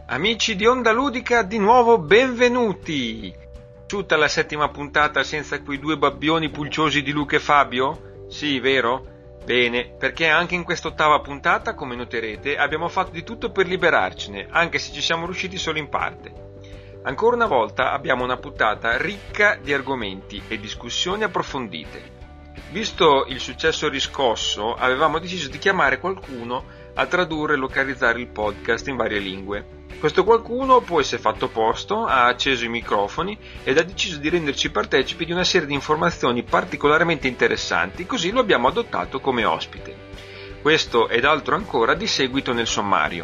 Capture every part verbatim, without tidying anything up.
Amici di Onda Ludica, di nuovo benvenuti! Tutta la settima puntata senza quei due babbioni pulciosi di Luca e Fabio? Sì, vero? Bene, perché anche in quest'ottava puntata, come noterete, abbiamo fatto di tutto per liberarcene, anche se ci siamo riusciti solo in parte. Ancora una volta abbiamo una puntata ricca di argomenti e discussioni approfondite. Visto il successo riscosso, avevamo deciso di chiamare qualcuno a tradurre e localizzare il podcast in varie lingue. Questo qualcuno poi si è fatto posto, ha acceso i microfoni ed ha deciso di renderci partecipi di una serie di informazioni particolarmente interessanti, così lo abbiamo adottato come ospite. Questo ed altro ancora di seguito nel sommario.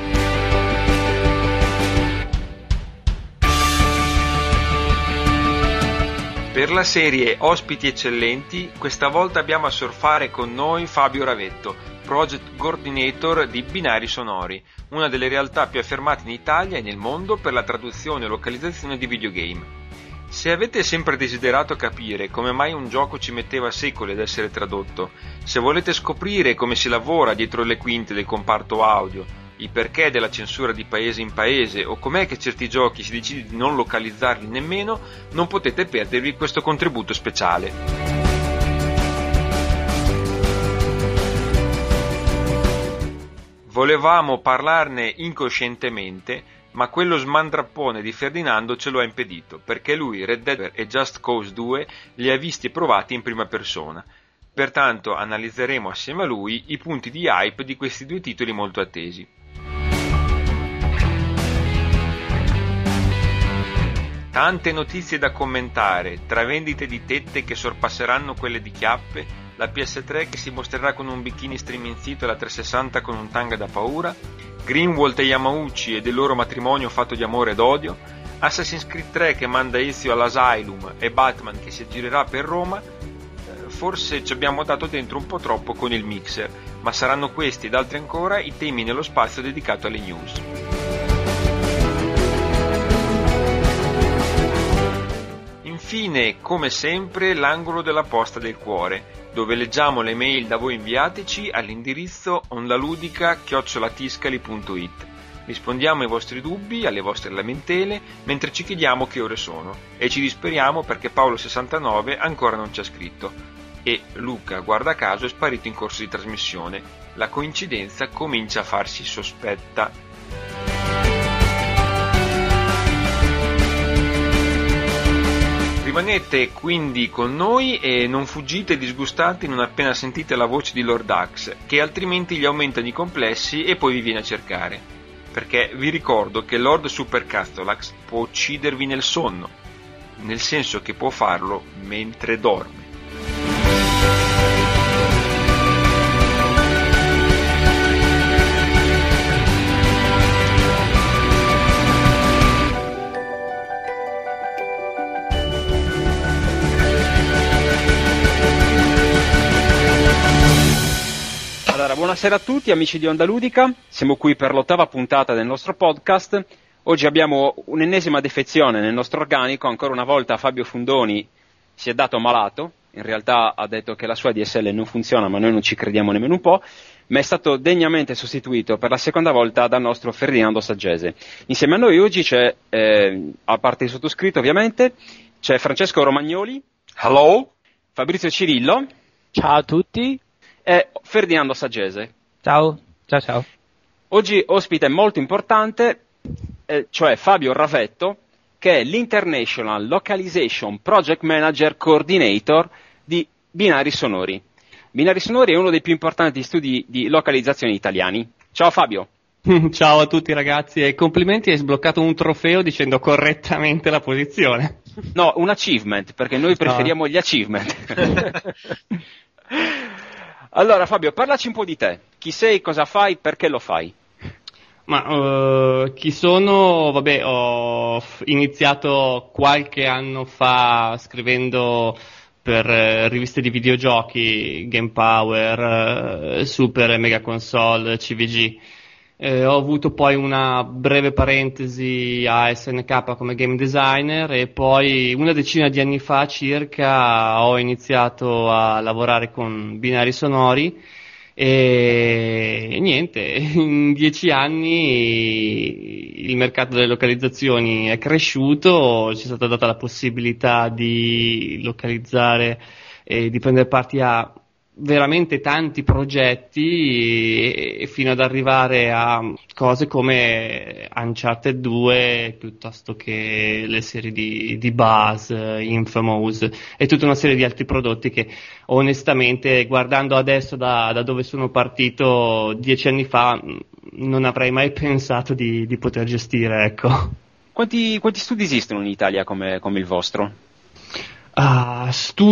Per la serie Ospiti Eccellenti, questa volta abbiamo a surfare con noi Fabio Ravetto, Project Coordinator di Binari Sonori, una delle realtà più affermate in Italia e nel mondo per la traduzione e localizzazione di videogame. Se avete sempre desiderato capire come mai un gioco ci metteva secoli ad essere tradotto, se volete scoprire come si lavora dietro le quinte del comparto audio, il perché della censura di paese in paese o com'è che certi giochi si decide di non localizzarli nemmeno, non potete perdervi questo contributo speciale. Volevamo parlarne incoscientemente, ma quello smandrappone di Ferdinando ce lo ha impedito, perché lui Red Dead e Just Cause due li ha visti e provati in prima persona. Pertanto analizzeremo assieme a lui i punti di hype di questi due titoli molto attesi. Tante notizie da commentare, tra vendite di tette che sorpasseranno quelle di chiappe, la P S tre che si mostrerà con un bikini striminzito e la trecentosessanta con un tanga da paura, Greenwald e Yamauchi e del loro matrimonio fatto di amore ed odio, Assassin's Creed tre che manda Ezio all'Asylum e Batman che si aggirerà per Roma. Forse ci abbiamo dato dentro un po' troppo con il mixer, ma saranno questi ed altri ancora i temi nello spazio dedicato alle news. Infine, come sempre, l'angolo della posta del cuore, dove leggiamo le mail da voi inviateci all'indirizzo ondaludica chiocciola tiscali punto it. Rispondiamo ai vostri dubbi, alle vostre lamentele, mentre ci chiediamo che ore sono, e ci disperiamo perché Paolo sessantanove ancora non ci ha scritto. E Luca, guarda caso, è sparito in corso di trasmissione. La coincidenza comincia a farsi sospetta. Rimanete quindi con noi e non fuggite disgustati non appena sentite la voce di Lord Axe, che altrimenti gli aumentano i complessi e poi vi viene a cercare. Perché vi ricordo che Lord Supercastolax può uccidervi nel sonno, nel senso che può farlo mentre dorme. Allora, buonasera a tutti amici di Onda Ludica, siamo qui per l'ottava puntata del nostro podcast. Oggi abbiamo un'ennesima defezione nel nostro organico, ancora una volta Fabio Fundoni si è dato malato, in realtà ha detto che la sua D S L non funziona ma noi non ci crediamo nemmeno un po', ma è stato degnamente sostituito per la seconda volta dal nostro Ferdinando Saggese. Insieme a noi oggi c'è, eh, a parte il sottoscritto ovviamente, c'è Francesco Romagnoli. Hello. Fabrizio Cirillo. Ciao a tutti. E Ferdinando Saggese. Ciao, ciao ciao. Oggi ospite molto importante, eh, cioè Fabio Ravetto, che è l'International Localization Project Manager Coordinator di Binari Sonori. Binari Sonori è uno dei più importanti studi di localizzazione italiani. Ciao Fabio. Ciao a tutti ragazzi e complimenti, hai sbloccato un trofeo dicendo correttamente la posizione. No, un achievement, perché noi preferiamo no. gli achievement. Allora Fabio, parlaci un po' di te. Chi sei, cosa fai, perché lo fai? Ma uh, chi sono? Vabbè, ho iniziato qualche anno fa scrivendo per uh, riviste di videogiochi, Game Power, uh, Super e Mega Console, C V G. Eh, ho avuto poi una breve parentesi a S N K come game designer e poi una decina di anni fa circa ho iniziato a lavorare con Binari Sonori e niente, in dieci anni il mercato delle localizzazioni è cresciuto, ci è stata data la possibilità di localizzare e di prendere parte a veramente tanti progetti e, e fino ad arrivare a cose come Uncharted due piuttosto che le serie di, di Buzz, Infamous e tutta una serie di altri prodotti che onestamente, guardando adesso da, da dove sono partito dieci anni fa, non avrei mai pensato di, di poter gestire, ecco. Quanti, quanti studi esistono in Italia come, come il vostro? Ah,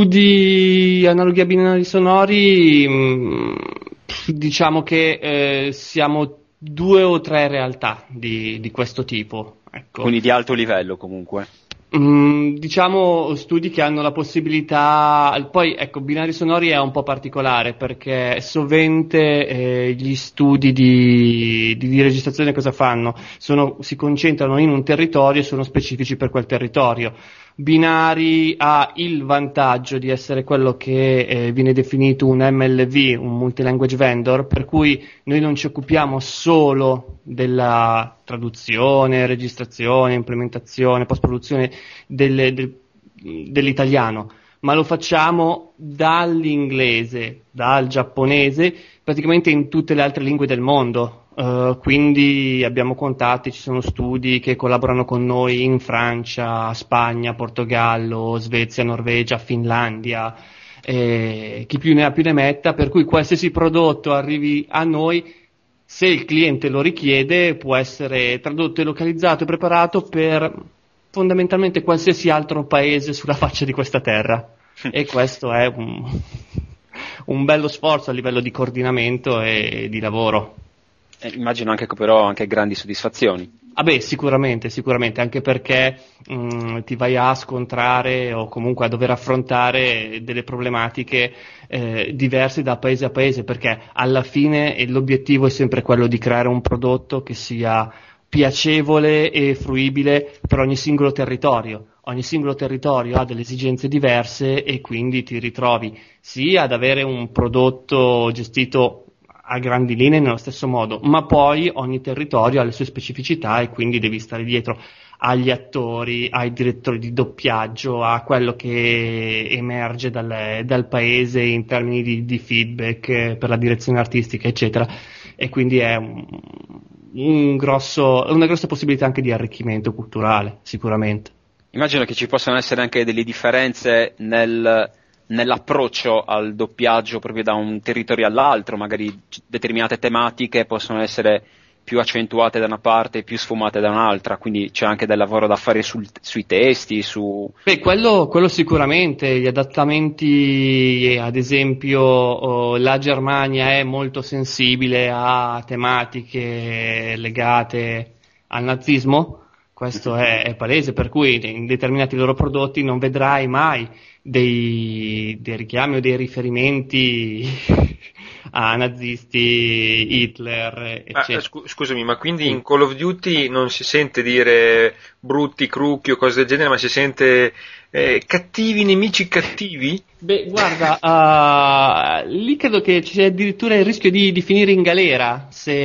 studi analoghi a binari sonori, mh, diciamo che eh, siamo due o tre realtà di, di questo tipo, ecco. Quindi di alto livello comunque. Mm, diciamo studi che hanno la possibilità, poi ecco, binari sonori è un po' particolare perché sovente eh, gli studi di, di, di registrazione cosa fanno? Sono, si concentrano in un territorio e sono specifici per quel territorio. Binari ha il vantaggio di essere quello che eh, viene definito un M L V, un multilanguage vendor, per cui noi non ci occupiamo solo della traduzione, registrazione, implementazione, post-produzione del, del, dell'italiano, ma lo facciamo dall'inglese, dal giapponese, praticamente in tutte le altre lingue del mondo. Uh, quindi abbiamo contatti, ci sono studi che collaborano con noi in Francia, Spagna, Portogallo, Svezia, Norvegia, Finlandia, eh, chi più ne ha più ne metta, per cui qualsiasi prodotto arrivi a noi, se il cliente lo richiede, può essere tradotto e localizzato e preparato per fondamentalmente qualsiasi altro paese sulla faccia di questa terra. E questo è un, un bello sforzo a livello di coordinamento e di lavoro. Eh, immagino anche però anche grandi soddisfazioni. Ah beh, sicuramente, sicuramente, anche perché mh, ti vai a scontrare o comunque a dover affrontare delle problematiche eh, diverse da paese a paese, perché alla fine l'obiettivo è sempre quello di creare un prodotto che sia piacevole e fruibile per ogni singolo territorio. Ogni singolo territorio ha delle esigenze diverse e quindi ti ritrovi sia ad avere un prodotto gestito a grandi linee nello stesso modo, ma poi ogni territorio ha le sue specificità e quindi devi stare dietro agli attori, ai direttori di doppiaggio, a quello che emerge dal, dal paese in termini di, di feedback per la direzione artistica, eccetera. E quindi è un, un grosso, una grossa possibilità anche di arricchimento culturale, sicuramente. Immagino che ci possano essere anche delle differenze nel nell'approccio al doppiaggio proprio da un territorio all'altro, magari determinate tematiche possono essere più accentuate da una parte e più sfumate da un'altra, quindi c'è anche del lavoro da fare sul, sui testi, su... Beh, quello, quello sicuramente, gli adattamenti, ad esempio oh, la Germania è molto sensibile a tematiche legate al nazismo, questo è, è palese, per cui in determinati loro prodotti non vedrai mai dei, dei richiami o dei riferimenti a nazisti, Hitler, eccetera. Ah, scu- scusami, ma quindi in Call of Duty non si sente dire brutti, crucchi o cose del genere, ma si sente eh, cattivi, nemici cattivi? Beh, guarda, uh, lì credo che c'è addirittura il rischio di, di finire in galera se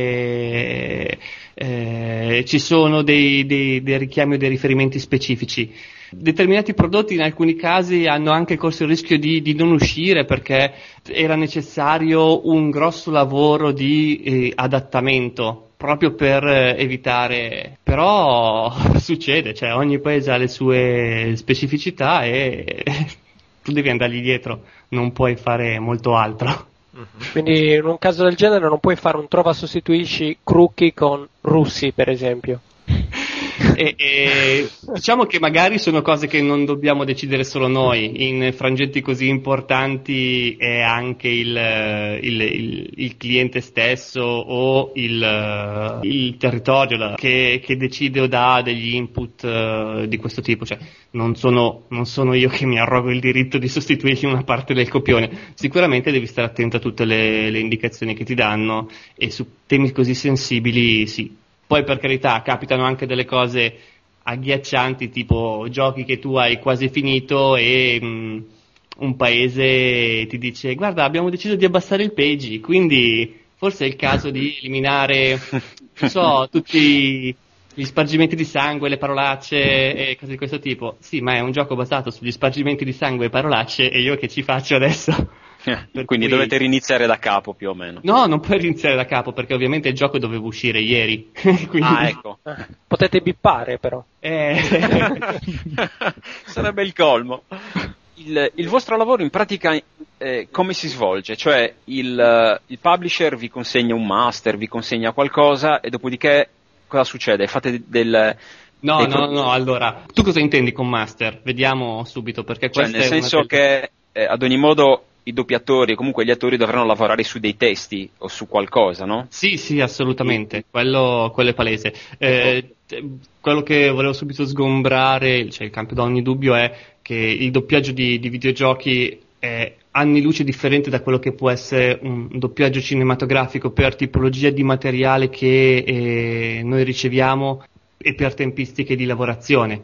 eh, eh, ci sono dei, dei, dei richiami o dei riferimenti specifici. Determinati prodotti in alcuni casi hanno anche corso il rischio di, di non uscire perché era necessario un grosso lavoro di eh, adattamento proprio per eh, evitare, però succede, cioè ogni paese ha le sue specificità e tu devi andargli dietro, non puoi fare molto altro. Quindi in un caso del genere non puoi fare un trova sostituisci crookie con russi, per esempio. E, e, diciamo che magari sono cose che non dobbiamo decidere solo noi, in frangenti così importanti è anche il, il, il, il cliente stesso o il, il territorio che, che decide o dà degli input uh, di questo tipo, cioè non sono, non sono io che mi arrogo il diritto di sostituirgli una parte del copione, sicuramente devi stare attento a tutte le, le indicazioni che ti danno e su temi così sensibili sì. Poi per carità capitano anche delle cose agghiaccianti, tipo giochi che tu hai quasi finito e mh, un paese ti dice guarda abbiamo deciso di abbassare il page, quindi forse è il caso di eliminare non so, tutti gli spargimenti di sangue, le parolacce e cose di questo tipo. Sì, ma è un gioco basato sugli spargimenti di sangue e parolacce, e io che ci faccio adesso? Quindi cui... dovete riniziare da capo più o meno. No, non puoi riniziare da capo, perché ovviamente il gioco doveva uscire ieri. Quindi... Ah, ecco. Potete bippare però. Eh... Sarebbe il colmo. Il, il vostro lavoro in pratica eh, come si svolge? Cioè il, il publisher vi consegna un master, vi consegna qualcosa e dopodiché cosa succede? Fate del... No, dei no, pro... no, allora, tu cosa intendi con master? Vediamo subito, perché cioè, questo nel è senso una... che eh, ad ogni modo i doppiatori e comunque gli attori dovranno lavorare su dei testi o su qualcosa, no? Sì, sì, assolutamente, sì. Quello, quello è palese. Eh, quello che volevo subito sgombrare, cioè il campo da ogni dubbio, è che il doppiaggio di, di videogiochi è anni luce differente da quello che può essere un doppiaggio cinematografico per tipologia di materiale che eh, noi riceviamo e per tempistiche di lavorazione.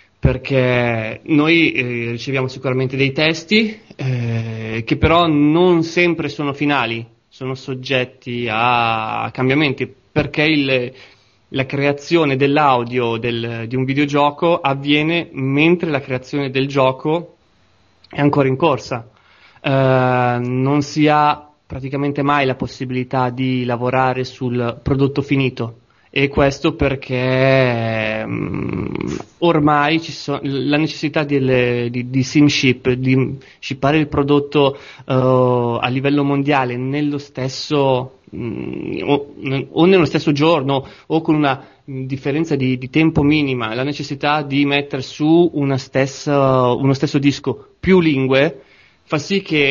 Perché noi eh, riceviamo sicuramente dei testi eh, che però non sempre sono finali, sono soggetti a cambiamenti, perché il, la creazione dell'audio del, di un videogioco avviene mentre la creazione del gioco è ancora in corsa. Eh, non si ha praticamente mai la possibilità di lavorare sul prodotto finito. E questo perché um, ormai ci sono la necessità di, di, di sim ship, di shippare il prodotto uh, a livello mondiale nello stesso um, o, o nello stesso giorno o con una differenza di, di tempo minima, la necessità di mettere su una stessa, uno stesso disco più lingue fa sì che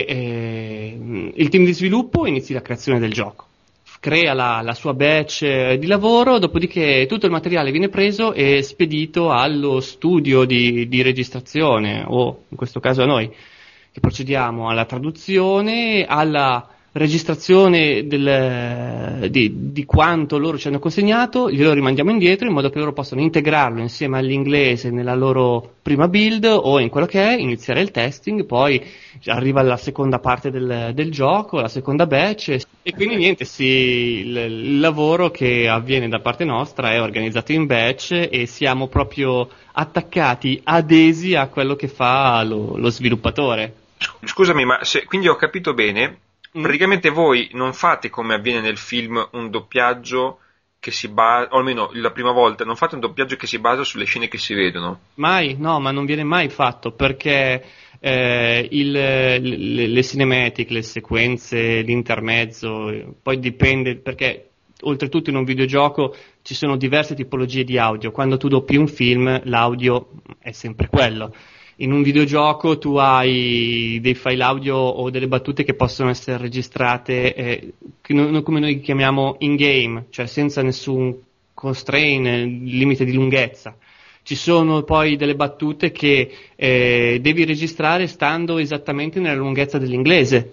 eh, il team di sviluppo inizi la creazione del gioco. Crea la, la sua batch di lavoro, dopodiché tutto il materiale viene preso e spedito allo studio di, di registrazione, o in questo caso a noi, che procediamo alla traduzione, alla registrazione del, di, di quanto loro ci hanno consegnato, glielo rimandiamo indietro in modo che loro possano integrarlo insieme all'inglese nella loro prima build o in quello che è, iniziare il testing, poi arriva la seconda parte del, del gioco, la seconda batch, e quindi niente, sì, il, il lavoro che avviene da parte nostra è organizzato in batch e siamo proprio attaccati, adesi a quello che fa lo, lo sviluppatore. Scusami, ma se, quindi ho capito bene, mm. praticamente voi non fate come avviene nel film un doppiaggio che si basa, o almeno la prima volta, non fate un doppiaggio che si basa sulle scene che si vedono? Mai, no, ma non viene mai fatto, perché eh, il, le, le cinematic, le sequenze, l'intermezzo, poi dipende, perché oltretutto in un videogioco ci sono diverse tipologie di audio. Quando tu doppi un film, l'audio è sempre quello. In un videogioco tu hai dei file audio o delle battute che possono essere registrate eh, che noi, come noi chiamiamo in-game, cioè senza nessun constraint, limite di lunghezza. Ci sono poi delle battute che eh, devi registrare stando esattamente nella lunghezza dell'inglese.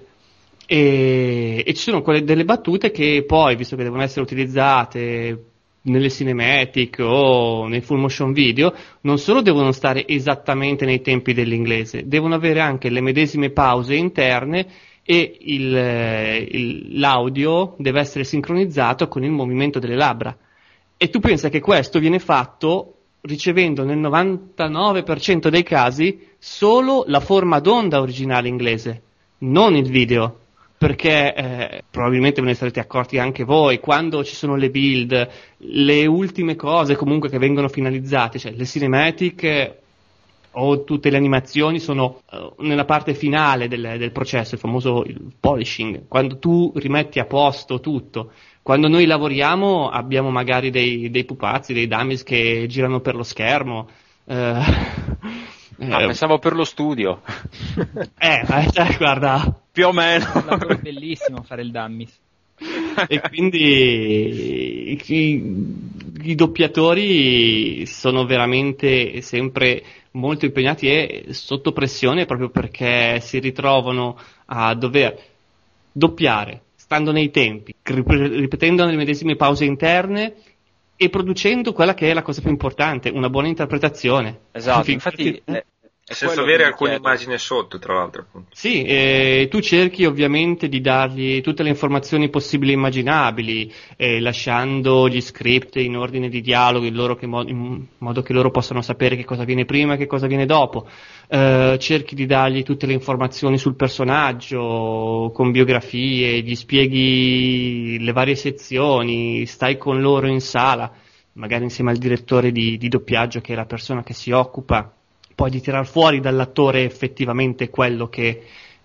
E, e ci sono quelle delle battute che poi, visto che devono essere utilizzate nelle cinematic o nei full motion video, non solo devono stare esattamente nei tempi dell'inglese, devono avere anche le medesime pause interne e il, il, l'audio deve essere sincronizzato con il movimento delle labbra. E tu pensa che questo viene fatto ricevendo nel novantanove per cento dei casi solo la forma d'onda originale inglese, non il video. Perché eh, probabilmente ve ne sarete accorti anche voi, quando ci sono le build, le ultime cose comunque che vengono finalizzate, cioè le cinematic eh, o tutte le animazioni sono uh, nella parte finale del, del processo, il famoso il polishing, quando tu rimetti a posto tutto. Quando noi lavoriamo abbiamo magari dei, dei pupazzi, dei dummies che girano per lo schermo. Eh, Ah, eh, pensavo per lo studio. Eh, cioè, guarda, più o meno. È un lavoro bellissimo fare il dummies. E quindi i, i, i doppiatori sono veramente sempre molto impegnati e sotto pressione, proprio perché si ritrovano a dover doppiare, stando nei tempi, ripetendo le medesime pause interne e producendo quella che è la cosa più importante, una buona interpretazione. Esatto, infatti eh, È senza quello avere che mi alcune chiedo. immagini sotto, tra l'altro, appunto. Sì, eh, tu cerchi ovviamente di dargli tutte le informazioni possibili e immaginabili, eh, lasciando gli script in ordine di dialogo in, loro che mo- in modo che loro possano sapere che cosa viene prima e che cosa viene dopo. Eh, cerchi di dargli tutte le informazioni sul personaggio, con biografie, gli spieghi le varie sezioni, stai con loro in sala, magari insieme al direttore di, di doppiaggio, che è la persona che si occupa poi di tirar fuori dall'attore effettivamente quello che,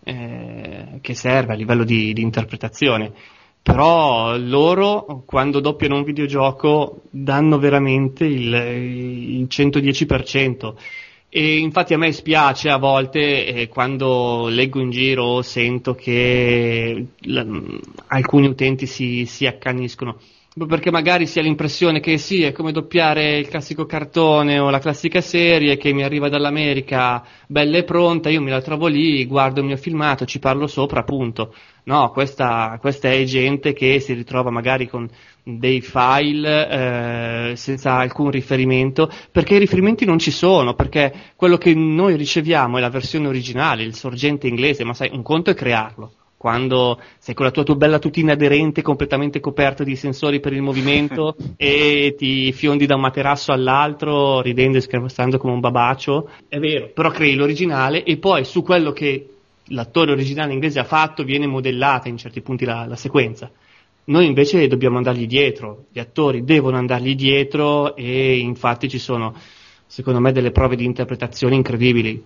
eh, che serve a livello di, di interpretazione. Però loro, quando doppiano un videogioco, danno veramente il, il centodieci per cento. E infatti a me spiace a volte eh, quando leggo in giro o sento che la, alcuni utenti si, si accaniscono, perché magari si ha l'impressione che sì, è come doppiare il classico cartone o la classica serie che mi arriva dall'America bella e pronta, io me la trovo lì, guardo il mio filmato, ci parlo sopra, appunto. No, questa, questa è gente che si ritrova magari con dei file eh, senza alcun riferimento, perché i riferimenti non ci sono, perché quello che noi riceviamo è la versione originale, il sorgente inglese, ma sai, un conto è crearlo. Quando sei con la tua, tua bella tutina aderente completamente coperta di sensori per il movimento e ti fiondi da un materasso all'altro ridendo e scherzando come un babacio, è vero, però crei l'originale e poi su quello che l'attore originale inglese ha fatto viene modellata in certi punti la, la sequenza. Noi invece dobbiamo andargli dietro, gli attori devono andargli dietro e infatti ci sono secondo me delle prove di interpretazione incredibili.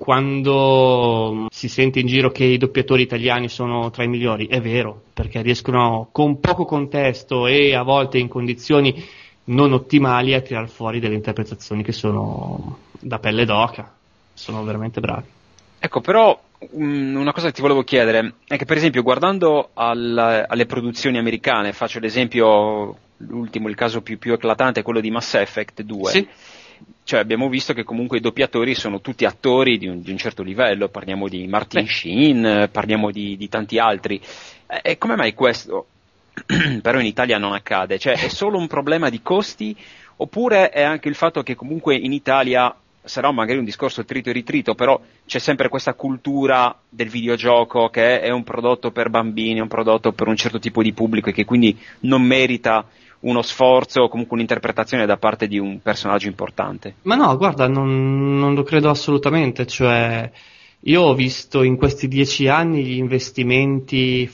Quando si sente in giro che i doppiatori italiani sono tra i migliori, è vero, perché riescono con poco contesto e a volte in condizioni non ottimali a tirar fuori delle interpretazioni che sono da pelle d'oca, sono veramente bravi. Ecco, però um, una cosa che ti volevo chiedere è che per esempio guardando al, alle produzioni americane, faccio l'esempio, l'ultimo, il caso più, più eclatante è quello di Mass Effect due. Sì. Cioè abbiamo visto che comunque i doppiatori sono tutti attori di un, di un certo livello, parliamo di Martin Beh. Sheen, parliamo di, di tanti altri. E, e come mai questo però in Italia non accade? Cioè è solo un problema di costi oppure è anche il fatto che comunque in Italia, sarà magari un discorso trito e ritrito, però c'è sempre questa cultura del videogioco che è un prodotto per bambini, un prodotto per un certo tipo di pubblico e che quindi non merita uno sforzo o comunque un'interpretazione da parte di un personaggio importante? Ma no, guarda, non, non lo credo assolutamente, cioè io ho visto in questi dieci anni gli investimenti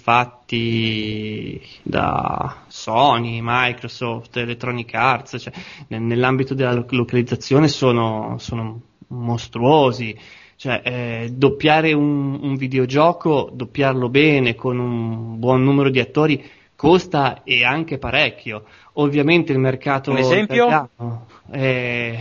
fatti da Sony, Microsoft, Electronic Arts, cioè nell'ambito della localizzazione sono, sono mostruosi. Cioè, eh, doppiare un, un videogioco, doppiarlo bene con un buon numero di attori costa e anche parecchio. Ovviamente il mercato Un esempio? italiano è...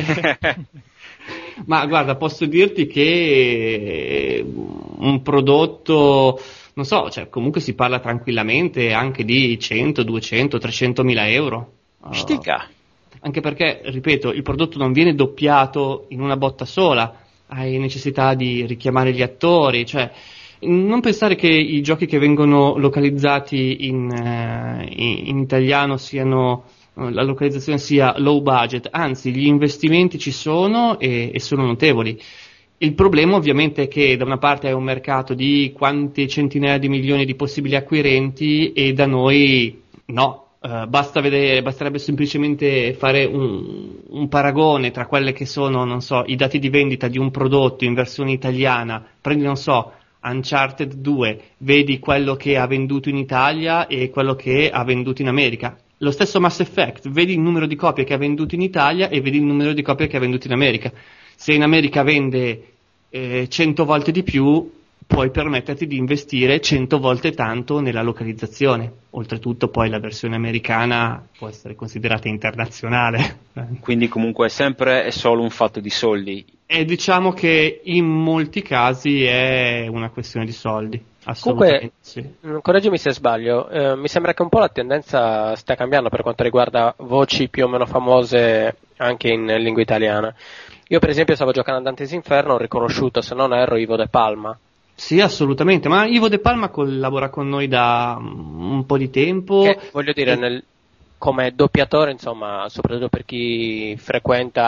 Ma guarda, posso dirti che un prodotto, non so, cioè comunque si parla tranquillamente anche di cento, duecento, trecento mila euro. Stica! Uh, anche perché, ripeto, il prodotto non viene doppiato in una botta sola, hai necessità di richiamare gli attori, cioè non pensare che i giochi che vengono localizzati in, uh, in, in italiano siano, uh, la localizzazione sia low budget, anzi gli investimenti ci sono e, e sono notevoli. Il problema ovviamente è che da una parte hai un mercato di quante centinaia di milioni di possibili acquirenti e da noi no. Uh, basta vedere, basterebbe semplicemente fare un, un paragone tra quelle che sono, non so, i dati di vendita di un prodotto in versione italiana, prendi, non so, Uncharted due, vedi quello che ha venduto in Italia e quello che ha venduto in America. Lo stesso Mass Effect, vedi il numero di copie che ha venduto in Italia e vedi il numero di copie che ha venduto in America. Se in America vende eh, cento volte di più, puoi permetterti di investire cento volte tanto nella localizzazione. Oltretutto poi la versione americana può essere considerata internazionale. Quindi comunque è sempre è solo un fatto di soldi. E diciamo che in molti casi è una questione di soldi. Assolutamente. Comunque, sì. correggimi se sbaglio, eh, mi sembra che un po' la tendenza stia cambiando per quanto riguarda voci più o meno famose anche in lingua italiana. Io per esempio stavo giocando a Dante's Inferno, ho riconosciuto, se non erro, Ivo De Palma. Sì, assolutamente, ma Ivo De Palma collabora con noi da un po' di tempo. Che, voglio dire, nel, come doppiatore, insomma, soprattutto per chi frequenta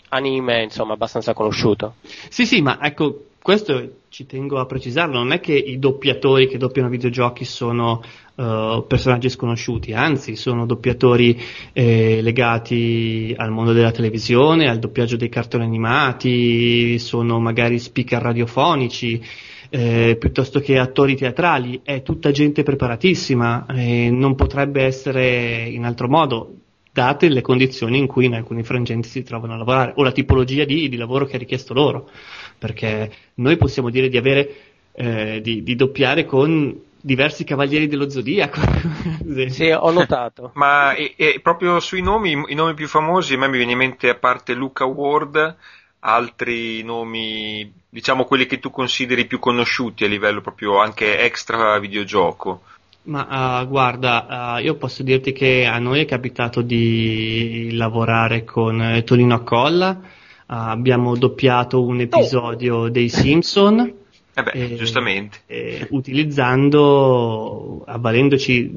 anime, insomma, abbastanza conosciuto. Sì, sì, ma ecco, questo ci tengo a precisarlo, non è che i doppiatori che doppiano videogiochi sono uh, personaggi sconosciuti, anzi sono doppiatori eh, legati al mondo della televisione, al doppiaggio dei cartoni animati, sono magari speaker radiofonici, eh, piuttosto che attori teatrali, è tutta gente preparatissima, eh, non potrebbe essere in altro modo, date le condizioni in cui in alcuni frangenti si trovano a lavorare, o la tipologia di, di lavoro che è richiesto loro, perché noi possiamo dire di avere, eh, di, di doppiare con diversi cavalieri dello Zodiaco. Sì, ho notato. Ma e, e proprio sui nomi, i nomi più famosi, a me mi viene in mente, a parte Luca Ward, altri nomi, diciamo quelli che tu consideri più conosciuti a livello proprio anche extra videogioco. Ma uh, guarda, uh, io posso dirti che a noi è capitato di lavorare con eh, Tonino Accolla, uh, abbiamo doppiato un episodio oh. dei Simpson, eh beh, eh, giustamente, eh, utilizzando, avvalendoci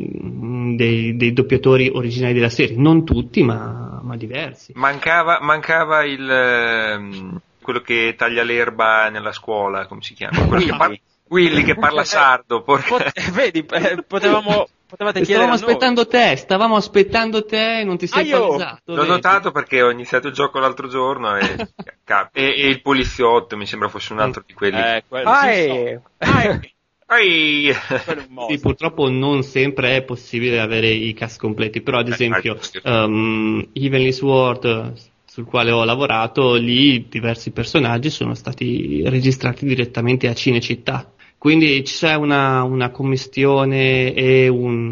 dei, dei doppiatori originali della serie, non tutti ma, ma diversi. Mancava, mancava il ehm, quello che taglia l'erba nella scuola, come si chiama? Quello che parla... Willy che parla sardo, porca. Pot- vedi, eh, potevamo, potevate chiedere stavamo aspettando te, stavamo aspettando te e non ti sei ah, io palesato. L'ho vedi? notato perché ho iniziato il gioco l'altro giorno e, e, e il poliziotto mi sembra fosse un altro di quelli. Eh, quello, Ah, sì, eh. so. Ehi. Sì, purtroppo non sempre è possibile avere i cast completi, però ad esempio um, Heavenly Sword, sul quale ho lavorato, lì diversi personaggi sono stati registrati direttamente a Cinecittà. Quindi c'è una, una commistione e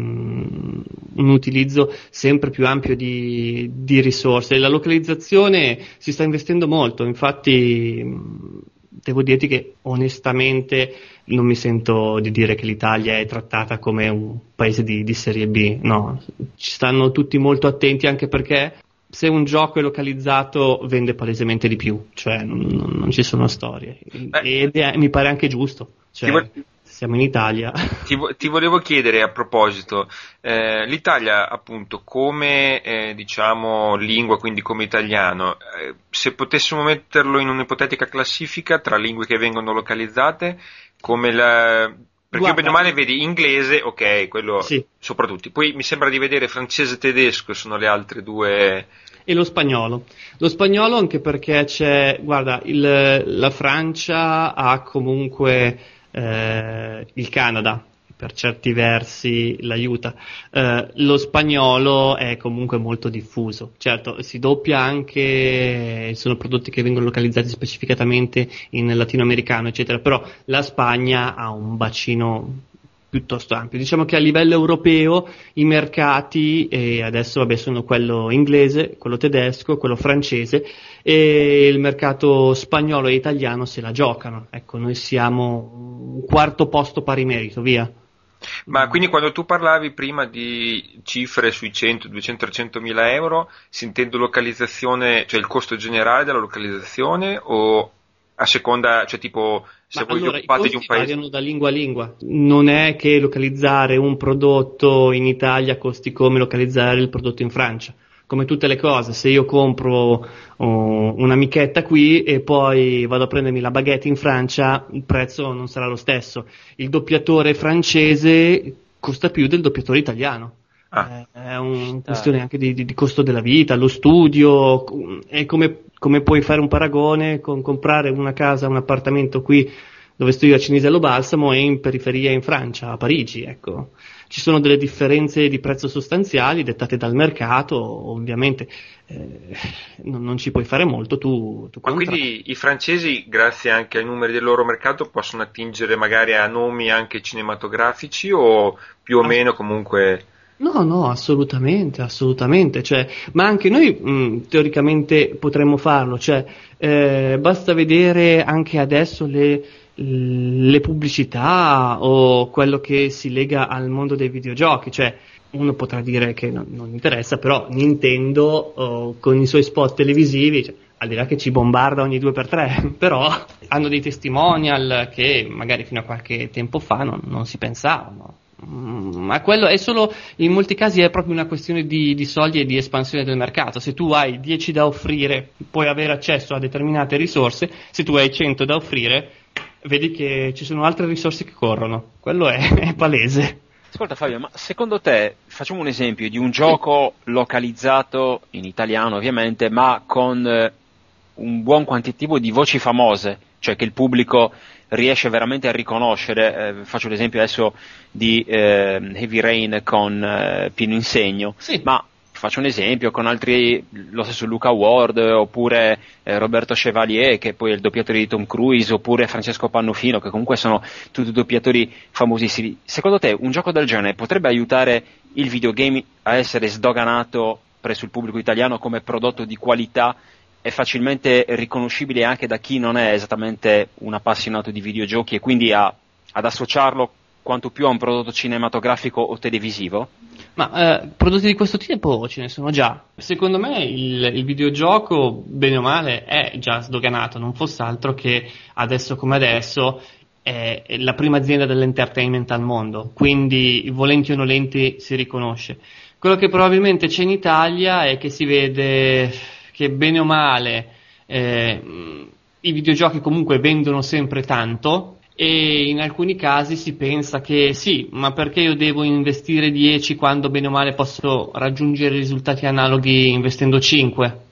un, un utilizzo sempre più ampio di, di risorse. La localizzazione si sta investendo molto, infatti devo dirti che onestamente non mi sento di dire che l'Italia è trattata come un paese di, di serie B, no, ci stanno tutti molto attenti anche perché se un gioco è localizzato vende palesemente di più, cioè non, non ci sono storie, ed è, mi pare anche giusto. Cioè, vo- siamo in Italia. Ti, vo- ti volevo chiedere a proposito, eh, l'Italia appunto come eh, diciamo lingua, quindi come italiano, eh, se potessimo metterlo in un'ipotetica classifica tra lingue che vengono localizzate, come la... Perché io bene o male vedi inglese, ok, quello sì. soprattutto. Poi mi sembra di vedere francese e tedesco, sono le altre due. E lo spagnolo. Lo spagnolo anche perché c'è, guarda, il, la Francia ha comunque eh, il Canada, per certi versi l'aiuta. Eh, lo spagnolo è comunque molto diffuso. Certo, si doppia anche, sono prodotti che vengono localizzati specificatamente in latinoamericano, eccetera, però la Spagna ha un bacino piuttosto ampio. Diciamo che a livello europeo i mercati, e adesso vabbè sono quello inglese, quello tedesco, quello francese, e il mercato spagnolo e italiano se la giocano. Ecco, noi siamo un quarto posto pari merito, via. Ma quindi quando tu parlavi prima di cifre sui cento, duecento, trecento mila euro, si intende localizzazione, cioè il costo generale della localizzazione o a seconda, cioè tipo se Ma voi allora, vi occupate di un paese? variano da lingua a lingua, non è che localizzare un prodotto in Italia costi come localizzare il prodotto in Francia. Come tutte le cose, se io compro oh, un'amichetta qui e poi vado a prendermi la baguette in Francia, il prezzo non sarà lo stesso. Il doppiatore francese costa più del doppiatore italiano. Ah. Eh, è una questione anche di, di, di costo della vita, lo studio, è come, come puoi fare un paragone con comprare una casa, un appartamento qui dove sto io a Cinisello Balsamo e in periferia in Francia, a Parigi, ecco. Ci sono delle differenze di prezzo sostanziali dettate dal mercato, ovviamente eh, non, non ci puoi fare molto, tu, tu Ma contratti. quindi i francesi, grazie anche ai numeri del loro mercato, possono attingere magari a nomi anche cinematografici o più o meno comunque... No, no, assolutamente, assolutamente, cioè, ma anche noi mh, teoricamente potremmo farlo, cioè, eh, basta vedere anche adesso le... le pubblicità o quello che si lega al mondo dei videogiochi, cioè uno potrà dire che non, non interessa, però Nintendo oh, con i suoi spot televisivi, cioè, al di là che ci bombarda ogni due per tre, però hanno dei testimonial che magari fino a qualche tempo fa non, non si pensavano. Ma quello è solo, in molti casi è proprio una questione di, di soldi e di espansione del mercato. Se tu hai dieci da offrire, puoi avere accesso a determinate risorse. Se tu hai cento da offrire, vedi che ci sono altre risorse che corrono. Quello è, è palese. Ascolta Fabio, ma secondo te, facciamo un esempio di un gioco localizzato in italiano ovviamente, ma con eh, un buon quantitativo di voci famose, cioè che il pubblico riesce veramente a riconoscere, eh, faccio l'esempio adesso di eh, Heavy Rain con eh, Pino Insegno, sì. Ma faccio un esempio con altri, lo stesso Luca Ward, oppure eh, Roberto Chevalier, che poi è il doppiatore di Tom Cruise, oppure Francesco Pannofino, che comunque sono tutti doppiatori famosissimi. Secondo te un gioco del genere potrebbe aiutare il videogame a essere sdoganato presso il pubblico italiano come prodotto di qualità è facilmente riconoscibile anche da chi non è esattamente un appassionato di videogiochi e quindi a, ad associarlo quanto più a un prodotto cinematografico o televisivo? Ma eh, prodotti di questo tipo ce ne sono già. Secondo me il, il videogioco, bene o male, è già sdoganato, non fosse altro che adesso come adesso è la prima azienda dell'entertainment al mondo, quindi volenti o nolenti si riconosce. Quello che probabilmente c'è in Italia è che si vede che bene o male eh, i videogiochi comunque vendono sempre tanto e in alcuni casi si pensa che sì, ma perché io devo investire dieci quando bene o male posso raggiungere risultati analoghi investendo cinque?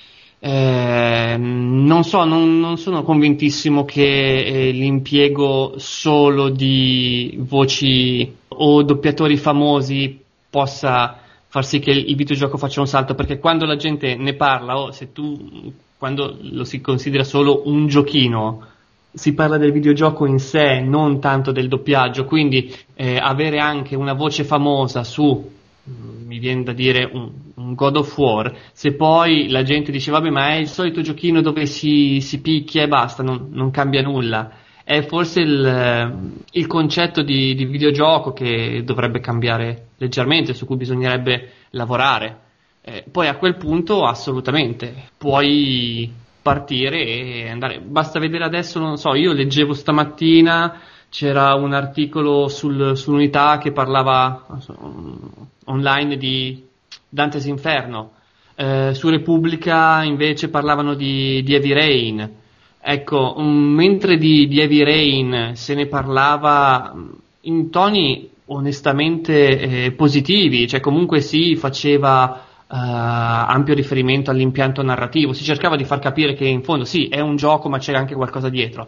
Eh, non so, non, non sono convintissimo che eh, l'impiego solo di voci o doppiatori famosi possa far sì che il videogioco faccia un salto, perché quando la gente ne parla o se tu, quando lo si considera solo un giochino, si parla del videogioco in sé, non tanto del doppiaggio, quindi eh, avere anche una voce famosa su, mi viene da dire, un, un God of War, se poi la gente dice vabbè ma è il solito giochino dove si, si picchia e basta, non, non cambia nulla. È forse il, il concetto di, di videogioco che dovrebbe cambiare leggermente, su cui bisognerebbe lavorare. Eh, poi a quel punto assolutamente puoi partire e andare. Basta vedere adesso, non so, io leggevo stamattina, c'era un articolo sul, sull'Unità che parlava so, online di Dante's Inferno. Eh, su Repubblica invece parlavano di, di Heavy Rain. Ecco, um, mentre di, di Heavy Rain se ne parlava in toni onestamente eh, positivi, cioè comunque si faceva uh, ampio riferimento all'impianto narrativo, si cercava di far capire che in fondo sì, è un gioco ma c'è anche qualcosa dietro.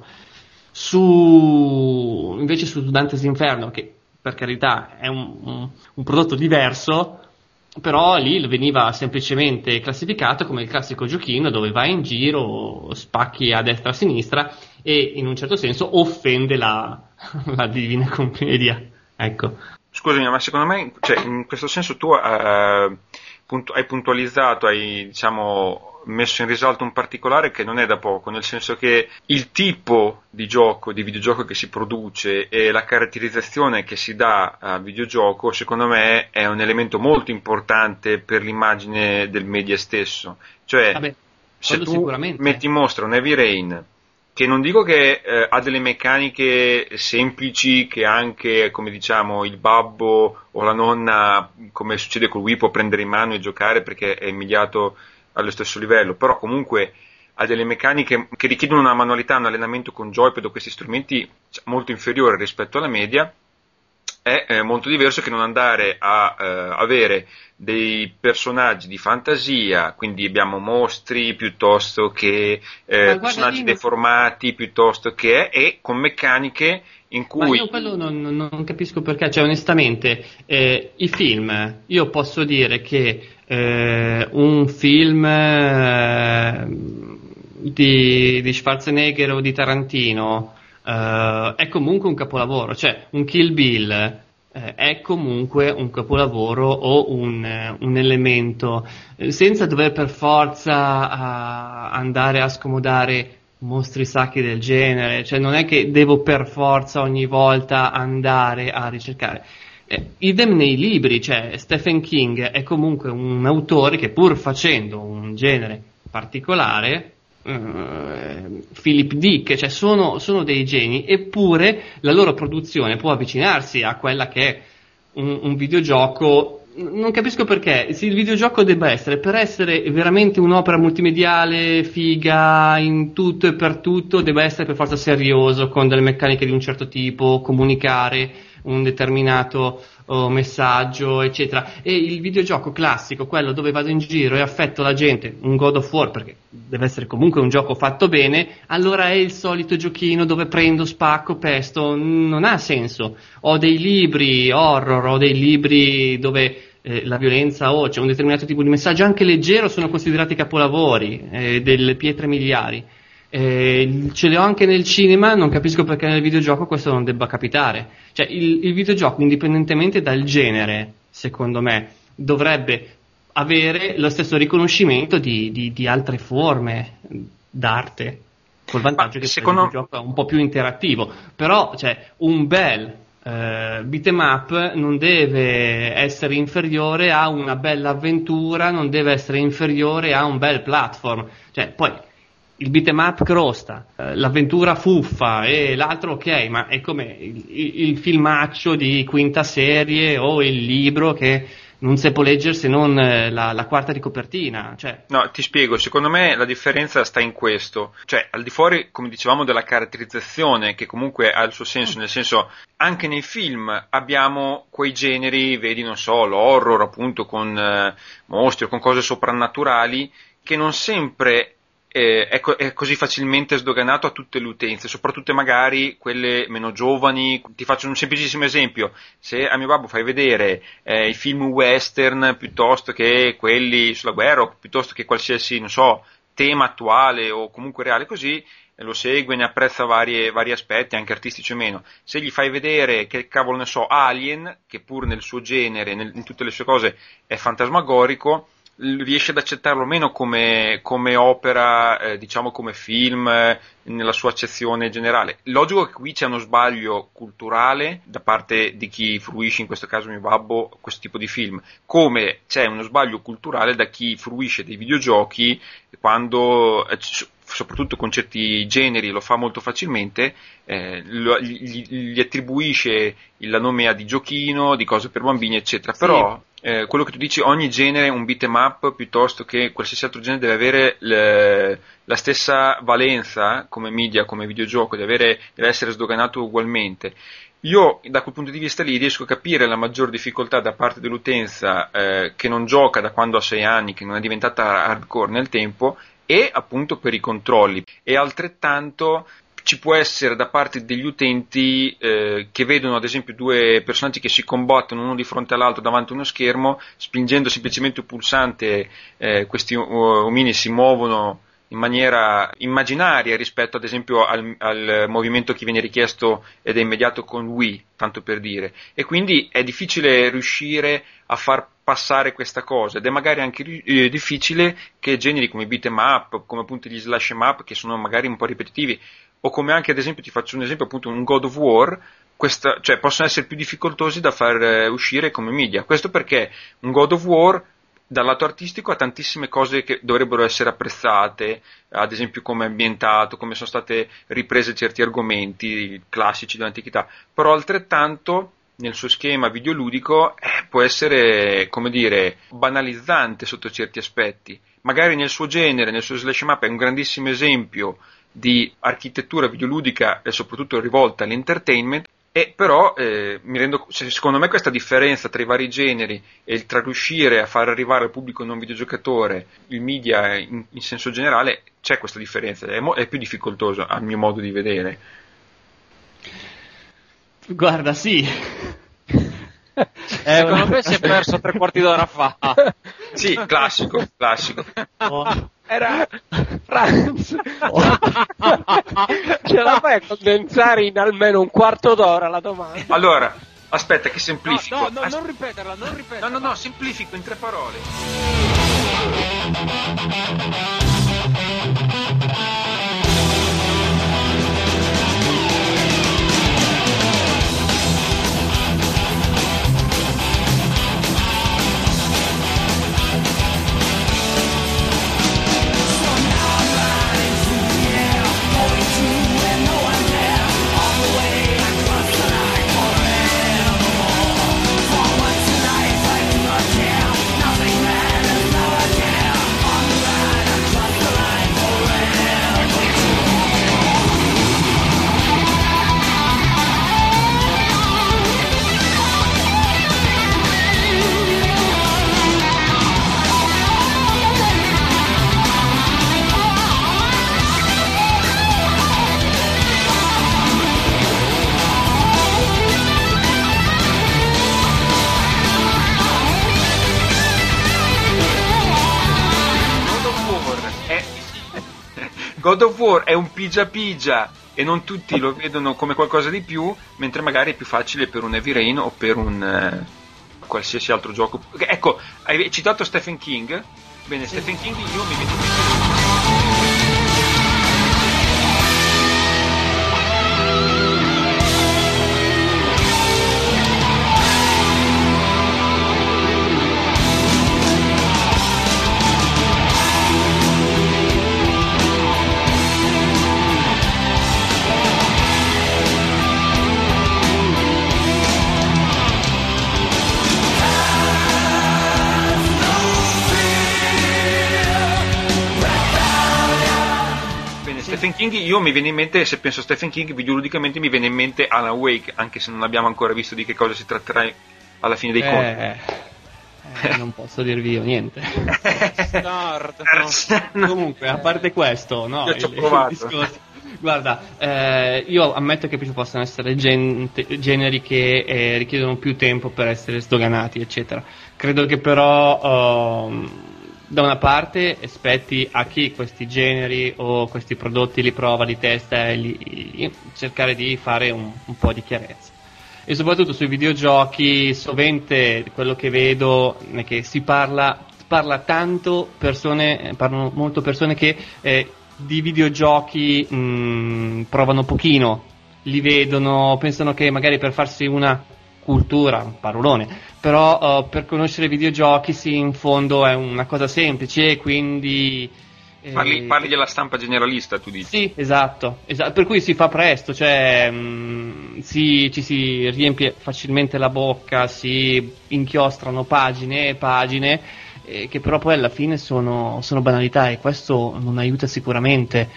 Su invece su Dante's Inferno, che per carità è un, un, un prodotto diverso, però lì veniva semplicemente classificato come il classico giochino dove vai in giro, spacchi a destra e a sinistra e in un certo senso offende la, la Divina Commedia. Ecco. Scusami, ma secondo me, cioè, in questo senso tu uh, puntu- hai puntualizzato, hai diciamo messo in risalto un particolare che non è da poco, nel senso che il tipo di gioco, di videogioco che si produce e la caratterizzazione che si dà al videogioco, secondo me è un elemento molto importante per l'immagine del media stesso. Cioè, Vabbè, se tu metti in mostra un Heavy Rain, che non dico che eh, ha delle meccaniche semplici che anche, come diciamo, il babbo o la nonna, come succede con Wii, può prendere in mano e giocare perché è immediato allo stesso livello, però comunque ha delle meccaniche che richiedono una manualità, un allenamento con joypad o questi strumenti molto inferiore rispetto alla media, è eh, molto diverso che non andare a eh, avere dei personaggi di fantasia, quindi abbiamo mostri piuttosto che eh, personaggi deformati piuttosto che e con meccaniche in cui... Ma io quello non, non capisco perché, cioè onestamente eh, i film, io posso dire che eh, un film eh, di, di Schwarzenegger o di Tarantino Uh, è comunque un capolavoro, cioè un Kill Bill uh, è comunque un capolavoro o un, uh, un elemento uh, senza dover per forza uh, andare a scomodare mostri sacri del genere, cioè non è che devo per forza ogni volta andare a ricercare. Eh, idem nei libri, cioè Stephen King è comunque un autore che pur facendo un genere particolare, Uh, Philip Dick, cioè sono, sono dei geni, eppure la loro produzione può avvicinarsi a quella che è un, un videogioco. Non capisco perché se il videogioco debba essere, per essere veramente un'opera multimediale, figa, in tutto e per tutto, debba essere per forza serioso, con delle meccaniche di un certo tipo, comunicare un determinato oh, messaggio, eccetera. E il videogioco classico, quello dove vado in giro e affetto la gente, un God of War, perché deve essere comunque un gioco fatto bene, allora è il solito giochino dove prendo, spacco, pesto, non ha senso. Ho dei libri horror, ho dei libri dove eh, la violenza o oh, c'è un determinato tipo di messaggio, anche leggero, sono considerati capolavori, eh, delle pietre miliari. Eh, ce le ho anche nel cinema, non capisco perché nel videogioco questo non debba capitare. Cioè il, il videogioco, indipendentemente dal genere, secondo me, dovrebbe avere lo stesso riconoscimento di, di, di altre forme d'arte, col vantaggio Ma che secondo... il videogioco è un po' più interattivo. Però cioè, un bel uh, beat'em up non deve essere inferiore a una bella avventura, non deve essere inferiore a un bel platform. Cioè, poi il beat'em up crosta, eh, l'avventura fuffa e l'altro ok, ma è come il, il filmaccio di quinta serie o il libro che non si può leggere se non eh, la, la quarta di copertina. Cioè. No, ti spiego, secondo me la differenza sta in questo, cioè al di fuori, come dicevamo, della caratterizzazione che comunque ha il suo senso, nel senso anche nei film abbiamo quei generi, vedi, non so, l'horror appunto con eh, mostri o con cose soprannaturali che non sempre È, co- è così facilmente sdoganato a tutte le utenze, soprattutto magari quelle meno giovani. Ti faccio un semplicissimo esempio: se a mio babbo fai vedere eh, i film western piuttosto che quelli sulla guerra o piuttosto che qualsiasi, non so, tema attuale o comunque reale così, lo segue, ne apprezza varie, vari aspetti, anche artistici o meno. Se gli fai vedere, che cavolo ne so, Alien, che pur nel suo genere, nel, in tutte le sue cose, è fantasmagorico, riesce ad accettarlo meno come, come opera, eh, diciamo come film, eh, nella sua accezione generale. Logico che qui c'è uno sbaglio culturale da parte di chi fruisce, in questo caso mio babbo, questo tipo di film, come c'è uno sbaglio culturale da chi fruisce dei videogiochi quando, eh, soprattutto con certi generi lo fa molto facilmente, eh, lo, gli, gli attribuisce la nomea di giochino, di cose per bambini eccetera, sì. Però eh, quello che tu dici, ogni genere, un beat'em up piuttosto che qualsiasi altro genere, deve avere le, la stessa valenza come media, come videogioco, deve, avere, deve essere sdoganato ugualmente. Io da quel punto di vista lì riesco a capire la maggior difficoltà da parte dell'utenza eh, che non gioca da quando ha sei anni, che non è diventata hardcore nel tempo, e appunto per i controlli, e altrettanto ci può essere da parte degli utenti eh, che vedono ad esempio due personaggi che si combattono uno di fronte all'altro davanti a uno schermo, spingendo semplicemente il pulsante eh, questi omini si muovono in maniera immaginaria rispetto ad esempio al, al movimento che viene richiesto ed è immediato con Wii, tanto per dire, e quindi è difficile riuscire a far passare questa cosa, ed è magari anche eh, difficile che generi come beat'em up, come appunto gli slash em up, che sono magari un po' ripetitivi, o come anche ad esempio, ti faccio un esempio, appunto un God of War, questa, cioè possono essere più difficoltosi da far eh, uscire come media. Questo perché un God of War dal lato artistico ha tantissime cose che dovrebbero essere apprezzate, ad esempio come è ambientato, come sono state riprese certi argomenti classici dell'antichità, però altrettanto nel suo schema videoludico eh, può essere, come dire, banalizzante sotto certi aspetti. Magari nel suo genere, nel suo slash map è un grandissimo esempio di architettura videoludica e soprattutto rivolta all'entertainment, e però eh, mi rendo, secondo me questa differenza tra i vari generi e il tra riuscire a far arrivare al pubblico non videogiocatore il media in, in senso generale, c'è questa differenza, è, mo, è più difficoltoso a mio modo di vedere. Guarda, sì. Secondo me si è perso tre quarti d'ora fa. Sì, classico, classico. Oh. Era Franz. Oh. Ce la fai a condensare in almeno un quarto d'ora la domanda? Allora, aspetta che semplifico. No, no, no As- non ripeterla, non ripeterla. No, no, no, semplifico in tre parole. Fall God of War è un pigia pigia e non tutti lo vedono come qualcosa di più, mentre magari è più facile per un Heavy Rain o per un eh, qualsiasi altro gioco. Ecco, hai citato Stephen King. Bene, sì. Stephen King, io mi vedo Stephen King, io mi viene in mente, se penso a Stephen King videoludicamente mi viene in mente Alan Wake, anche se non abbiamo ancora visto di che cosa si tratterà alla fine dei eh, conti. Eh, non posso dirvi io niente. Start, no. Comunque, a parte questo, no, io ci ho il, provato. il discorso, guarda, eh, io ammetto che ci possono essere gen- generi che eh, richiedono più tempo per essere sdoganati, eccetera. Credo che però... Uh, da una parte aspetti a chi questi generi o questi prodotti li prova, li testa e li, cercare di fare un, un po' di chiarezza. E soprattutto sui videogiochi sovente quello che vedo è che si parla, parla tanto persone, parlano molto persone che eh, di videogiochi mh, provano pochino, li vedono, pensano che magari per farsi una cultura, un parolone, però uh, per conoscere i videogiochi sì, in fondo è una cosa semplice e quindi... Eh, parli, parli della stampa generalista, tu dici? Sì, esatto, esatto, per cui si fa presto, cioè mh, si, ci si riempie facilmente la bocca, si inchiostrano pagine e pagine, eh, che però poi alla fine sono, sono banalità e questo non aiuta sicuramente.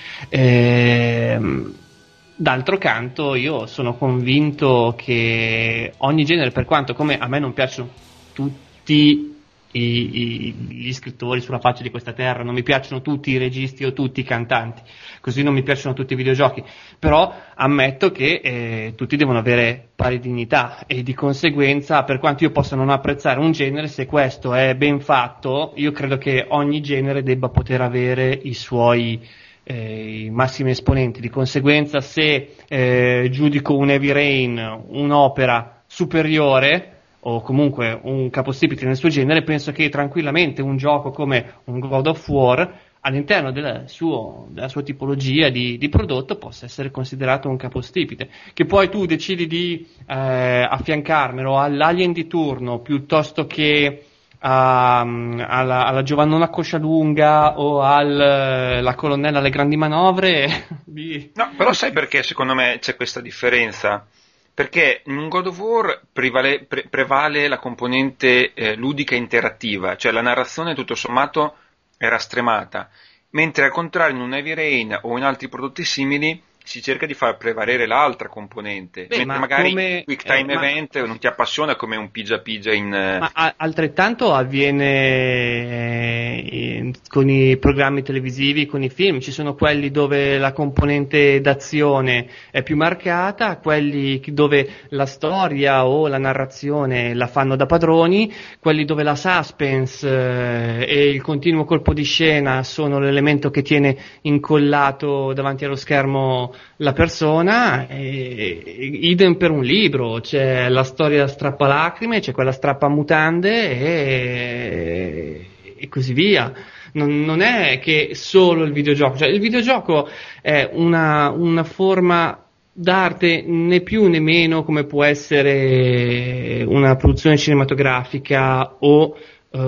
Ehm... D'altro canto io sono convinto che ogni genere, per quanto come a me non piacciono tutti i, i, gli scrittori sulla faccia di questa terra, non mi piacciono tutti i registi o tutti i cantanti, così non mi piacciono tutti i videogiochi, però ammetto che eh, tutti devono avere pari dignità e di conseguenza, per quanto io possa non apprezzare un genere, se questo è ben fatto, io credo che ogni genere debba poter avere i suoi Eh, i massimi esponenti. Di conseguenza, se eh, giudico un Heavy Rain un'opera superiore o comunque un capostipite nel suo genere, penso che tranquillamente un gioco come un God of War all'interno del suo, della sua tipologia di, di prodotto possa essere considerato un capostipite. Che poi tu decidi di eh, affiancarmelo all'Alien di turno piuttosto che A, alla, alla Giovannona Coscialunga o alla colonnella alle grandi manovre di... No, però sai perché secondo me c'è questa differenza? Perché in un God of War prevale, pre, prevale la componente eh, ludica interattiva, cioè la narrazione tutto sommato era stremata, mentre al contrario in un Heavy Rain o in altri prodotti simili si cerca di far prevalere l'altra componente. Beh, mentre ma magari come, Quick Time eh, Event ma, non ti appassiona come un pigia pigia in... Ma a, altrettanto avviene eh, con i programmi televisivi, con i film. Ci sono quelli dove la componente d'azione è più marcata, quelli dove la storia o la narrazione la fanno da padroni, quelli dove la suspense eh, e il continuo colpo di scena sono l'elemento che tiene incollato davanti allo schermo la persona, e, e, idem per un libro, c'è la storia strappalacrime, c'è quella strappamutande e, e così via. Non, non è che solo il videogioco, cioè il videogioco è una, una forma d'arte né più né meno come può essere una produzione cinematografica o uh,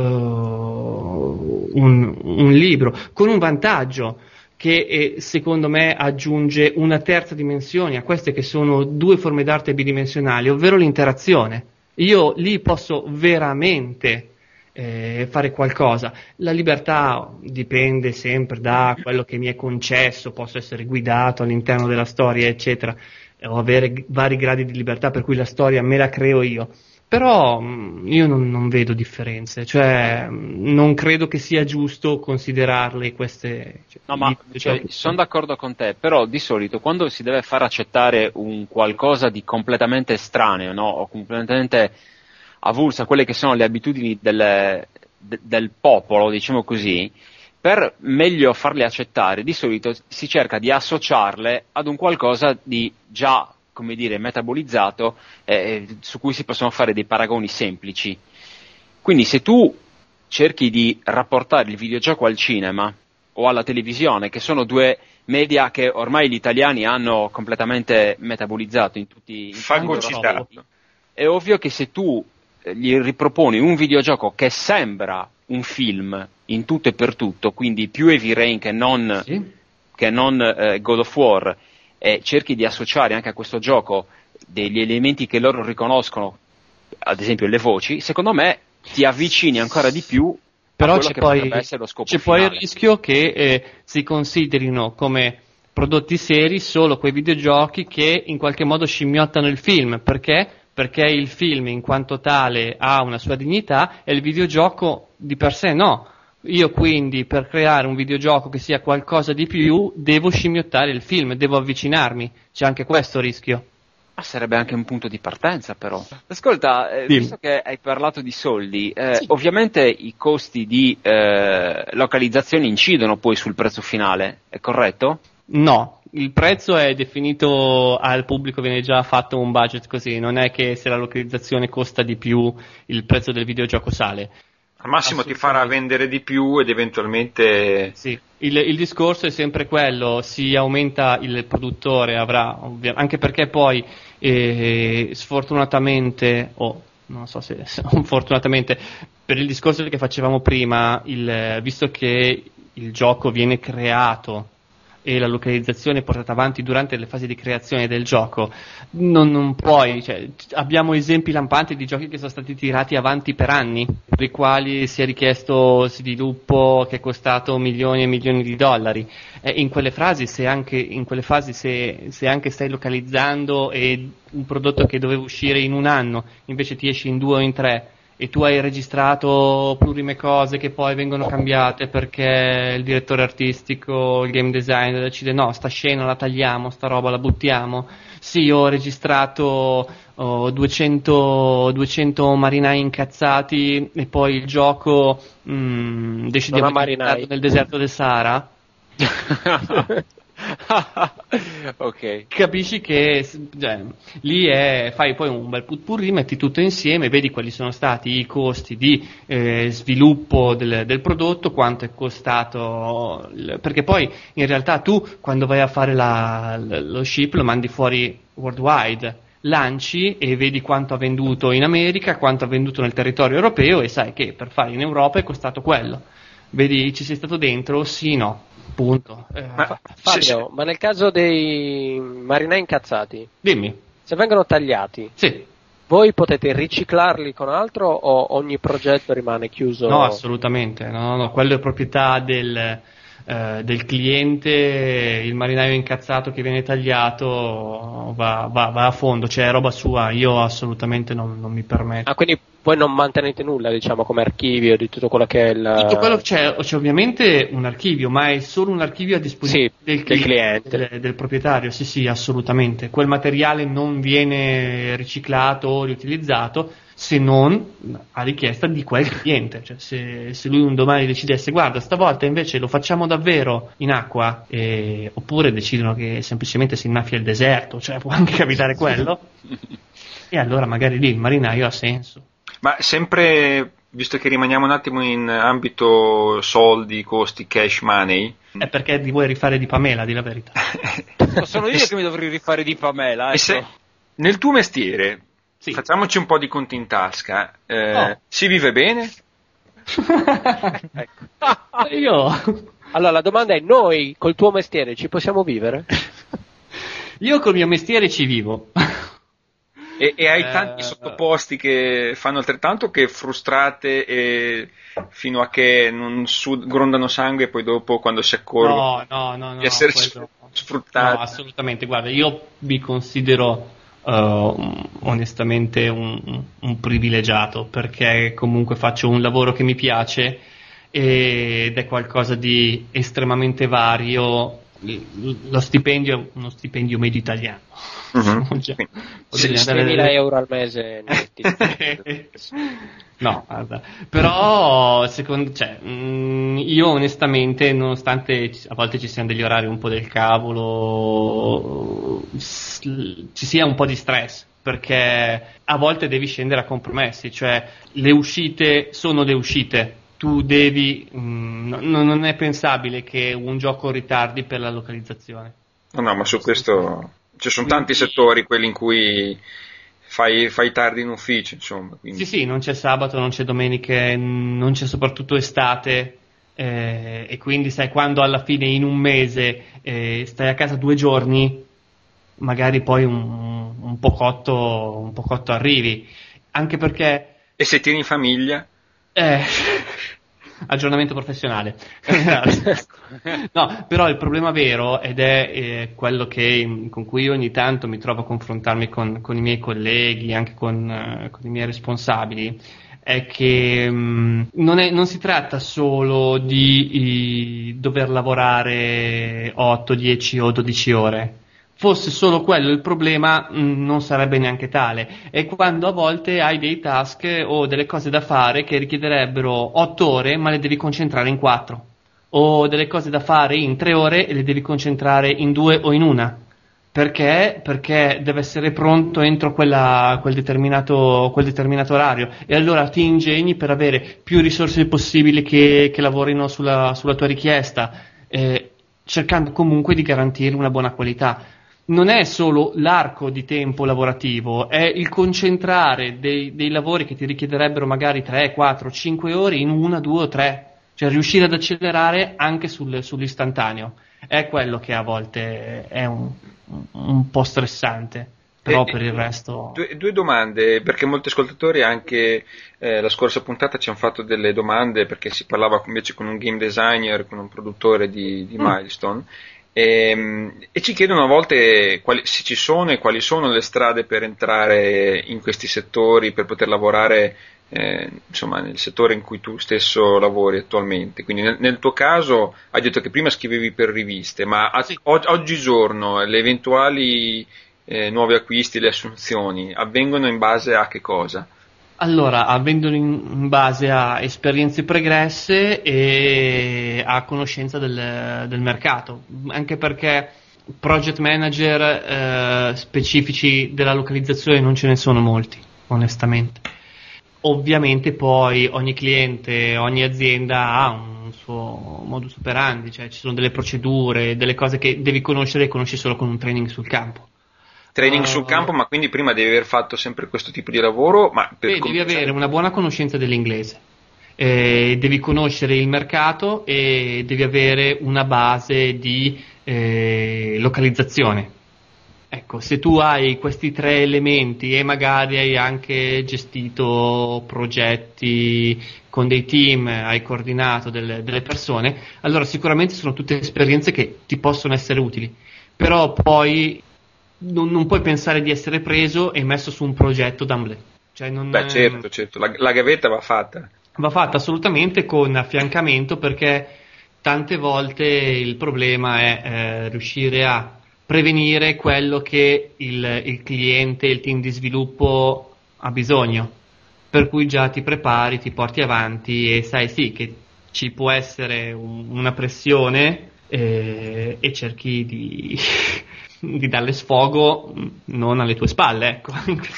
un, un libro, con un vantaggio che eh, secondo me aggiunge una terza dimensione a queste che sono due forme d'arte bidimensionali, ovvero l'interazione. Io lì posso veramente eh, fare qualcosa. La libertà dipende sempre da quello che mi è concesso, posso essere guidato all'interno della storia, eccetera, o avere vari gradi di libertà per cui la storia me la creo io. Però io non, non vedo differenze, cioè non credo che sia giusto considerarle queste... Cioè, no, ma cioè, sono d'accordo con te, però di solito quando si deve far accettare un qualcosa di completamente estraneo, no? O completamente avulso a quelle che sono le abitudini del, de, del popolo, diciamo così, per meglio farle accettare, di solito si cerca di associarle ad un qualcosa di già, come dire, metabolizzato, eh, su cui si possono fare dei paragoni semplici. Quindi se tu cerchi di rapportare il videogioco al cinema o alla televisione, che sono due media che ormai gli italiani hanno completamente metabolizzato in tutti i fagocitato, è ovvio che se tu gli riproponi un videogioco che sembra un film in tutto e per tutto, quindi più Heavy Rain che non, sì. che non eh, God of War, e cerchi di associare anche a questo gioco degli elementi che loro riconoscono, ad esempio le voci, secondo me ti avvicini ancora di più. Però c'è poi, c'è poi il rischio che eh, si considerino come prodotti seri solo quei videogiochi che in qualche modo scimmiottano il film. Perché? Perché il film in quanto tale ha una sua dignità e il videogioco di per sé no. Io quindi per creare un videogioco che sia qualcosa di più devo scimmiottare il film, devo avvicinarmi. C'è anche questo rischio. Ah, sarebbe anche un punto di partenza, però. Ascolta, eh, visto che hai parlato di soldi, eh, sì. ovviamente i costi di eh, localizzazione incidono poi sul prezzo finale, è corretto? No, il prezzo è definito al pubblico, viene già fatto un budget così, non è che se la localizzazione costa di più il prezzo del videogioco sale. Al massimo ti farà vendere di più ed eventualmente... Sì, il, il discorso è sempre quello, si aumenta il produttore, avrà, ovvia, anche perché poi eh, sfortunatamente, o oh, non so se fortunatamente, per il discorso che facevamo prima, il, visto che il gioco viene creato e la localizzazione è portata avanti durante le fasi di creazione del gioco, non, non puoi, cioè, abbiamo esempi lampanti di giochi che sono stati tirati avanti per anni, per i quali si è richiesto sviluppo che è costato milioni e milioni di dollari, e in quelle fasi se anche, in quelle fasi se, se anche stai localizzando e un prodotto che doveva uscire in un anno invece ti esce in due o in tre e tu hai registrato plurime cose che poi vengono cambiate perché il direttore artistico, il game designer decide no, sta scena la tagliamo, sta roba la buttiamo. Sì, io ho registrato oh, duecento, duecento marinai incazzati e poi il gioco mh, decidiamo di metterlo nel deserto del Sahara. Ok. Capisci che cioè, lì è, fai poi un bel putpurri, metti tutto insieme, vedi quali sono stati i costi di eh, sviluppo del, del prodotto, quanto è costato, perché poi in realtà tu quando vai a fare la, lo ship lo mandi fuori worldwide, lanci e vedi quanto ha venduto in America, quanto ha venduto nel territorio europeo e sai che per fare in Europa è costato quello. Vedi, ci sei stato dentro? Sì, no. Punto. Eh, ma, Fabio, sì, sì. Ma nel caso dei marinai incazzati, dimmi. Se vengono tagliati, sì. Voi potete riciclarli con altro o ogni progetto rimane chiuso? No, assolutamente. No, no, quello è proprietà del, eh, del cliente. Il marinaio incazzato che viene tagliato va, va, va a fondo, cioè è roba sua. Io assolutamente non, non mi permetto. Ah, quindi voi non mantenete nulla, diciamo, come archivio di tutto quello che è il... Tutto quello c'è, c'è ovviamente un archivio, ma è solo un archivio a disposizione sì, del, del cliente, cliente. Del, del proprietario, sì sì, assolutamente. Quel materiale non viene riciclato o riutilizzato se non a richiesta di quel cliente. Cioè se, se lui un domani decidesse, guarda, stavolta invece lo facciamo davvero in acqua, eh, oppure decidono che semplicemente si innaffia il deserto, cioè può anche capitare quello, e allora magari lì il marinaio ha senso. Ma sempre, visto che rimaniamo un attimo in ambito soldi, costi, cash money... È perché ti vuoi rifare di Pamela, di la verità. Sono io che mi dovrei rifare di Pamela. Ecco. E se, nel tuo mestiere, sì. Facciamoci un po' di conti in tasca, eh, oh. si vive bene? Ecco. Io... Allora la domanda è, noi col tuo mestiere ci possiamo vivere? Io col mio mestiere ci vivo. E, e hai tanti eh, sottoposti che fanno altrettanto, che frustrate e fino a che non sud- grondano sangue e poi dopo quando si accorgono no, no, no, no, di essere quello... sfruttati? No, assolutamente, guarda, io mi considero uh, onestamente un, un privilegiato perché comunque faccio un lavoro che mi piace ed è qualcosa di estremamente vario lo stipendio, uno stipendio medio italiano. Uh-huh. Già, seimila euro al mese netti. No, guarda. Però secondo, cioè, mh, io onestamente, nonostante a volte ci siano degli orari un po' del cavolo, s- ci sia un po' di stress, perché a volte devi scendere a compromessi, cioè le uscite sono le uscite. Tu devi, mh, no, non è pensabile che un gioco ritardi per la localizzazione. No, no, ma su questo ci sono tanti settori, quelli in cui fai, fai tardi in ufficio, insomma. Quindi. Sì, sì, non c'è sabato, non c'è domeniche, non c'è soprattutto estate, eh, e quindi sai, quando alla fine in un mese eh, stai a casa due giorni, magari poi un, un po' cotto, un po' cotto arrivi, anche perché... E se tieni in famiglia? Eh, aggiornamento professionale. No, però il problema vero, ed è eh, quello che, con cui io ogni tanto mi trovo a confrontarmi con, con i miei colleghi, anche con, eh, con i miei responsabili, è che mh, non, è, non si tratta solo di, di dover lavorare otto, dieci o dodici ore. Fosse solo quello il problema, mh, non sarebbe neanche tale. È quando a volte hai dei task o delle cose da fare che richiederebbero otto ore, ma le devi concentrare in quattro. O delle cose da fare in tre ore e le devi concentrare in due o in una. Perché? Perché deve essere pronto entro quella, quel, determinato, quel determinato orario. E allora ti ingegni per avere più risorse possibili che, che lavorino sulla, sulla tua richiesta, eh, cercando comunque di garantire una buona qualità. Non è solo l'arco di tempo lavorativo, è il concentrare dei, dei lavori che ti richiederebbero magari tre, quattro, cinque ore in una, due o tre. Cioè riuscire ad accelerare anche sul, sull'istantaneo. È quello che a volte è un, un po' stressante, però e, per il resto... Due, due domande, perché molti ascoltatori anche eh, la scorsa puntata ci hanno fatto delle domande, perché si parlava invece con un game designer, con un produttore di, di Milestone, mm. e, e ci chiedono a volte quali, se ci sono e quali sono le strade per entrare in questi settori, per poter lavorare Eh, insomma nel settore in cui tu stesso lavori attualmente. Quindi nel, nel tuo caso hai detto che prima scrivevi per riviste, ma a, Sì. o, oggigiorno le eventuali eh, nuovi acquisti, le assunzioni avvengono in base a che cosa? Allora, avvengono in, in base a esperienze pregresse e a conoscenza del, del mercato, anche perché project manager eh, specifici della localizzazione non ce ne sono molti, onestamente. Ovviamente poi ogni cliente, ogni azienda ha un suo modus operandi, cioè ci sono delle procedure, delle cose che devi conoscere e conosci solo con un training sul campo. Training uh, sul campo, ma quindi prima devi aver fatto sempre questo tipo di lavoro? Ma per beh, devi avere una buona conoscenza dell'inglese, eh, devi conoscere il mercato e devi avere una base di eh, localizzazione. Ecco, se tu hai questi tre elementi e magari hai anche gestito progetti con dei team, hai coordinato delle, delle persone, allora sicuramente sono tutte esperienze che ti possono essere utili, però poi non, non puoi pensare di essere preso e messo su un progetto d'amblè. Cioè non, Beh, certo, certo, la, la gavetta va fatta. Va fatta assolutamente con affiancamento, perché tante volte il problema è eh, riuscire a prevenire quello che il, il cliente, il team di sviluppo ha bisogno, per cui già ti prepari, ti porti avanti e sai sì che ci può essere un, una pressione eh, e cerchi di, di darle sfogo non alle tue spalle, ecco.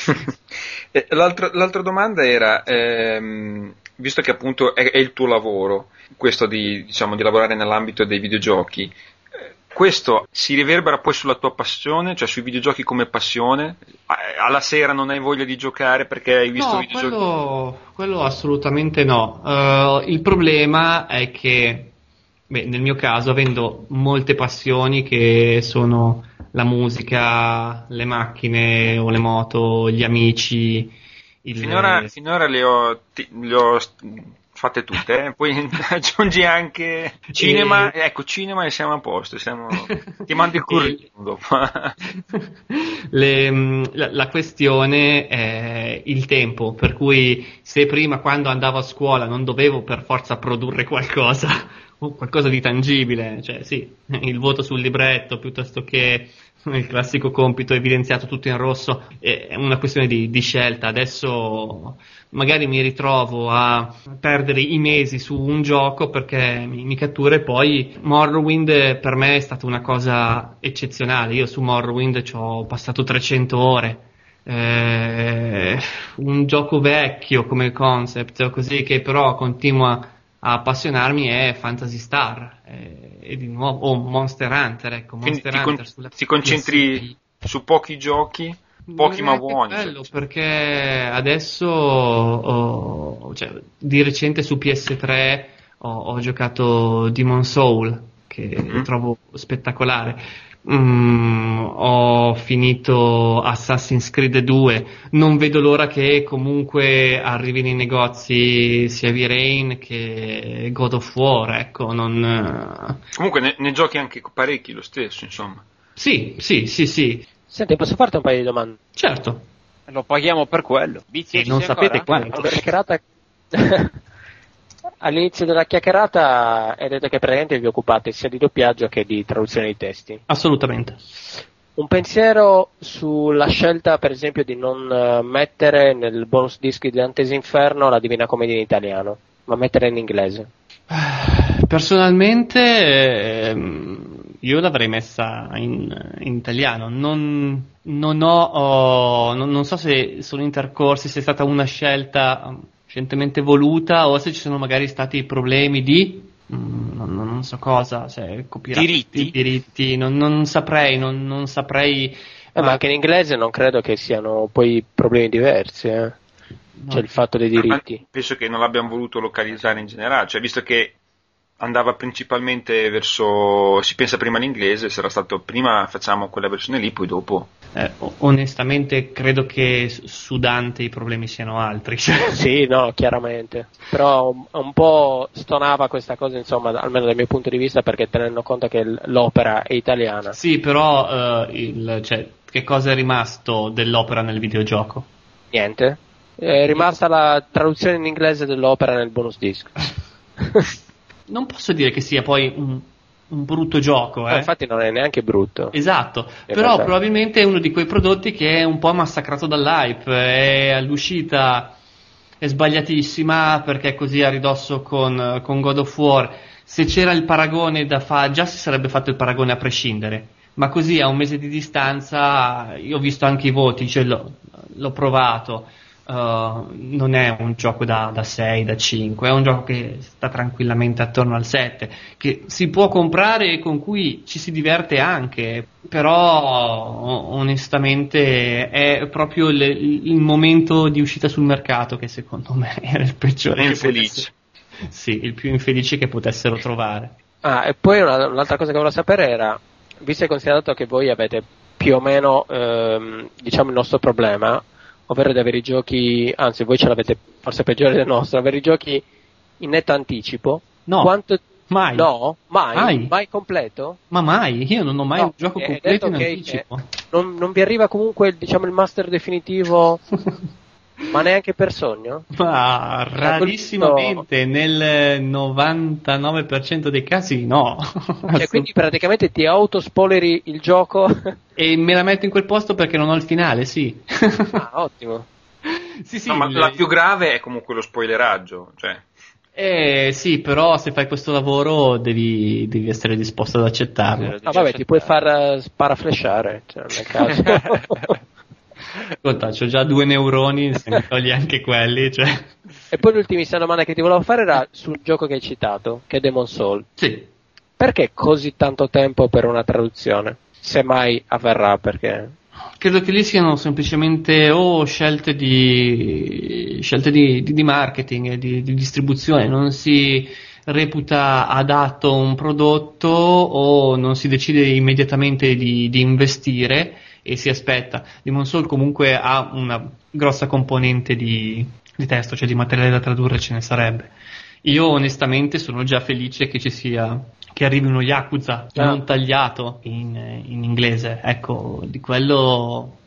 L'altro, l'altra domanda era, ehm, visto che appunto è, è il tuo lavoro, questo di, diciamo, di lavorare nell'ambito dei videogiochi, questo si riverbera poi sulla tua passione, cioè sui videogiochi come passione? Alla sera non hai voglia di giocare perché hai visto no, videogiochi? Quello, quello assolutamente no. Uh, il problema è che, beh, nel mio caso, avendo molte passioni che sono la musica, le macchine o le moto, gli amici. Il... Finora, finora le ho, le ho fatte tutte, eh? Poi aggiungi anche cinema, e... ecco cinema e siamo a posto, siamo... ti mando il curriculum. Le, la, la questione è il tempo, per cui se prima quando andavo a scuola non dovevo per forza produrre qualcosa, qualcosa di tangibile, cioè sì, il voto sul libretto piuttosto che il classico compito evidenziato tutto in rosso è una questione di, di scelta. Adesso magari mi ritrovo a perdere i mesi su un gioco perché mi, mi cattura, e poi Morrowind per me è stata una cosa eccezionale. Io su Morrowind ci ho passato trecento ore. Eh, un gioco vecchio come concept, così, che però continua a appassionarmi, è Phantasy Star, eh, e di nuovo o oh, Monster Hunter, ecco. Monster Quindi ti, Hunter con- sulla ti concentri P S P. su pochi giochi, pochi ma buoni. Bello, perché adesso ho, cioè, di recente su P S tre ho, ho giocato Demon Soul, che Mm-hmm. trovo spettacolare. Mm, ho finito Assassin's Creed due, non vedo l'ora che comunque arrivi nei negozi sia V-Rain che God of War, ecco. Non... Comunque ne, ne giochi anche parecchi lo stesso, insomma. Sì, sì, sì, sì, Senti, posso farti un paio di domande? certo. Lo paghiamo per quello. Bici, Non ci sei sapete ancora? quanto. Una chiacchierata... All'inizio della chiacchierata hai detto che praticamente vi occupate sia di doppiaggio che di traduzione di testi. Assolutamente. Un pensiero sulla scelta, per esempio, di non eh, mettere nel bonus disc di Dante's Inferno la Divina Commedia in italiano, ma mettere in inglese. Personalmente ehm, io l'avrei messa in, in italiano. Non, non ho, ho non, non so se sono intercorsi, se è stata una scelta scientemente voluta o se ci sono magari stati problemi di mm, non, non so cosa, cioè copyright, Diritti? diritti, non, non saprei, non, non saprei. Eh, ma anche in inglese non credo che siano poi problemi diversi, eh. No. Cioè il fatto dei diritti. Penso che non l'abbiamo voluto localizzare in generale, cioè visto che andava principalmente verso, si pensa prima all'inglese, sarà stato prima facciamo quella versione lì, poi dopo. Eh, onestamente credo che su Dante i problemi siano altri. Sì, no, chiaramente. Però un, un po' stonava questa cosa, insomma, almeno dal mio punto di vista, perché tenendo conto che l- l'opera è italiana. Sì, però eh, il, cioè, che cosa è rimasto dell'opera nel videogioco? Niente. È rimasta la traduzione in inglese dell'opera nel bonus disc. Non posso dire che sia poi un, un brutto gioco, eh? No, infatti non è neanche brutto. Esatto, In però realtà. probabilmente è uno di quei prodotti che è un po' massacrato dall'hype, è all'uscita è sbagliatissima perché così a ridosso con, con God of War, se c'era il paragone da fare, già si sarebbe fatto il paragone a prescindere, ma così a un mese di distanza, io ho visto anche i voti, cioè l'ho, l'ho provato. Uh, non è un gioco da, da sei, da cinque, è un gioco che sta tranquillamente attorno al sette, che si può comprare e con cui ci si diverte anche, però onestamente è proprio il, il momento di uscita sul mercato che secondo me era il peggiore, È che infelice. potesse- sì, il più infelice che potessero trovare. Ah, e poi una- un'altra cosa che volevo sapere era, visto e considerato che voi avete più o meno, ehm, diciamo, il nostro problema, ovvero di avere i giochi, anzi voi ce l'avete forse peggiore del nostro, avere i giochi in netto anticipo, No, quanto... mai. No? Mai? Mai. Mai completo? Ma mai, io non ho mai No, un gioco hai completo in detto che- anticipo. Non, non vi arriva comunque il, diciamo, il master definitivo, ma neanche per sogno? Ma rarissimamente, nel novantanove per cento dei casi no. Cioè, quindi praticamente ti autospoileri il gioco? E me la metto in quel posto perché non ho il finale, sì. Ah, ottimo. Sì, sì, No, ma il- la più grave è comunque lo spoileraggio, cioè. eh, sì, però se fai questo lavoro devi, devi essere disposto ad accettarlo. Ah, vabbè, ti puoi far uh, sparaflesciare, cioè, nel caso. Ascolta, c'ho già due neuroni, se mi togli anche quelli, cioè. E poi l'ultimissima domanda che ti volevo fare era sul gioco che hai citato, che è Demon Soul. Sì. Perché così tanto tempo per una traduzione? Se mai avverrà, perché... Credo che lì siano semplicemente o scelte di scelte di, di, di marketing, di, di distribuzione, non si reputa adatto un prodotto o non si decide immediatamente di, di investire e si aspetta. Demon Soul comunque ha una grossa componente di, di testo, cioè di materiale da tradurre ce ne sarebbe. Io onestamente sono già felice che ci sia, che arrivi uno Yakuza Ah. non tagliato in, in inglese, ecco, di quello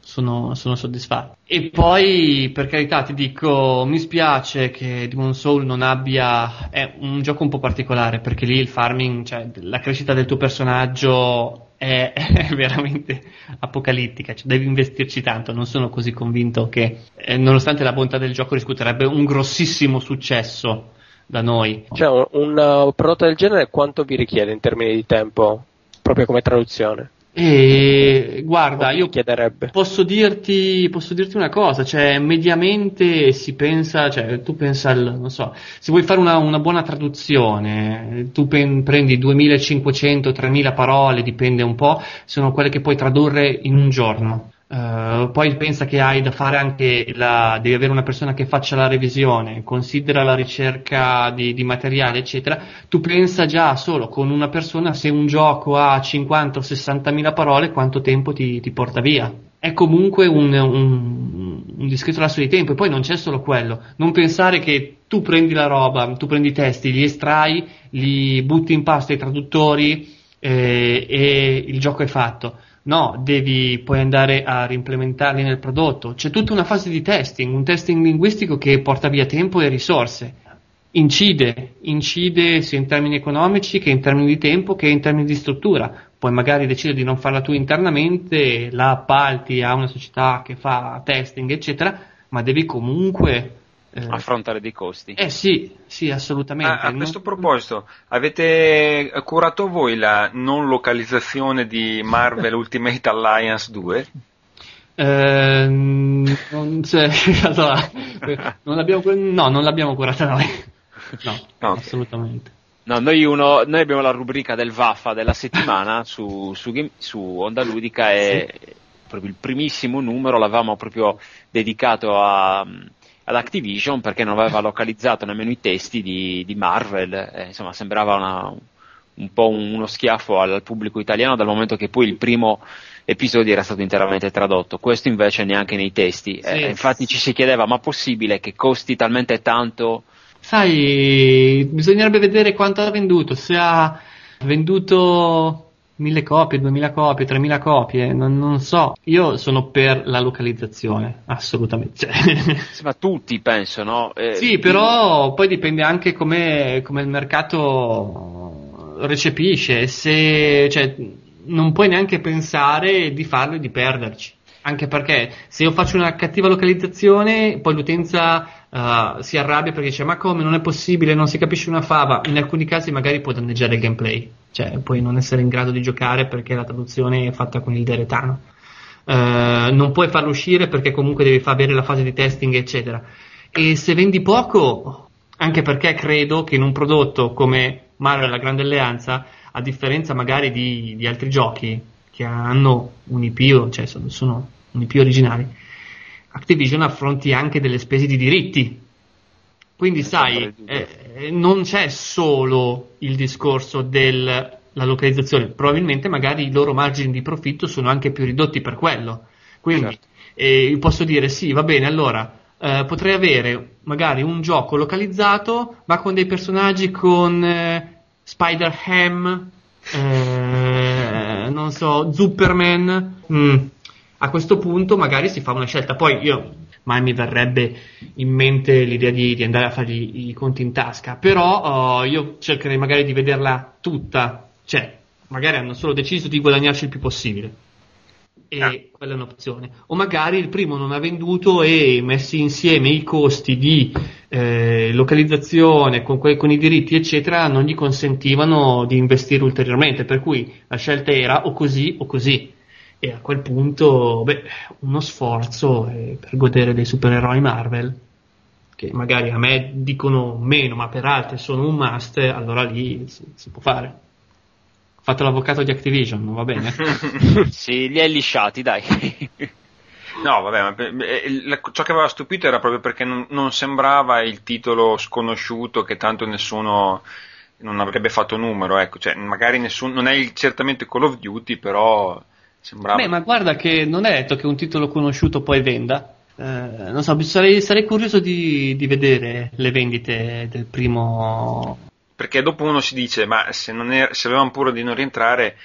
sono, sono soddisfatto. E poi, per carità, ti dico, mi spiace che Demon's Souls non abbia, è un gioco un po' particolare, perché lì il farming, cioè la crescita del tuo personaggio è, è veramente apocalittica, cioè devi investirci tanto. Non sono così convinto che, eh, nonostante la bontà del gioco, riscuoterebbe un grossissimo successo da noi. Cioè, un, un uh, prodotto del genere quanto vi richiede in termini di tempo, proprio come traduzione? E guarda, io chiederebbe. posso dirti posso dirti una cosa, cioè mediamente si pensa, cioè tu pensa al, non so, se vuoi fare una, una buona traduzione, tu pen, prendi duemilacinquecento tremila parole, dipende un po', sono quelle che puoi tradurre in un giorno. Uh, poi pensa che hai da fare anche la, devi avere una persona che faccia la revisione, considera la ricerca di, di materiale eccetera. Tu pensa già solo con una persona, se un gioco ha cinquanta o sessantamila parole, quanto tempo ti, ti porta via. È comunque un, un, un discreto lasso di tempo. E poi non c'è solo quello, non pensare che tu prendi la roba, tu prendi i testi, li estrai, li butti in pasta ai traduttori eh, e il gioco è fatto. No, devi poi andare a reimplementarli nel prodotto. C'è tutta una fase di testing, un testing linguistico che porta via tempo e risorse. Incide, incide sia in termini economici che in termini di tempo che in termini di struttura. Poi magari decidi di non farla tu internamente, la appalti a una società che fa testing, eccetera, ma devi comunque Eh, affrontare dei costi. Eh sì, sì, assolutamente. A, a questo proposito, avete curato voi la non localizzazione di Marvel Ultimate Alliance due? Eh, non, cioè, allora, non l'abbiamo, no, non l'abbiamo curata noi. No, okay. Assolutamente. No, noi, uno, noi abbiamo la rubrica del Vaffa della settimana su, su, game, su Onda Ludica e sì. Proprio il primissimo numero l'avevamo proprio dedicato a ad Activision perché non aveva localizzato nemmeno i testi di, di Marvel, eh, insomma sembrava una, un po' uno schiaffo al, al pubblico italiano, dal momento che poi il primo episodio era stato interamente tradotto, questo invece neanche nei testi. Sì. Eh, infatti ci si chiedeva, ma possibile che costi talmente tanto? Sai, bisognerebbe vedere quanto ha venduto, se ha venduto mille copie, duemila copie, tremila copie, non, non so. Io sono per la localizzazione, assolutamente. Sì, ma tutti penso, no? Eh, sì, però poi dipende anche come, come il mercato recepisce. Se, cioè, non puoi neanche pensare di farlo e di perderci. Anche perché se io faccio una cattiva localizzazione, poi l'utenza uh, si arrabbia perché dice ma come, non è possibile, non si capisce una fava. In alcuni casi magari può danneggiare il gameplay, cioè puoi non essere in grado di giocare perché la traduzione è fatta con il deretano. Uh, non puoi farlo uscire perché comunque devi far avere la fase di testing eccetera. E se vendi poco, anche perché credo che in un prodotto come Marvel la Grande Alleanza, a differenza magari di, di altri giochi che hanno un I P, cioè sono, sono un I P originali, Activision affronti anche delle spese di diritti, quindi sai, eh, non c'è solo il discorso della localizzazione, probabilmente magari i loro margini di profitto sono anche più ridotti per quello, quindi certo. eh, posso dire sì, va bene, allora eh, potrei avere magari un gioco localizzato ma con dei personaggi con eh, Spider-Ham, eh, non so, Superman. mm. A questo punto magari si fa una scelta. Poi io mai mi verrebbe in mente l'idea di, di andare a fare i, i conti in tasca, però uh, io cercherei magari di vederla tutta, cioè magari hanno solo deciso di guadagnarci il più possibile e ah. quella è un'opzione, o magari il primo non ha venduto e messi insieme i costi di eh, localizzazione con, que- con i diritti eccetera non gli consentivano di investire ulteriormente, per cui la scelta era o così o così. E a quel punto, beh, uno sforzo eh, per godere dei supereroi Marvel, che magari a me dicono meno, ma per altri sono un must, allora lì si, si può fare. Ho fatto l'avvocato di Activision, non va bene? Sì, li hai lisciati, dai. No, vabbè, ma ciò che aveva stupito era proprio perché non, non sembrava il titolo sconosciuto che tanto nessuno non avrebbe fatto numero, ecco, cioè magari nessuno, non è il, certamente Call of Duty, però sembrava... Beh, ma guarda che non è detto che un titolo conosciuto poi venda. Eh, non so, sarei, sarei curioso di, di vedere le vendite del primo... Perché dopo uno si dice, ma se, non è, se avevano paura di non rientrare,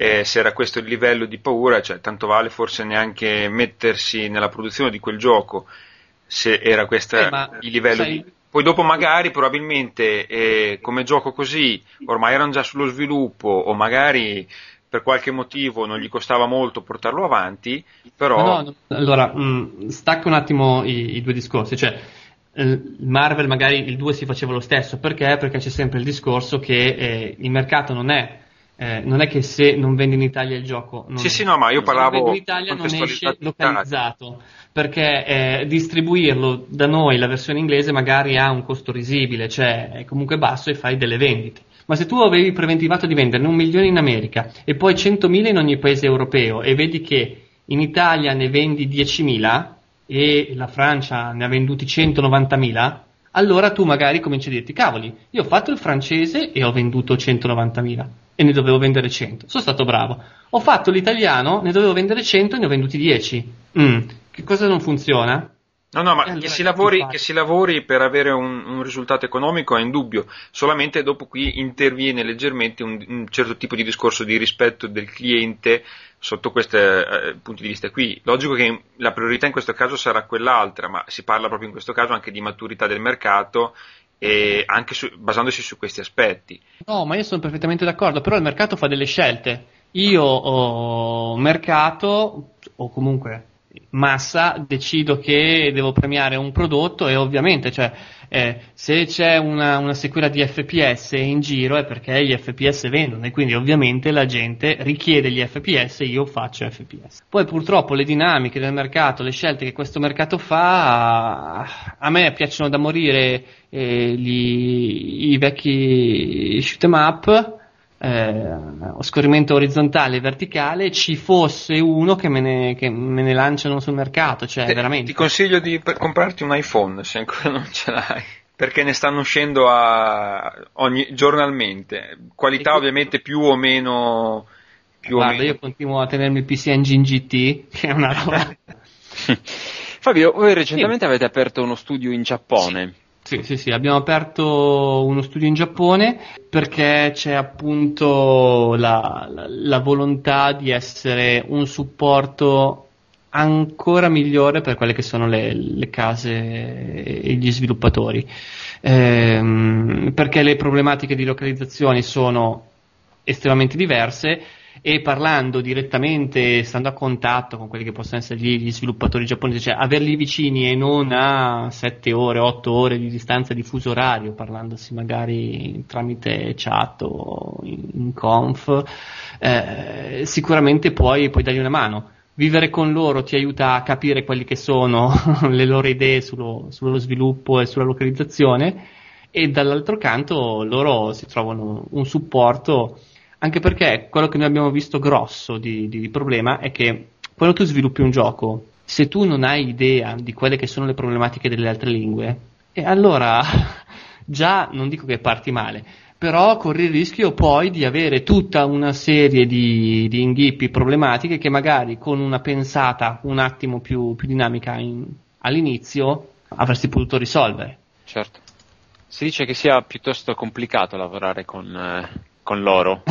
eh, se era questo il livello di paura, cioè tanto vale forse neanche mettersi nella produzione di quel gioco, se era questo eh, ma, il livello sai... di... Poi dopo magari probabilmente eh, come gioco così ormai erano già sullo sviluppo, o magari per qualche motivo non gli costava molto portarlo avanti, però... No, no, allora, mh, stacca un attimo i, i due discorsi, cioè il Marvel magari il due si faceva lo stesso, perché? Perché c'è sempre il discorso che eh, il mercato non è eh, non è che se non vendi in Italia il gioco non sì sì no ma io parlavo se non vendi in Italia non esce localizzato, perché eh, distribuirlo da noi la versione inglese magari ha un costo risibile, cioè è comunque basso e fai delle vendite. Ma se tu avevi preventivato di venderne un milione in America e poi centomila in ogni paese europeo e vedi che in Italia ne vendi diecimila e la Francia ne ha venduti centonovantamila, allora tu magari cominci a dirti: cavoli, io ho fatto il francese e ho venduto centonovantamila e ne dovevo vendere cento, sono stato bravo. Ho fatto l'italiano, ne dovevo vendere cento e ne ho venduti dieci. Mm, che cosa non funziona? No, no, ma allora che, si lavori, che si lavori per avere un, un risultato economico è indubbio, solamente dopo qui interviene leggermente un, un certo tipo di discorso di rispetto del cliente sotto questi eh, punti di vista qui. Logico che la priorità in questo caso sarà quell'altra, ma si parla proprio in questo caso anche di maturità del mercato, e anche su, basandosi su questi aspetti. No, ma io sono perfettamente d'accordo, però il mercato fa delle scelte. Io ho mercato, o comunque massa, decido che devo premiare un prodotto e ovviamente, cioè, eh, se c'è una, una sequela di F P S in giro è perché gli F P S vendono e quindi ovviamente la gente richiede gli F P S e io faccio F P S. Poi purtroppo le dinamiche del mercato, le scelte che questo mercato fa, a me piacciono da morire eh, gli, i vecchi shoot 'em up, Eh, scorrimento orizzontale e verticale, ci fosse uno che me ne, che me ne lanciano sul mercato, cioè Te, veramente. Ti consiglio di per comprarti un iPhone se ancora non ce l'hai, perché ne stanno uscendo a ogni, giornalmente, qualità ovviamente più o meno più Guarda, o meno. io continuo a tenermi il P C Engine G T, che è una roba. Fabio, voi recentemente sì. avete aperto uno studio in Giappone. Sì, sì, sì, abbiamo aperto uno studio in Giappone perché c'è appunto la, la, la volontà di essere un supporto ancora migliore per quelle che sono le, le case e gli sviluppatori, ehm, perché le problematiche di localizzazione sono estremamente diverse. E parlando direttamente, stando a contatto con quelli che possono essere gli, gli sviluppatori giapponesi, cioè averli vicini e non a sette ore, otto ore di distanza di fuso orario, parlandosi magari tramite chat o in, in conf, eh, sicuramente puoi, puoi dargli una mano. Vivere con loro ti aiuta a capire quelli che sono le loro idee sullo, sullo sviluppo e sulla localizzazione, e dall'altro canto loro si trovano un supporto. Anche perché quello che noi abbiamo visto grosso di, di, di problema è che quando tu sviluppi un gioco, se tu non hai idea di quelle che sono le problematiche delle altre lingue, e allora già non dico che parti male, però corri il rischio poi di avere tutta una serie di, di inghippi problematiche che magari con una pensata un attimo più, più dinamica in, all'inizio avresti potuto risolvere. Certo. Si dice che sia piuttosto complicato lavorare con... Eh... con loro.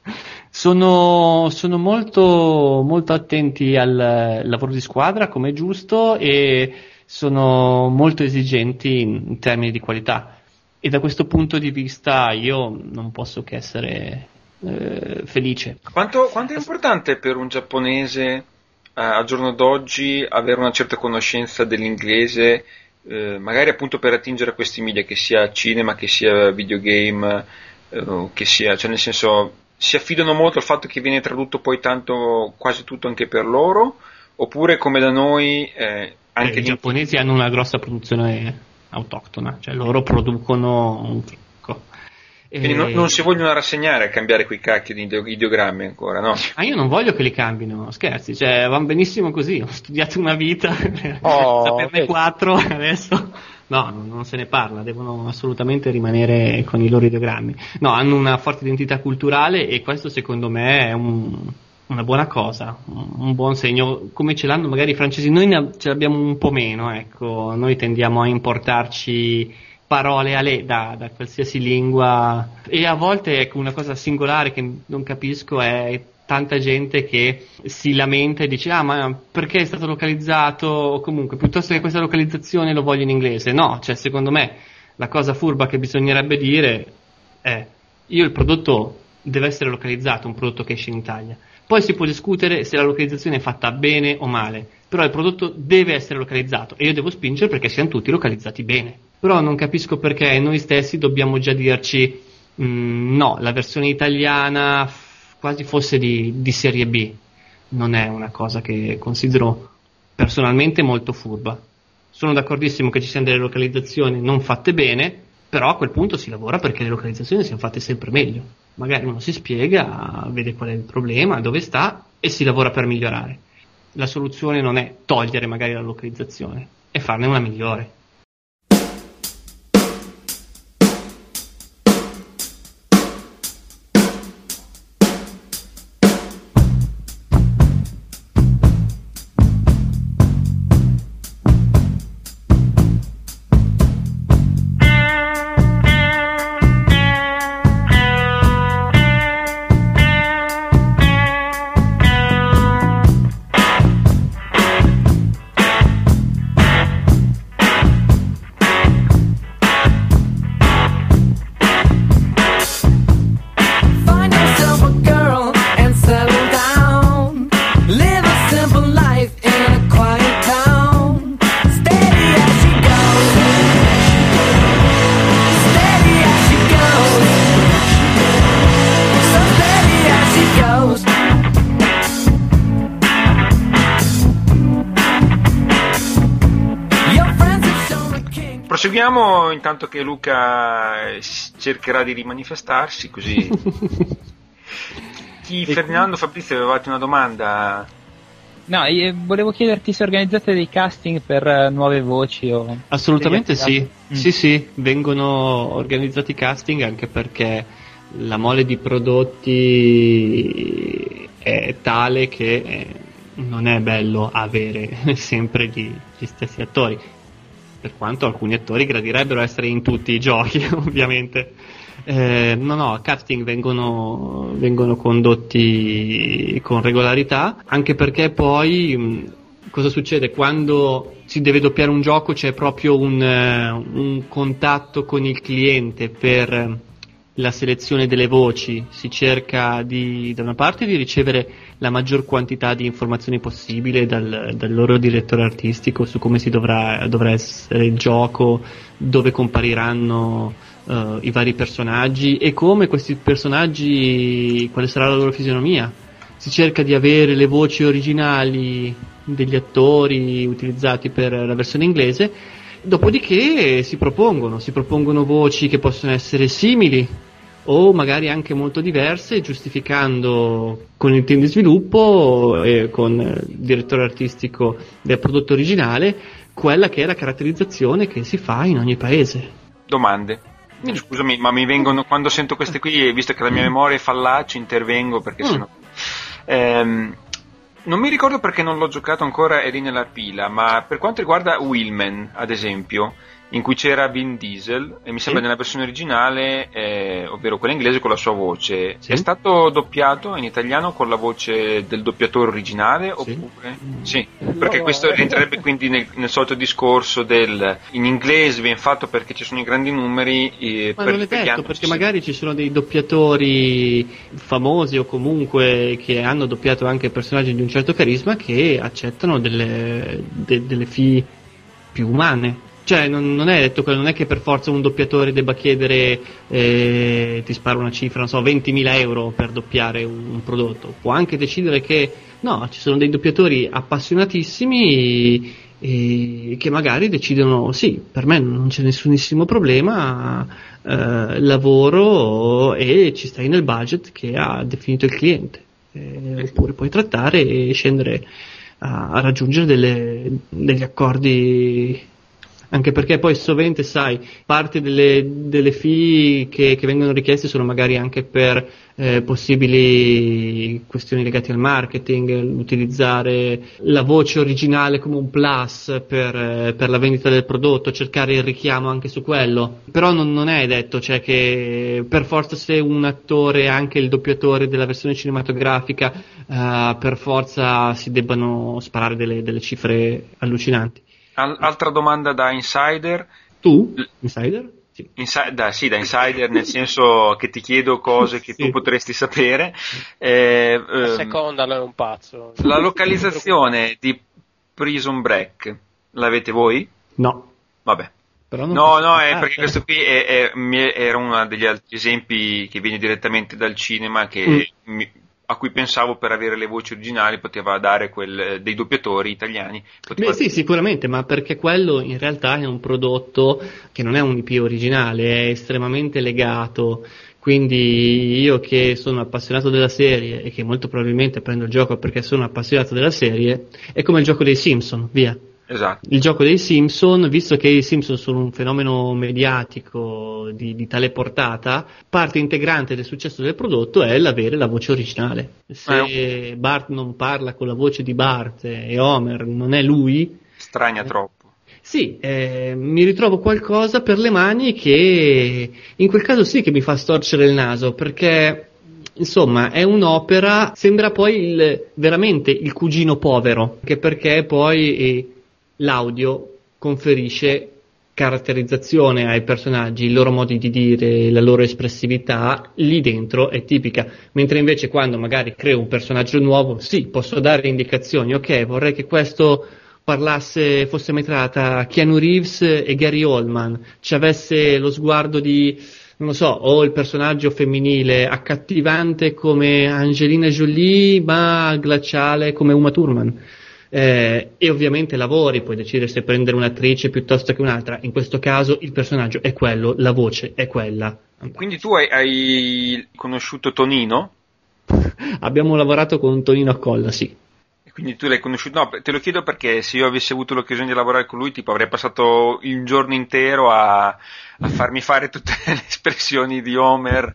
sono, sono molto, molto attenti al lavoro di squadra, come è giusto, e sono molto esigenti in, in termini di qualità, e da questo punto di vista io non posso che essere eh, felice. Quanto, quanto è importante per un giapponese eh, al giorno d'oggi avere una certa conoscenza dell'inglese, eh, magari appunto per attingere a questi media, che sia cinema, che sia videogame, che sia, cioè nel senso, si affidano molto al fatto che viene tradotto poi tanto, quasi tutto anche per loro, oppure come da noi eh, anche eh, i giapponesi hanno una grossa produzione autoctona, cioè loro producono un fricco. Quindi e... non, non si vogliono rassegnare a cambiare quei cacchio di ideogrammi ancora, no? Ah, io non voglio che li cambino, scherzi, cioè vanno benissimo così, ho studiato una vita per oh, saperne quattro adesso. No, non se ne parla, devono assolutamente rimanere con i loro ideogrammi. No, hanno una forte identità culturale e questo secondo me è un, una buona cosa, un buon segno, come ce l'hanno magari i francesi. Noi ne, ce l'abbiamo un po' meno, ecco, noi tendiamo a importarci parole a lei da, da qualsiasi lingua, e a volte, ecco, una cosa singolare che non capisco è tanta gente che si lamenta e dice ah ma perché è stato localizzato, o comunque piuttosto che questa localizzazione lo voglio in inglese. No, cioè secondo me la cosa furba che bisognerebbe dire è io il prodotto deve essere localizzato, un prodotto che esce in Italia. Poi si può discutere se la localizzazione è fatta bene o male, però il prodotto deve essere localizzato e io devo spingere perché siano tutti localizzati bene. Però non capisco perché noi stessi dobbiamo già dirci mh, no, la versione italiana f- quasi fosse di, di serie B. Non è una cosa che considero personalmente molto furba. Sono d'accordissimo che ci siano delle localizzazioni non fatte bene, però a quel punto si lavora perché le localizzazioni siano fatte sempre meglio. Magari uno si spiega, vede qual è il problema, dove sta e si lavora per migliorare. La soluzione non è togliere magari la localizzazione, è farne una migliore. Proseguiamo intanto che Luca cercherà di rimanifestarsi, così. Chi, Ferdinando, Fabrizio, avevate una domanda? No, io volevo chiederti se organizzate dei casting per uh, nuove voci o... Assolutamente sì, mm. sì sì, vengono organizzati casting anche perché la mole di prodotti è tale che non è bello avere sempre gli, gli stessi attori, per quanto alcuni attori gradirebbero essere in tutti i giochi ovviamente. Eh, no no, casting vengono, vengono condotti con regolarità, anche perché poi mh, cosa succede? Quando si deve doppiare un gioco c'è proprio un, uh, un contatto con il cliente per la selezione delle voci, si cerca di, da una parte di ricevere la maggior quantità di informazioni possibile dal, dal loro direttore artistico su come si dovrà, dovrà essere il gioco, dove compariranno Uh, i vari personaggi e come questi personaggi, quale sarà la loro fisionomia. Si cerca di avere le voci originali degli attori utilizzati per la versione inglese, dopodiché si propongono, si propongono voci che possono essere simili o magari anche molto diverse, giustificando con il team di sviluppo e con il direttore artistico del prodotto originale quella che è la caratterizzazione che si fa in ogni paese. Domande? Scusami, ma mi vengono, quando sento queste qui, visto che la mia memoria è fallace, intervengo perché mm. sennò... Ehm, non mi ricordo perché non l'ho giocato ancora, è lì nella pila, ma per quanto riguarda Wheelman, ad esempio, in cui c'era Vin Diesel, e mi sembra sì. nella versione originale, eh, ovvero quella inglese con la sua voce, sì. è stato doppiato in italiano con la voce del doppiatore originale sì. oppure? Sì, perché no, questo rientrerebbe quindi nel, nel solito discorso del in inglese viene fatto perché ci sono i grandi numeri. Eh, ma per, non è per detto, perché magari ci sono dei doppiatori famosi o comunque che hanno doppiato anche personaggi di un certo carisma che accettano delle, de, delle fee più umane. Cioè non, non è detto che non è che per forza un doppiatore debba chiedere, eh, ti sparo una cifra, non so, ventimila euro per doppiare un, un prodotto. Può anche decidere che no, ci sono dei doppiatori appassionatissimi e, e che magari decidono sì, per me non c'è nessunissimo problema, eh, lavoro e ci stai nel budget che ha definito il cliente. Eh, oppure puoi trattare e scendere a, a raggiungere delle, degli accordi anche perché poi sovente, sai, parte delle, delle fee che, che vengono richieste sono magari anche per eh, possibili questioni legate al marketing, utilizzare la voce originale come un plus per, eh, per la vendita del prodotto, cercare il richiamo anche su quello, però non, non è detto, cioè che per forza se un attore è anche il doppiatore della versione cinematografica eh, per forza si debbano sparare delle, delle cifre allucinanti. Altra domanda da insider. Tu? Insider? Sì. Insi- da, sì, da insider, nel senso che ti chiedo cose che sì. tu potresti sapere. Eh, La ehm, seconda non è un pazzo. la localizzazione di Prison Break l'avete voi? No. Vabbè. Però non No, posso no, è pensare. perché questo qui è, è- mi- era uno degli altri esempi che viene direttamente dal cinema che Mm. mi- a cui pensavo per avere le voci originali poteva dare quel, dei doppiatori italiani. Poteva Beh sì, sicuramente, ma perché quello in realtà è un prodotto che non è un I P originale, è estremamente legato, quindi io che sono appassionato della serie e che molto probabilmente prendo il gioco perché sono appassionato della serie, è come il gioco dei Simpson, via. Esatto. Il gioco dei Simpson, visto che i Simpson sono un fenomeno mediatico di, di tale portata, parte integrante del successo del prodotto è l'avere la voce originale. Se Eh. Bart non parla con la voce di Bart e Homer non è lui, Strania troppo. sì, eh, mi ritrovo qualcosa per le mani che in quel caso sì che mi fa storcere il naso, perché insomma è un'opera, sembra poi il, veramente il cugino povero, che perché poi eh, l'audio conferisce caratterizzazione ai personaggi, il loro modo di dire, la loro espressività, lì dentro è tipica, mentre invece quando magari creo un personaggio nuovo, sì, posso dare indicazioni, ok, vorrei che questo parlasse, fosse metrata Keanu Reeves e Gary Oldman, ci avesse lo sguardo di, non lo so, o il personaggio femminile accattivante come Angelina Jolie, ma glaciale come Uma Thurman. Eh, e ovviamente lavori, puoi decidere se prendere un'attrice piuttosto che un'altra, in questo caso il personaggio è quello, la voce è quella. Quindi tu hai, hai conosciuto Tonino? Abbiamo lavorato con Tonino Accolla, sì. E quindi tu l'hai conosciuto? No, te lo chiedo perché se io avessi avuto l'occasione di lavorare con lui, tipo avrei passato il giorno intero a, a farmi fare tutte le espressioni di Homer.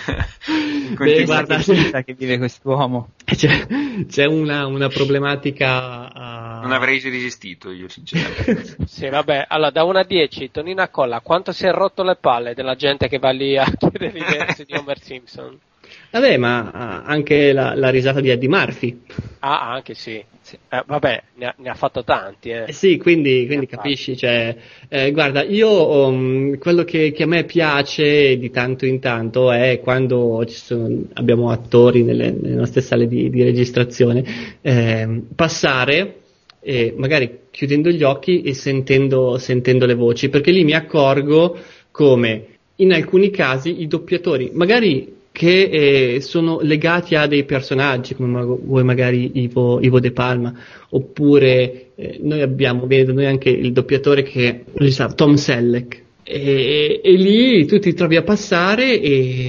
Beh, guarda, Chissà che vive quest'uomo. c'è, c'è una, una problematica. Uh... Non avrei resistito io, sinceramente. Sì, vabbè, allora da uno a dieci, Tonino Accolla, quanto si è rotto le palle della gente che va lì a chiedere i versi di Homer Simpson? Vabbè, ma uh, anche la, la risata di Eddie Murphy. Ah, anche sì. sì. Eh, vabbè, ne ha, ne ha fatto tanti, eh. Eh sì, quindi, quindi capisci, cioè, eh, guarda, io um, quello che, che a me piace di tanto in tanto è quando ci sono, abbiamo attori nelle, nelle nostre sale di, di registrazione, eh, passare, eh, magari chiudendo gli occhi e sentendo, sentendo le voci, perché lì mi accorgo come in alcuni casi i doppiatori, magari che eh, sono legati a dei personaggi come vuoi magari Ivo, Ivo De Palma, oppure eh, noi abbiamo, viene da noi anche il doppiatore che sa, Tom Selleck, e, e lì tu ti trovi a passare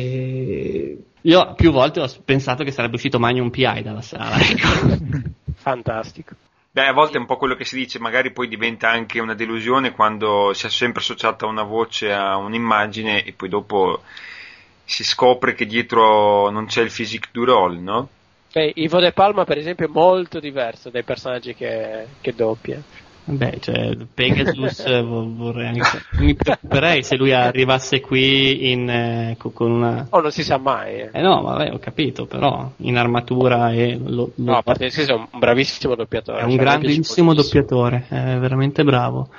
e io più volte ho pensato che sarebbe uscito Magnum P I dalla sala, ecco. Fantastico. Beh, a volte è un po' quello che si dice, magari poi diventa anche una delusione quando si è sempre associata una voce a un'immagine e poi dopo si scopre che dietro non c'è il physique du rôle, no? Beh, Ivo De Palma per esempio è molto diverso dai personaggi che, che doppia. Beh, cioè, Pegasus vorrei anche, mi preoccuperei se lui arrivasse qui in, eh, con una... Oh, non si sa mai. Eh, eh no, vabbè, ho capito, però in armatura e... Lo, lo... No, a parte che è un bravissimo doppiatore. È un cioè, grandissimo doppiatore, è veramente bravo.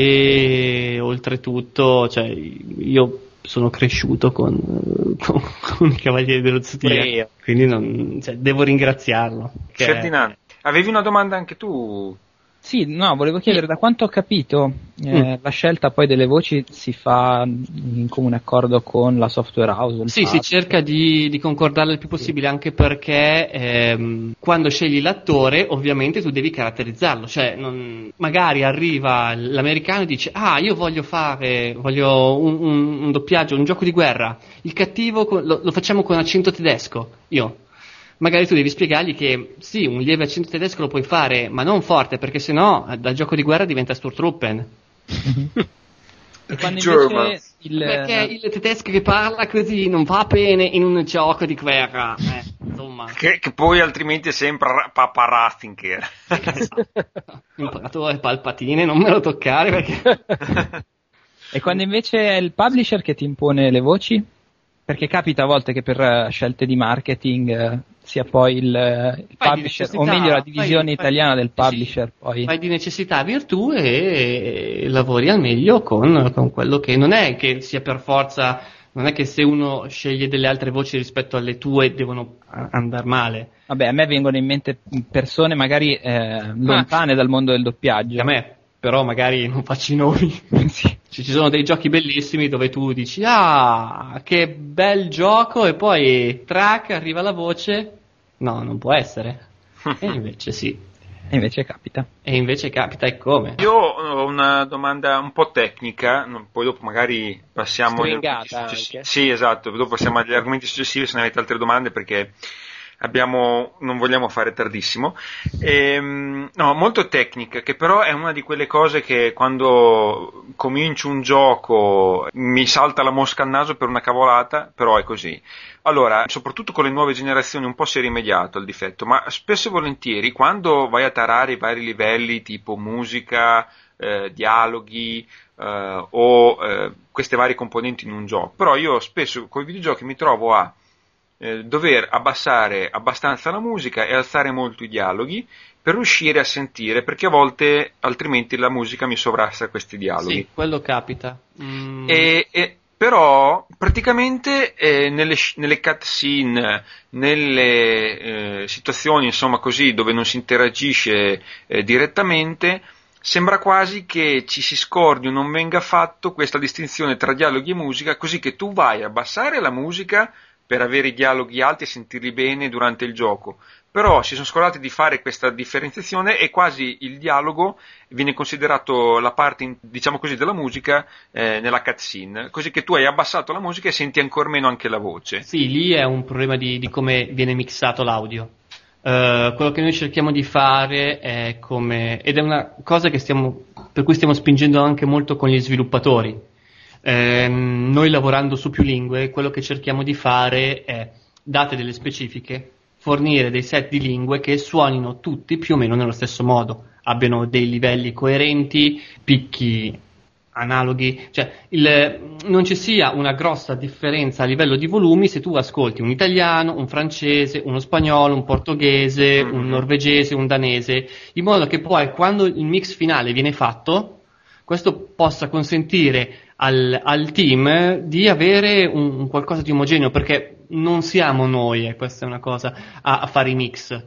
E oltretutto, cioè, io sono cresciuto con, con, con i Cavalieri dello Zodiaco, quindi non, cioè, devo ringraziarlo. Che... Ferdinando, avevi una domanda anche tu? Sì, no, volevo chiedere, da quanto ho capito, eh, mm. la scelta poi delle voci si fa in comune accordo con la software house? Sì, si cerca di, di concordarle il più possibile, anche perché ehm, quando scegli l'attore ovviamente tu devi caratterizzarlo, cioè non, magari arriva l'americano e dice ah io voglio fare, voglio un, un, un doppiaggio, un gioco di guerra, il cattivo lo, lo facciamo con accento tedesco, io... Magari tu devi spiegargli che sì, un lieve accento tedesco lo puoi fare, ma non forte, perché sennò dal gioco di guerra diventa Sturmtruppen. E quando German. invece il... Perché il tedesco che parla così non va bene in un gioco di guerra, eh, insomma. Che, che poi altrimenti è sempre ra- Papa Ratzinger. Imperatore Palpatine, non me lo toccare perché... E quando invece è il publisher che ti impone le voci? Perché capita a volte che per uh, scelte di marketing uh, sia poi il, uh, il Fai di publisher, o necessità, meglio la fai- divisione fai- italiana del sì, publisher poi. Fai di necessità virtù e, e lavori al meglio con, con quello che non è che sia per forza, non è che se uno sceglie delle altre voci rispetto alle tue devono andare male. Vabbè, a me vengono in mente persone magari eh, lontane dal mondo del doppiaggio. A me, però magari non faccio i nomi. Sì. Ci sono dei giochi bellissimi dove tu dici ah, che bel gioco e poi track, arriva la voce. No, non può essere. E invece sì. E invece capita. E invece capita e come? Io ho una domanda un po' tecnica, non- poi dopo magari passiamo agli Stringata argomenti successivi. anche. Sì, esatto, dopo passiamo agli argomenti successivi se ne avete altre domande perché abbiamo, non vogliamo fare tardissimo. Ehm, no, molto tecnica, che però è una di quelle cose che quando comincio un gioco mi salta la mosca al naso per una cavolata, però è così. Allora, soprattutto con le nuove generazioni un po' si è rimediato al difetto, ma spesso e volentieri quando vai a tarare i vari livelli tipo musica, eh, dialoghi eh, o eh, queste varie componenti in un gioco, però io spesso con i videogiochi mi trovo a eh, dover abbassare abbastanza la musica e alzare molto i dialoghi per riuscire a sentire, perché a volte altrimenti la musica mi sovrasta questi dialoghi. Sì, quello capita. Mm. E, e- però praticamente eh, nelle, sc- nelle cutscene, nelle eh, situazioni insomma così dove non si interagisce eh, direttamente, sembra quasi che ci si scordi o non venga fatto questa distinzione tra dialoghi e musica, così che tu vai a abbassare la musica per avere i dialoghi alti e sentirli bene durante il gioco. Però si sono scordati di fare questa differenziazione e quasi il dialogo viene considerato la parte, diciamo così, della musica eh, nella cutscene, così che tu hai abbassato la musica e senti ancora meno anche la voce. Sì, lì è un problema di, di come viene mixato l'audio. Eh, quello che noi cerchiamo di fare è come, ed è una cosa che stiamo, per cui stiamo spingendo anche molto con gli sviluppatori. Eh, noi lavorando su più lingue, quello che cerchiamo di fare è, date delle specifiche, fornire dei set di lingue che suonino tutti più o meno nello stesso modo, abbiano dei livelli coerenti, picchi analoghi, cioè il, non ci sia una grossa differenza a livello di volumi se tu ascolti un italiano, un francese, uno spagnolo, un portoghese, Mm-hmm. un norvegese, un danese, in modo che poi quando il mix finale viene fatto, questo possa consentire al, al team di avere un, un qualcosa di omogeneo, perché non siamo noi, e questa è una cosa, a, a fare i mix.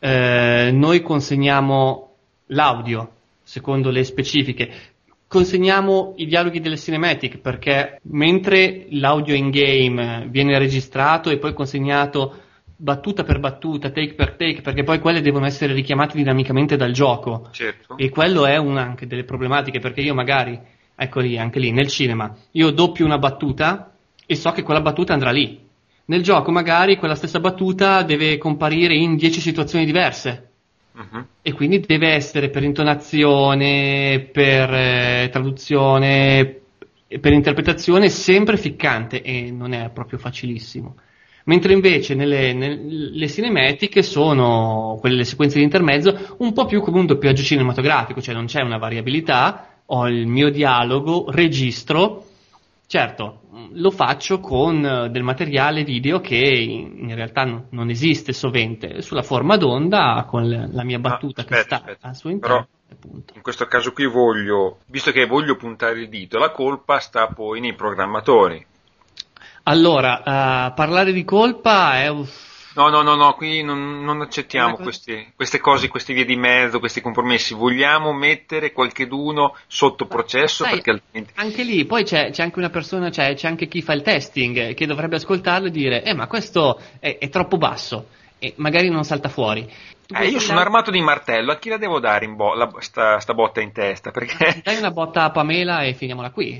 Eh, noi consegniamo l'audio secondo le specifiche, consegniamo i dialoghi delle cinematic, perché mentre l'audio in game viene registrato e poi consegnato battuta per battuta, take per take, perché poi quelle devono essere richiamate dinamicamente dal gioco. Certo. E quello è una anche delle problematiche, perché io magari, ecco lì, anche lì, nel cinema, io doppio una battuta e so che quella battuta andrà lì. Nel gioco magari quella stessa battuta deve comparire in dieci situazioni diverse. Mhm. E quindi deve essere per intonazione, per eh, traduzione, e per interpretazione sempre ficcante, e non è proprio facilissimo. Mentre invece nelle, nelle cinematiche sono quelle le sequenze di intermezzo un po' più come un doppiaggio cinematografico, cioè non c'è una variabilità, ho il mio dialogo, registro, certo lo faccio con eh, del materiale video che in, in realtà no- non esiste sovente, sulla forma d'onda con le- la mia battuta aspetta, che sta aspetta. al suo interno. Però- e punto. In questo caso qui voglio, visto che voglio puntare il dito, la colpa sta poi nei programmatori. Allora, eh, parlare di colpa è un- No, no, no, no, qui non, non accettiamo Una cosa- questi- queste cose, queste vie di mezzo, questi compromessi. Vogliamo mettere qualcheduno sotto processo Sai, perché altrimenti... anche lì, poi c'è, c'è anche una persona, cioè, c'è anche chi fa il testing eh, che dovrebbe ascoltarlo e dire, eh, ma questo è, è troppo basso, e magari non salta fuori. Tu Eh, puoi io sono andare- armato di martello, a chi la devo dare in bo- la- sta, sta botta in testa? Perché... Dai una botta a Pamela e finiamola qui.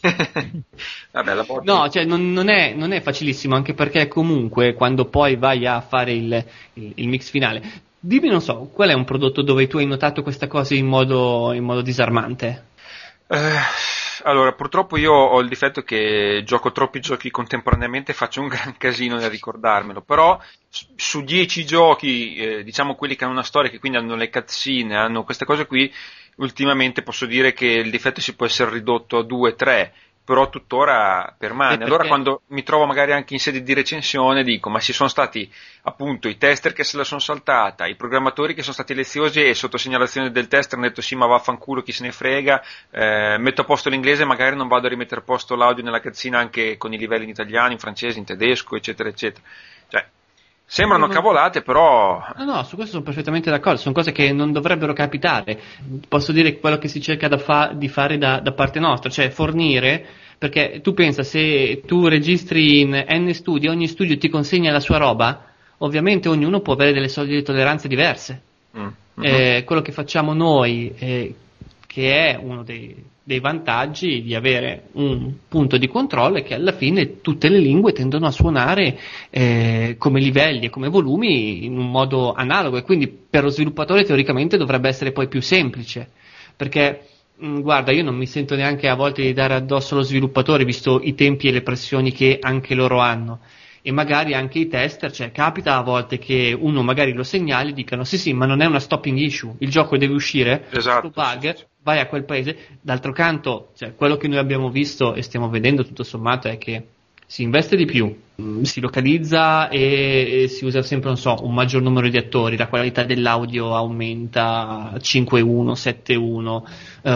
Vabbè, la botta... No, cioè non, non, è, non è facilissimo, anche perché comunque quando poi vai a fare il, il, il mix finale, dimmi, non so, qual è un prodotto dove tu hai notato questa cosa in modo, in modo disarmante? Eh, allora, purtroppo io ho il difetto che gioco troppi giochi contemporaneamente e faccio un gran casino nel ricordarmelo, però su dieci giochi, eh, diciamo quelli che hanno una storia, che quindi hanno le cutscene, hanno queste cose qui, ultimamente posso dire che il difetto si può essere ridotto a due tre, però tuttora permane. Allora quando mi trovo magari anche in sede di recensione dico, ma ci sono stati appunto i tester che se la sono saltata, i programmatori che sono stati leziosi e sotto segnalazione del tester hanno detto sì ma vaffanculo chi se ne frega, eh, metto a posto l'inglese e magari non vado a rimettere a posto l'audio nella cazzina anche con i livelli in italiano, in francese, in tedesco, eccetera eccetera. Cioè, sembrano cavolate, però... No, no, su questo sono perfettamente d'accordo, sono cose che non dovrebbero capitare. Posso dire quello che si cerca da fa- di fare da, da parte nostra, cioè fornire, perché tu pensa, se tu registri in N studio, ogni studio ti consegna la sua roba, ovviamente ognuno può avere delle soglie di tolleranza diverse. Mm-hmm. Eh, quello che facciamo noi, eh, che è uno dei, dei vantaggi di avere un punto di controllo, è che alla fine tutte le lingue tendono a suonare eh, come livelli e come volumi in un modo analogo, e quindi per lo sviluppatore teoricamente dovrebbe essere poi più semplice, perché mh, guarda, io non mi sento neanche a volte di dare addosso allo sviluppatore, visto i tempi e le pressioni che anche loro hanno. E magari anche i tester, cioè capita a volte che uno magari lo segnali e dicano sì sì ma non è una stopping issue, il gioco deve uscire, esatto, bug, sì, sì. Vai a quel paese. D'altro canto, cioè, quello che noi abbiamo visto e stiamo vedendo tutto sommato è che si investe di più, mh, si localizza e, e si usa sempre, non so, un maggior numero di attori, la qualità dell'audio aumenta cinque uno, sette uno,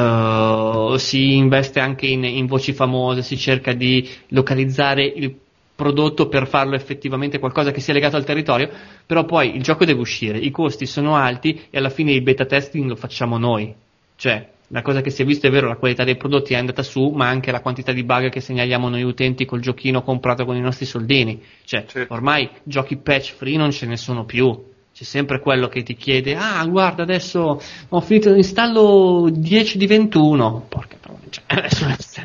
uh, si investe anche in, in voci famose, si cerca di localizzare il prodotto per farlo effettivamente qualcosa che sia legato al territorio, però poi il gioco deve uscire, i costi sono alti e alla fine il beta testing lo facciamo noi. Cioè, la cosa che si è vista è vero, la qualità dei prodotti è andata su, ma anche la quantità di bug che segnaliamo noi utenti col giochino comprato con i nostri soldini. Cioè, sì. Ormai giochi patch free non ce ne sono più. C'è sempre quello che ti chiede, ah, guarda, adesso ho finito l'installo dieci di ventuno. Porca troia, cioè, adesso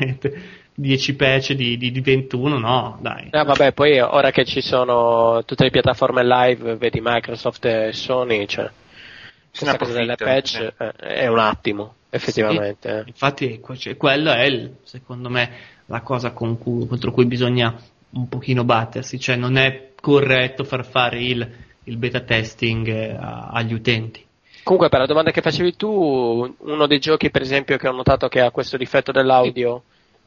dieci patch di, di, di ventuno, no, dai. Ah, vabbè, poi ora che ci sono tutte le piattaforme live, vedi Microsoft e Sony, cioè, questa cosa delle patch eh. è un attimo, effettivamente. Sì, eh. infatti, cioè, quello è, il, secondo me, la cosa con cui, contro cui bisogna un pochino battersi, cioè non è corretto far fare il, il beta testing eh, a, agli utenti. Comunque, per la domanda che facevi tu, uno dei giochi, per esempio, che ho notato che ha questo difetto dell'audio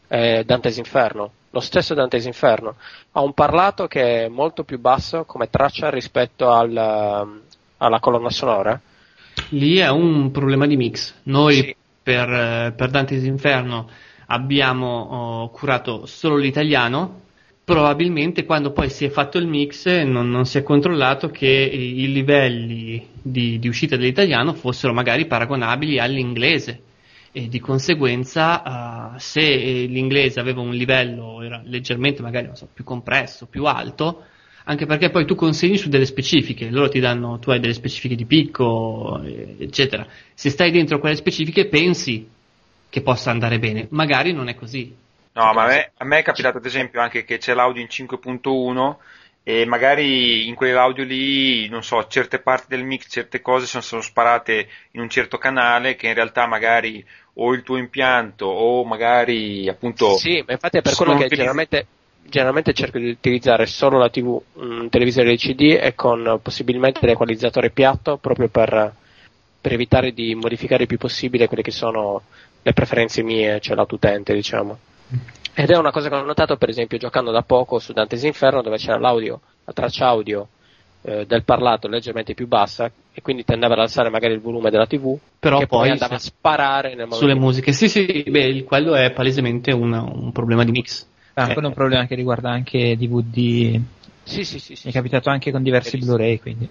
è Dante's Inferno. Lo stesso Dante's Inferno ha un parlato che è molto più basso come traccia rispetto al, alla colonna sonora. Lì è un problema di mix. Noi sì. per, per Dante's Inferno abbiamo oh, curato solo l'italiano. Probabilmente quando poi si è fatto il mix non, non si è controllato che i livelli di, di uscita dell'italiano fossero magari paragonabili all'inglese. E di conseguenza uh, se l'inglese aveva un livello era leggermente magari non so, più compresso, più alto, anche perché poi tu consegni su delle specifiche, loro ti danno, tu hai delle specifiche di picco, eccetera. Se stai dentro quelle specifiche pensi che possa andare bene, magari non è così. No, ma a me, a me è capitato ad esempio anche che c'è l'audio in cinque punto uno e magari in quell'audio lì, non so, certe parti del mix, certe cose sono, sono sparate in un certo canale che in realtà magari o il tuo impianto o magari appunto... Sì, ma infatti è per quello che utilizz- generalmente, generalmente cerco di utilizzare solo la tivù, un televisore L C D e con possibilmente l'equalizzatore piatto proprio per, per evitare di modificare il più possibile quelle che sono le preferenze mie, cioè lato utente, diciamo. Ed è una cosa che ho notato per esempio giocando da poco su Dante's Inferno, dove c'era l'audio, la traccia audio eh, del parlato leggermente più bassa e quindi tendeva ad alzare magari il volume della tivù, però che poi, poi andava se... a sparare nel sulle musiche. Sì, sì, beh, quello è palesemente un, un problema di mix. Ah, eh. quello è un problema che riguarda anche D V D. Sì, sì, sì. sì è capitato anche con diversi Blu-ray, quindi.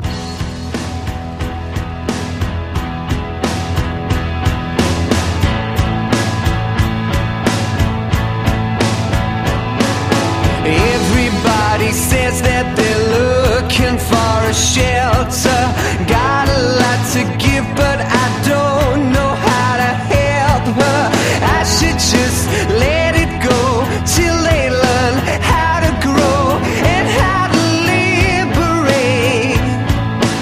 Everybody says that they're looking for a shelter. Got a lot to give, but I don't know how to help her. I should just let it go till they learn how to grow and how to liberate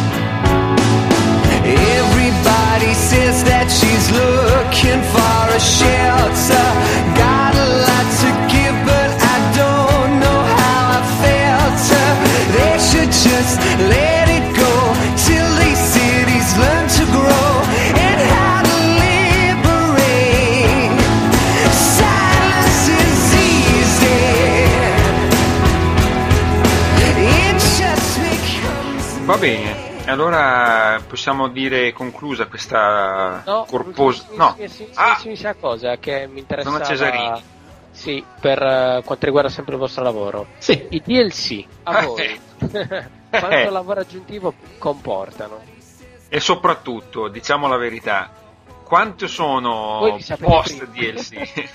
Va bene, allora possiamo dire conclusa questa no, corposa... No, sì, sì, ah! sì, sì, cosa che mi interessava... Sono Cesarini. Sì, per uh, quanto riguarda sempre il vostro lavoro. Sì. I D L C, a Eh. voi, quanto lavoro aggiuntivo comportano? E soprattutto, diciamo la verità, quanto sono Voi li sapete post prima. D L C?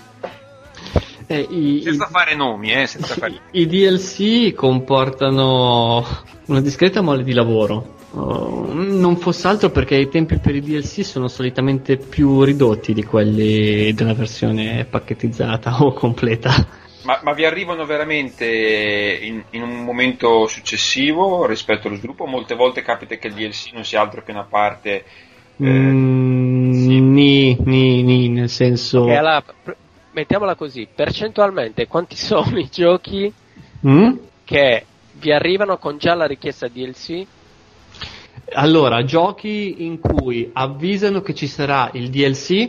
Eh, i, Senza i- fare nomi, eh, senza fare... I D L C comportano una discreta mole di lavoro. Oh, non fosse altro perché i tempi per i D L C sono solitamente più ridotti di quelli della versione pacchettizzata o completa. Ma, ma vi arrivano veramente in, in un momento successivo rispetto allo sviluppo? Molte volte capita che il D L C non sia altro che una parte... eh, Mm, sì. ni, ni, ni, nel senso... E allora, pr- mettiamola così, percentualmente quanti sono i giochi Mm? che vi arrivano con già la richiesta D L C? Allora, giochi in cui avvisano che ci sarà il D L C,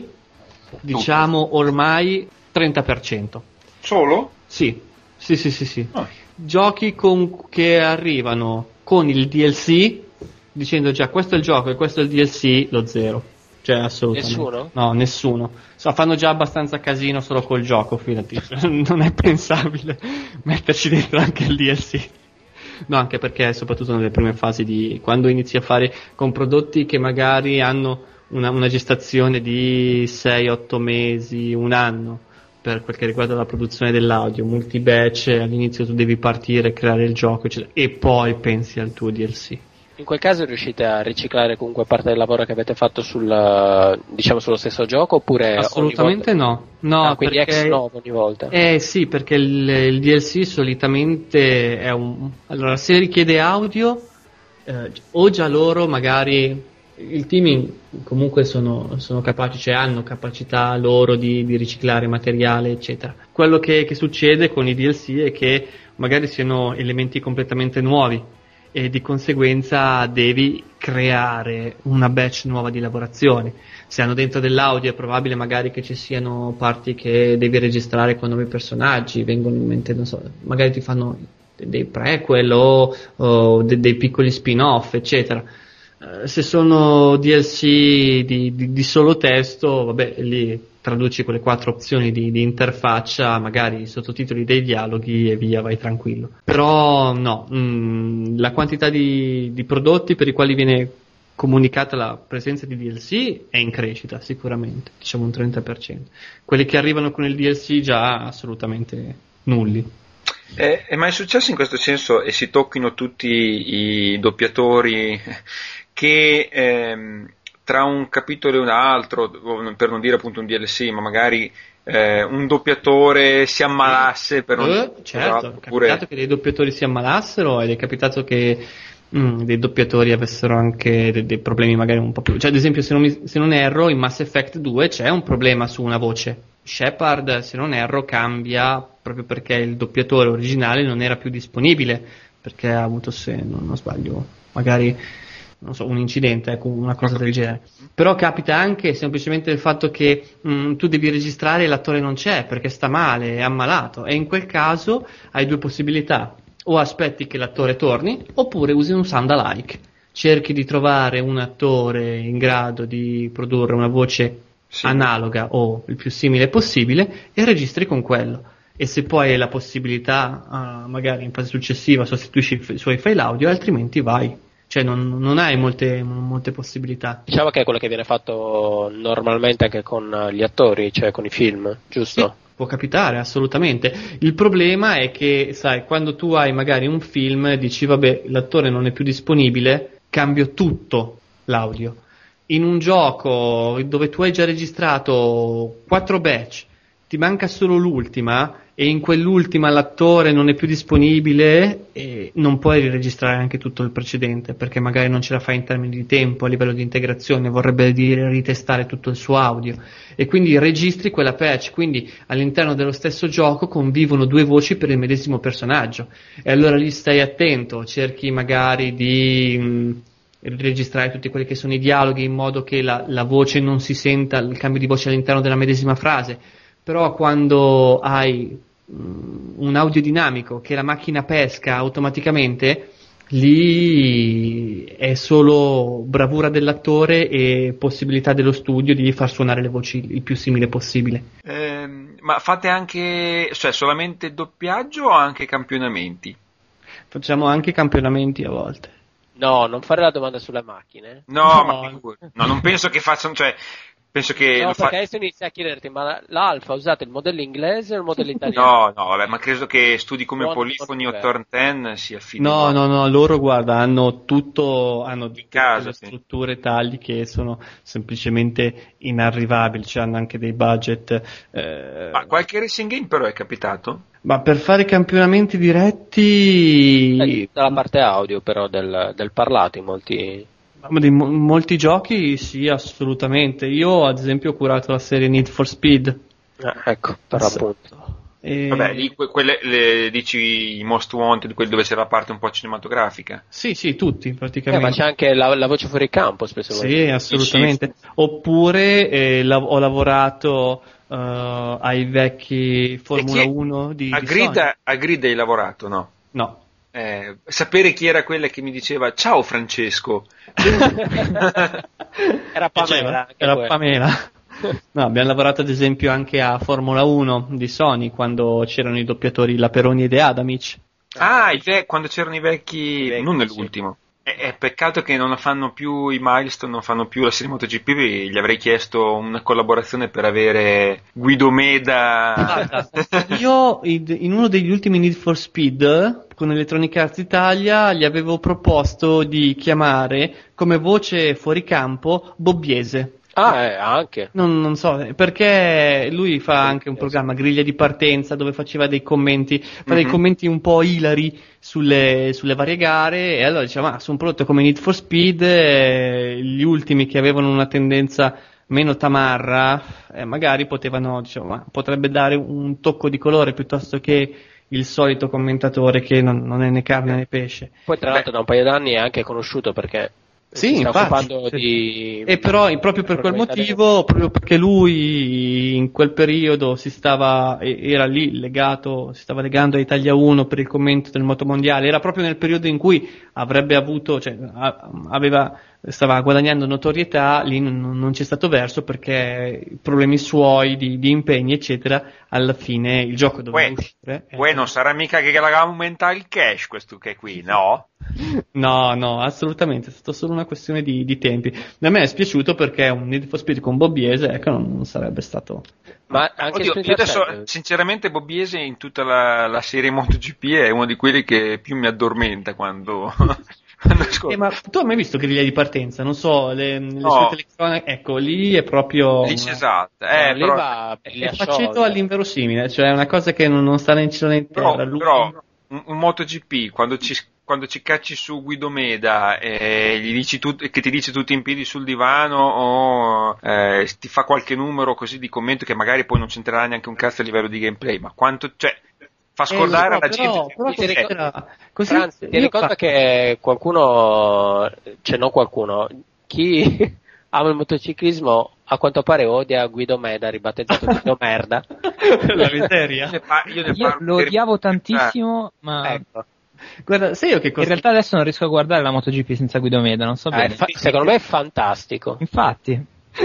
diciamo ormai trenta per cento. Solo? Sì, sì, sì, sì, sì. Ah. Giochi con- che arrivano con il D L C, dicendo già questo è il gioco e questo è il D L C, lo zero. Cioè, assolutamente. Nessuno? No, nessuno. So, fanno già abbastanza casino solo col gioco, fidati. Non è pensabile metterci dentro anche il D L C. No, anche perché soprattutto nelle prime fasi di quando inizi a fare con prodotti che magari hanno una, una gestazione di sei otto mesi, un anno, per quel che riguarda la produzione dell'audio, multi-batch, all'inizio tu devi partire, creare il gioco, eccetera, e poi pensi al tuo D L C. In quel caso riuscite a riciclare comunque parte del lavoro che avete fatto sul, diciamo, sullo stesso gioco oppure Assolutamente ogni volta? no. No, Ah, quindi perché... ex novo ogni volta. Eh sì, perché il, il D L C solitamente è un... Allora, se richiede audio, eh, o già loro magari... Il team comunque sono, sono capaci, cioè hanno capacità loro di, di riciclare materiale, eccetera. Quello che, che succede con i D L C è che magari siano elementi completamente nuovi e di conseguenza devi creare una batch nuova di lavorazione. Se hanno dentro dell'audio è probabile magari che ci siano parti che devi registrare con nuovi personaggi, vengono in mente, non so, magari ti fanno dei prequel o, o de- dei piccoli spin-off, eccetera. Uh, se sono D L C di, di, di solo testo, vabbè, lì traduci quelle quattro opzioni di, di interfaccia, magari i sottotitoli dei dialoghi e via, vai tranquillo. Però no, mh, la quantità di, di prodotti per i quali viene comunicata la presenza di D L C è in crescita, sicuramente, diciamo un trenta per cento. Quelli che arrivano con il D L C già assolutamente nulli. Eh, è mai successo in questo senso, e si tocchino tutti i doppiatori, che ehm, tra un capitolo e un altro, per non dire appunto un D L C, ma magari eh, un doppiatore si ammalasse per non... Eh, certo, è oppure... capitato che dei doppiatori si ammalassero ed è capitato che mm, dei doppiatori avessero anche dei, dei problemi magari un po' più... Cioè ad esempio se non, mi, se non erro in Mass Effect due c'è un problema su una voce. Shepard, se non erro, cambia proprio perché il doppiatore originale non era più disponibile, perché ha avuto, se non, non sbaglio, magari non so, un incidente, ecco, una cosa del genere. Però capita anche semplicemente il fatto che mh, tu devi registrare e l'attore non c'è perché sta male, è ammalato, e in quel caso hai due possibilità: o aspetti che l'attore torni, oppure usi un sound alike. Cerchi di trovare un attore in grado di produrre una voce sì. analoga o il più simile possibile e registri con quello. E se poi hai la possibilità, uh, magari in fase successiva sostituisci i suoi file audio, altrimenti vai. Cioè non, non hai molte, molte possibilità. Diciamo che è quello che viene fatto normalmente anche con gli attori, cioè con i film, giusto? Sì, può capitare, assolutamente. Il problema è che, sai, quando tu hai magari un film, dici vabbè, l'attore non è più disponibile, cambio tutto l'audio. In un gioco dove tu hai già registrato quattro batch, ti manca solo l'ultima, e in quell'ultima l'attore non è più disponibile e non puoi riregistrare anche tutto il precedente perché magari non ce la fai in termini di tempo, a livello di integrazione, vorrebbe dire ritestare tutto il suo audio, e quindi registri quella patch. Quindi all'interno dello stesso gioco convivono due voci per il medesimo personaggio, e allora lì stai attento, cerchi magari di mh, registrare tutti quelli che sono i dialoghi in modo che la, la voce non si senta, il cambio di voce all'interno della medesima frase. Però quando hai um, un audio dinamico che la macchina pesca automaticamente, Lì è solo bravura dell'attore e possibilità dello studio di far suonare le voci il più simile possibile. Ehm, ma fate anche, cioè solamente doppiaggio o anche campionamenti? Facciamo anche campionamenti a volte. No, non fare la domanda sulle macchine. No, No. ma figurati. No, non penso che facciano, cioè penso che No, lo fa- perché adesso inizia a chiederti, ma l'Alfa usate il modello inglese o il modello italiano? No, no, vabbè, ma credo che studi come Buono, Polifoni o buono, Turn dieci si affidino. No, no, no, loro guarda, hanno tutto, hanno tutte casa, le sì. strutture e tagli che sono semplicemente inarrivabili, cioè hanno anche dei budget. eh, Ma qualche racing game però è capitato? ma per fare campionamenti Eh, diretti, tutta la parte audio però del, del parlato in molti... ma di mo- molti giochi sì, assolutamente. Io ad esempio ho curato la serie Need for Speed. Eh, ecco, per Sì. appunto. E- Vabbè, lì que- quelle le, dici i Most Wanted, quelli dove c'è la parte un po' cinematografica. Sì, sì, tutti Eh, ma praticamente. c'è anche la, la voce fuori campo spesso. e Sì, volentieri. assolutamente. Oppure eh, lav- ho lavorato eh, ai vecchi Formula E chi è- uno di, A di Grid, Sony. a Grid hai lavorato, no? No. Eh, sapere chi era quella che mi diceva ciao Francesco. Era Pamela, anche Era quella. Pamela. No, abbiamo lavorato ad esempio anche a Formula uno di Sony quando c'erano i doppiatori Laperoni e De Adamic. Ah, i ve- quando c'erano i vecchi, I vecchi, non sì. nell'ultimo. È, è peccato che non fanno più i milestone, non fanno più la serie MotoGP. Gli avrei chiesto una collaborazione per avere Guido Meda. Guarda, io in in uno degli ultimi Need for Speed con Electronic Arts Italia gli avevo proposto di chiamare come voce fuori campo Bobbiese. Ah, eh, anche. Non, non so, eh, perché lui fa anche un Sì. programma Griglia di partenza dove faceva dei commenti, fa dei Mhm. commenti un po' ilari sulle, sulle varie gare e allora diceva ma su un prodotto come Need for Speed eh, gli ultimi che avevano una tendenza meno tamarra eh, magari potevano, diciamo, ma potrebbe dare un tocco di colore piuttosto che il solito commentatore che non, non è né carne né pesce. Poi tra l'altro da un paio d'anni è anche conosciuto perché Sì, si sta infatti, occupando sì. di... E però eh, proprio per quel motivo, proprio perché lui in quel periodo si stava, e- era lì legato, si stava legando a Italia uno per il commento del motomondiale, era proprio nel periodo in cui avrebbe avuto, cioè a- aveva, stava guadagnando notorietà, lì non, non c'è stato verso perché problemi suoi di, di impegni eccetera, alla fine il gioco doveva Uè, uscire. eh. uè, non sarà mica che la aumenta il cash questo che è qui, no? No, no, assolutamente, è stato solo una questione di, di tempi. A me è spiaciuto perché un Need for Speed con Bobbiese, ecco, non, non sarebbe stato... Ma anche Oddio, io Splinter adesso, Cell, sinceramente, Bobbiese in tutta la, la serie MotoGP è uno di quelli che più mi addormenta quando, quando ascolto. Eh, ma tu hai mai visto Griglia di partenza? Non so, le, le No. sue telecronache, ecco, lì è proprio... Lì una- si esalta, eh, lì però, va è li faceto ascioglie. all'inverosimile, cioè è una cosa che non, non sta né in cielo né in terra. però, Lui- però un, un MotoGP, quando ci, quando ci cacci su Guido Meda e gli dici tut- che ti dice tutti in piedi sul divano o eh, ti fa qualche numero così di commento che magari poi non c'entrerà neanche un cazzo a livello di gameplay, ma quanto, cioè, fa Eh, scordare lo so, alla però- gente però Ti ricordo- considera- così Franz, ti io ricordo fa- che qualcuno, cioè non qualcuno, chi ama il motociclismo a quanto pare odia Guido Meda, ribattezzato Guido Merda. la miseria. Io ne par- io ne Io parlo lo per- odiavo tantissimo, ma Ecco. Guarda, sai io che in cosa... realtà adesso non riesco a guardare la MotoGP senza Guido Meda, non so Eh, bene. fa- secondo me è fantastico. Infatti.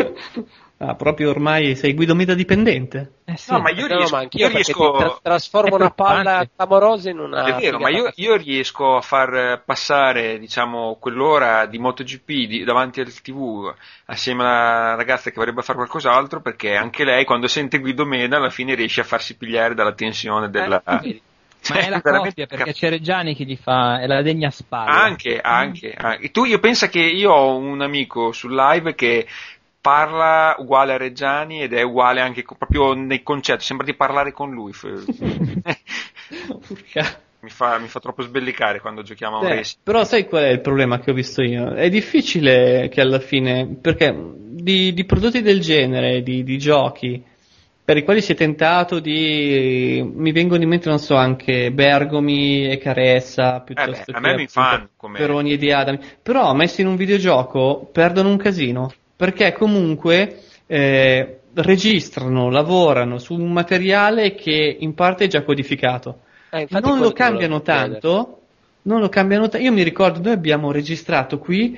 Ah, proprio ormai sei Guido Meda dipendente. Eh sì. No, ma io No, no, riesco, ma anch'io io perché riesco ti tra- trasformo È una palla preoccupante. clamorosa in una... È vero, ma io, figata. io riesco a far passare, diciamo, quell'ora di MotoGP di- davanti al tivù assieme alla ragazza che vorrebbe fare qualcos'altro, perché anche lei, quando sente Guido Meda, alla fine riesce a farsi pigliare dalla tensione della... Eh, vedi. Ma è la veramente coppia, perché cap- c'è Reggiani che gli fa, è la degna spalla. Anche, anche, anche. Tu, io penso che io ho un amico sul live che parla uguale a Reggiani ed è uguale anche co- proprio nei concetti, sembra di parlare con lui. Urca. mi, fa, mi fa troppo sbellicare quando giochiamo a un Eh, racing. però sai qual è il problema che ho visto io? È difficile che alla fine, perché di, di prodotti del genere, di, di giochi, per i quali si è tentato di... mi vengono in mente, non so, anche Bergomi e Caressa, piuttosto Eh beh, a che me mi appunto fanno come- Peroni e di Adami, però messi in un videogioco perdono un casino, perché comunque eh, registrano, lavorano su un materiale che in parte è già codificato. Eh, infatti Non quello lo cambiano che volevo chiedere. tanto, non lo cambiano. T- io mi ricordo, noi abbiamo registrato qui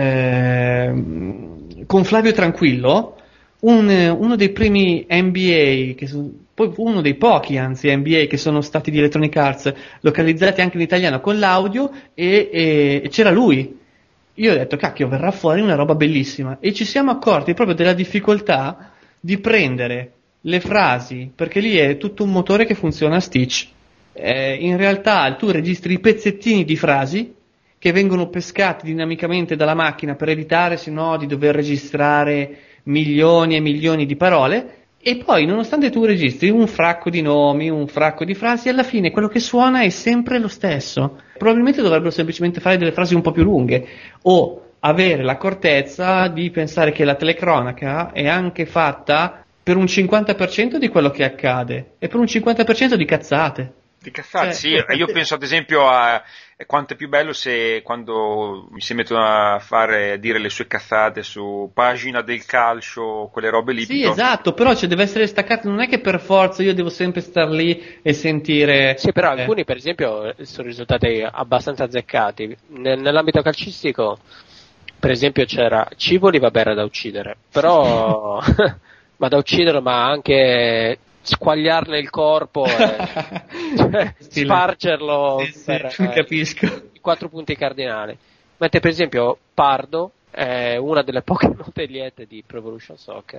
eh, con Flavio Tranquillo un, uno dei primi N B A, che sono, poi uno dei pochi anzi N B A che sono stati di Electronic Arts, localizzati anche in italiano con l'audio, e, e, e c'era lui. Io ho detto, cacchio, verrà fuori una roba bellissima, e ci siamo accorti proprio della difficoltà di prendere le frasi, perché lì è tutto un motore che funziona a stitch. Eh, in realtà tu registri i pezzettini di frasi che vengono pescati dinamicamente dalla macchina per evitare sennò di dover registrare milioni e milioni di parole, e poi nonostante tu registri un fracco di nomi, un fracco di frasi, alla fine quello che suona è sempre lo stesso. Probabilmente dovrebbero semplicemente fare delle frasi un po' più lunghe, o avere l'accortezza di pensare che la telecronaca è anche fatta per un cinquanta per cento di quello che accade e per un cinquanta per cento di cazzate. Di cazzate, Cioè, sì. Io penso ad esempio a quanto è più bello se quando mi si mettono a fare a dire le sue cazzate su pagina del calcio, quelle robe lì. Sì, esatto, però cioè, deve essere staccato, non è che per forza io devo sempre star lì e sentire. Sì, però eh. alcuni per esempio sono risultati abbastanza azzeccati. Nel- nell'ambito calcistico, per esempio, c'era Civoli, vabbè, era da uccidere, però ma da uccidere, ma anche squagliarle il corpo e cioè, Stile. spargerlo Sì, sì, per eh, capisco. i quattro punti cardinali. Mentre per esempio Pardo è una delle poche note liete di Pro Evolution Soccer.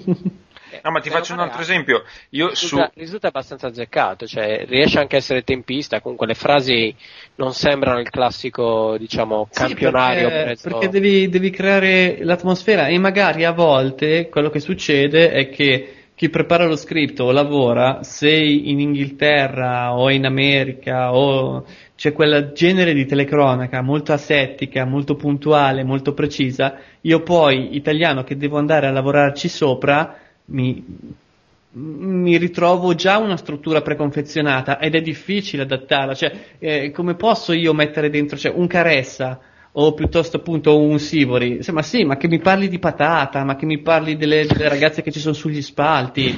Eh, No, ma ti se lo faccio un fare altro altro, esempio. Io su risulta, risulta abbastanza azzeccato, cioè riesce anche a essere tempista, comunque le frasi non sembrano il classico, diciamo, Sì, campionario perché, preso- perché devi, devi creare l'atmosfera, e magari a volte quello che succede è che chi prepara lo script o lavora, se in Inghilterra o in America o c'è quel genere di telecronaca molto asettica, molto puntuale, molto precisa, io poi, italiano che devo andare a lavorarci sopra, mi, mi ritrovo già una struttura preconfezionata ed è difficile adattarla. Cioè, eh, come posso io mettere dentro, cioè, un Caressa o piuttosto appunto un Sivori? Sì, ma sì, ma che mi parli di patata, ma che mi parli delle, delle ragazze che ci sono sugli spalti,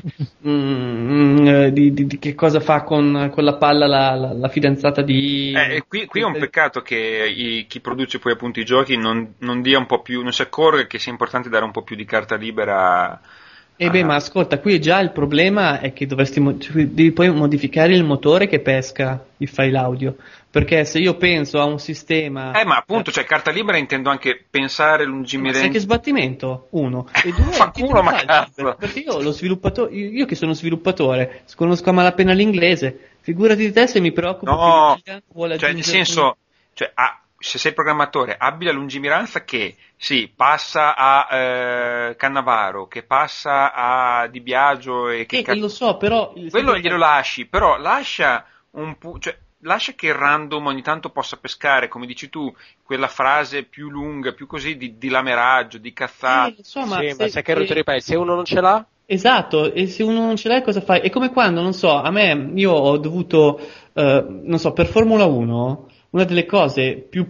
mm, mm, eh, di, di, di che cosa fa con, con la palla la, la, la fidanzata di. Eh, qui, qui è un peccato che i- chi produce poi appunto i giochi non, non dia un po' più, non si accorga che sia importante dare un po' più di carta libera. E beh, a- ma ascolta, qui già il problema è che dovresti mo- cioè, devi poi modificare il motore che pesca i file audio, perché se io penso a un sistema. Eh, ma appunto, cioè carta libera intendo anche pensare Ma sai che lungimirantemente. sbattimento? Uno. E due, Fa chi culo, te lo ma fa il cazzo. software? Perché io lo sviluppatore, io io che sono sviluppatore, conosco a malapena l'inglese, figurati di te se mi preoccupo No, che l'italiano vuole cioè nel aggiungere- senso, cioè, ah, se sei programmatore, abbi la lungimiranza che sì, passa a eh, Cannavaro, che passa a Di Biagio e che Eh, cazzo- lo so, però il- quello glielo lasci, però lascia un pu- cioè, lascia che il random ogni tanto possa pescare, come dici tu, quella frase più lunga, più così di, di lameraggio, di Eh, cazzate. lo so, Sì, ma, ma se- sai che rotto se- ripeto, se uno non ce l'ha, Esatto, e se uno non ce l'ha cosa fai? È come quando, non so, a me, io ho dovuto, eh, non so, per Formula uno, una delle cose più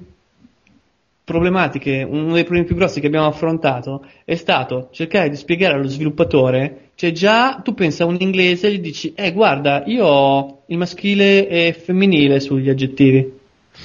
problematiche, uno dei problemi più grossi che abbiamo affrontato è stato cercare di spiegare allo sviluppatore, cioè già tu pensa a un inglese e gli dici, eh guarda, io ho il maschile e femminile sugli aggettivi,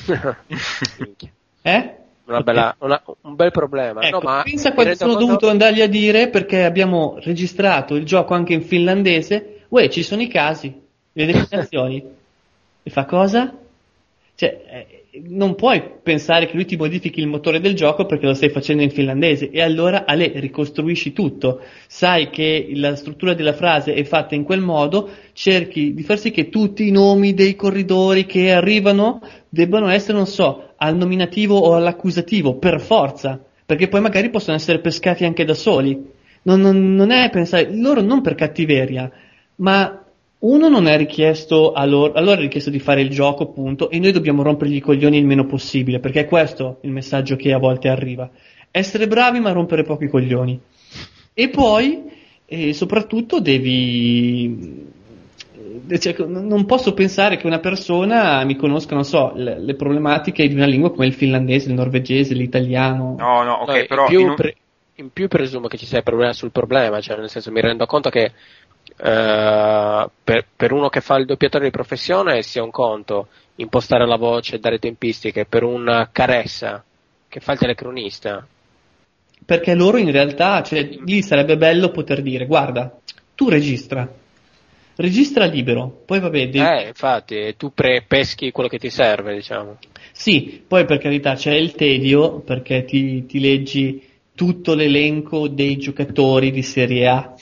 minchia, eh? una bella- una- un bel problema. Ecco, no, ma pensa mi quando rendo sono conto- dovuto andargli a dire, perché abbiamo registrato il gioco anche in finlandese, uè, ci sono i casi, le definizioni. E fa cosa? Cioè, eh, non puoi pensare che lui ti modifichi il motore del gioco perché lo stai facendo in finlandese, e allora Ale ricostruisci tutto, sai che la struttura della frase è fatta in quel modo, cerchi di far sì che tutti i nomi dei corridori che arrivano debbano essere, non so, al nominativo o all'accusativo, per forza, perché poi magari possono essere pescati anche da soli. Non, non- non è pensare, loro non per cattiveria, ma uno non è richiesto a loro, allora è richiesto di fare il gioco, punto, e noi dobbiamo rompergli i coglioni il meno possibile, perché è questo il messaggio che a volte arriva. Essere bravi ma rompere pochi coglioni. E poi, eh, soprattutto, devi... eh, cioè, n- non posso pensare che una persona mi conosca, non so, le, le problematiche di una lingua come il finlandese, il norvegese, l'italiano. No, no, ok, No, in però più, in un- pre- in più presumo che ci sia problema sul problema, cioè nel senso mi rendo conto che Uh, per, per uno che fa il doppiatore di professione sia un conto impostare la voce e dare tempistiche, per un Caressa che fa il telecronista, perché loro in realtà, cioè, lì sarebbe bello poter dire guarda, tu registra registra libero, poi vabbè devi... eh infatti tu pre- peschi quello che ti serve, diciamo. Sì, poi per carità c'è il tedio, perché ti, ti leggi tutto l'elenco dei giocatori di Serie A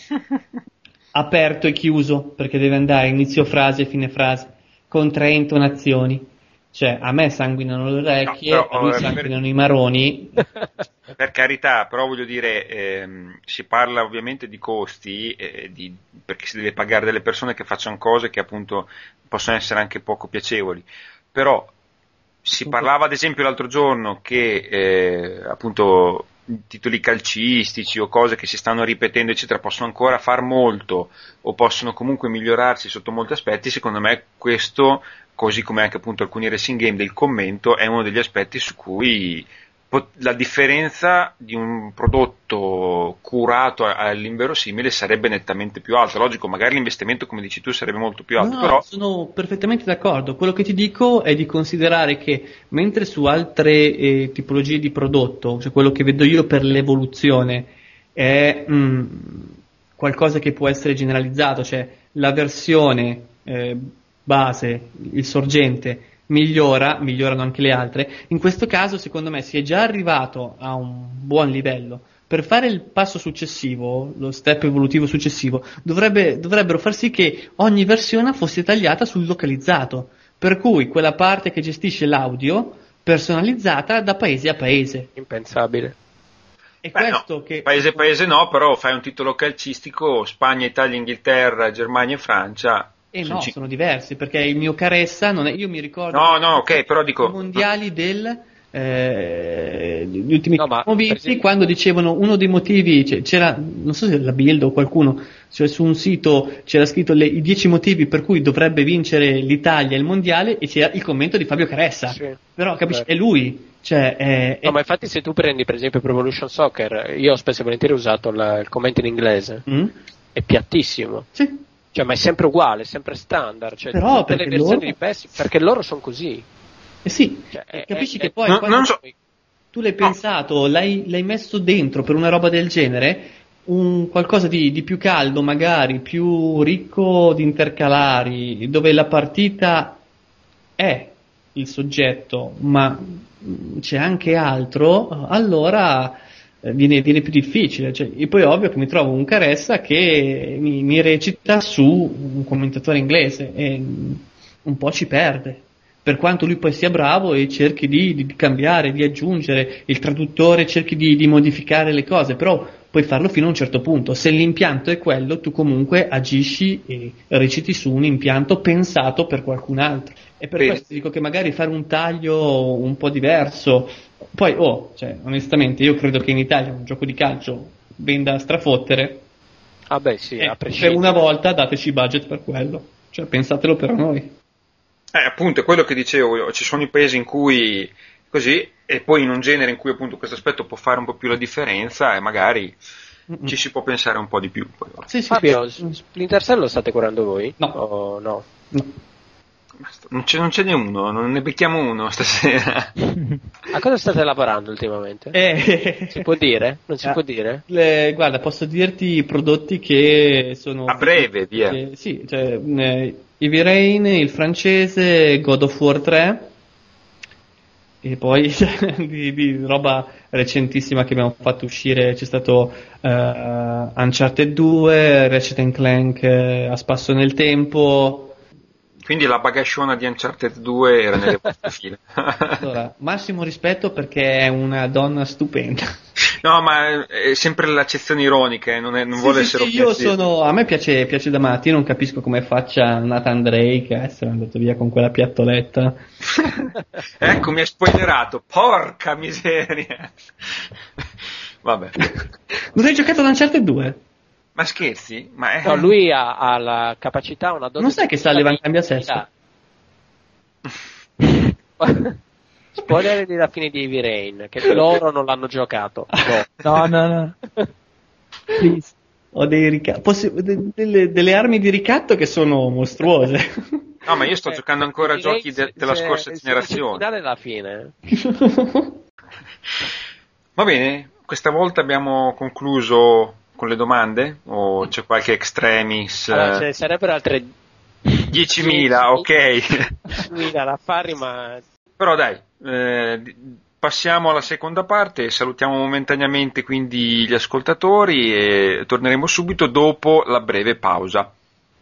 aperto e chiuso, perché deve andare inizio frase, fine frase, con tre intonazioni. Cioè, a me sanguinano le orecchie, no, però, a lui eh, sanguinano per... i maroni. Per carità, però voglio dire, ehm, si parla ovviamente di costi, eh, di, perché si deve pagare delle persone che facciano cose che appunto possono essere anche poco piacevoli. Però si parlava ad esempio l'altro giorno che eh, appunto titoli calcistici o cose che si stanno ripetendo eccetera possono ancora far molto o possono comunque migliorarsi sotto molti aspetti. Secondo me questo, così come anche appunto alcuni racing game del commento, è uno degli aspetti su cui la differenza di un prodotto curato all'inverosimile sarebbe nettamente più alta. Logico, magari l'investimento, come dici tu, sarebbe molto più alto. No, però... sono perfettamente d'accordo. Quello che ti dico è di considerare che mentre su altre eh, tipologie di prodotto, cioè quello che vedo io per l'evoluzione, è mh, qualcosa che può essere generalizzato, cioè la versione eh, base, il sorgente, migliora, migliorano anche le altre. In questo caso, secondo me, si è già arrivato a un buon livello. Per fare il passo successivo, lo step evolutivo successivo, dovrebbe, dovrebbero far sì che ogni versione fosse tagliata sul localizzato, per cui quella parte che gestisce l'audio personalizzata da paese a paese. Impensabile. E Beh, questo no. che... Paese paese no, però fai un titolo calcistico, Spagna, Italia, Inghilterra, Germania e Francia. Eh sono no, ci... sono diversi, perché il mio Caressa non è... Io mi ricordo... No, no, ok, però dico... I mondiali del... Eh, gli ultimi no, ma visti, esempio... quando dicevano uno dei motivi, cioè, c'era, non so se la Bild o qualcuno, cioè su un sito c'era scritto le, i dieci motivi per cui dovrebbe vincere l'Italia il mondiale, e c'era il commento di Fabio Caressa. Sì, però capisci, certo. È lui. Cioè, è, è... No, ma infatti se tu prendi per esempio Pro Evolution Soccer, io ho spesso e volentieri usato la, il commento in inglese, mm? è piattissimo. Sì. Cioè, ma è sempre uguale, è sempre standard. Cioè, però tutte le versioni loro... di P E S, perché loro sono così. Eh sì, cioè, eh, è, capisci è, che è, poi no, quando non so... tu l'hai pensato, l'hai, l'hai messo dentro per una roba del genere, un qualcosa di, di più caldo, magari più ricco di intercalari, dove la partita è il soggetto, ma c'è anche altro, allora viene, viene più difficile. Cioè, e poi è ovvio che mi trovo un Caressa che mi, mi recita su un commentatore inglese e un po' ci perde, per quanto lui poi sia bravo e cerchi di, di cambiare, di aggiungere, il traduttore cerchi di, di modificare le cose, però puoi farlo fino a un certo punto. Se l'impianto è quello, tu comunque agisci e reciti su un impianto pensato per qualcun altro. E per Bene. questo dico che magari fare un taglio un po' diverso. Poi, oh, cioè, onestamente, io credo che in Italia un gioco di calcio venda a strafottere. Ah beh sì, E a per prescindere. una volta dateci budget per quello. Cioè, pensatelo per noi. Eh, appunto, è quello che dicevo io, ci sono i paesi in cui così, e poi in un genere in cui appunto questo aspetto può fare un po' più la differenza e magari Mm-mm. ci si può pensare un po' di più. Poi, Sì, sì. Fabio, Splinter Cell lo state curando voi? No. O no? No. Basta, non, ce, non ce n'è uno, non ne becchiamo uno stasera. A cosa state lavorando ultimamente? Eh, Si può dire? Non si Ah. può dire? le- guarda, posso dirti i prodotti che sono... A breve, via. Eh, sì, cioè, eh, Heavy Rain, il francese, God of War tre, e poi di, di roba recentissima che abbiamo fatto uscire c'è stato eh, Uncharted due, Ratchet and Clank eh, a spasso nel tempo. Quindi la bagasciona di Uncharted due era nelle vostre file. Allora, massimo rispetto perché è una donna stupenda. No, ma è sempre l'accezione ironica, eh, non, è, non Sì, vuole sì, essere sì, io offensivo. sono, a me piace, piace da matti, io non capisco come faccia Nathan Drake a essere andato via con quella piattoletta. Ecco, mi hai spoilerato, porca miseria. Vabbè. Non hai giocato ad Uncharted due? Ma scherzi? Ma è... No, lui ha, ha la capacità, una dose Non sai che sa levare cambia sesso? Spoiler della fine di Heavy Rain, che loro non l'hanno giocato. No. No, no, no. Please. ho dei rica- possi- de- delle, delle armi di ricatto che sono mostruose. No, ma io sto Eh, giocando ancora a direi giochi de- se- della se- scorsa se- generazione. Il finale è la fine. Va bene, questa volta abbiamo concluso con le domande o c'è qualche extremis? Allora, ce ne sarebbero altre diecimila, ok. diecimila da fare, ma Però dai, eh, passiamo alla seconda parte, salutiamo momentaneamente quindi gli ascoltatori e torneremo subito dopo la breve pausa.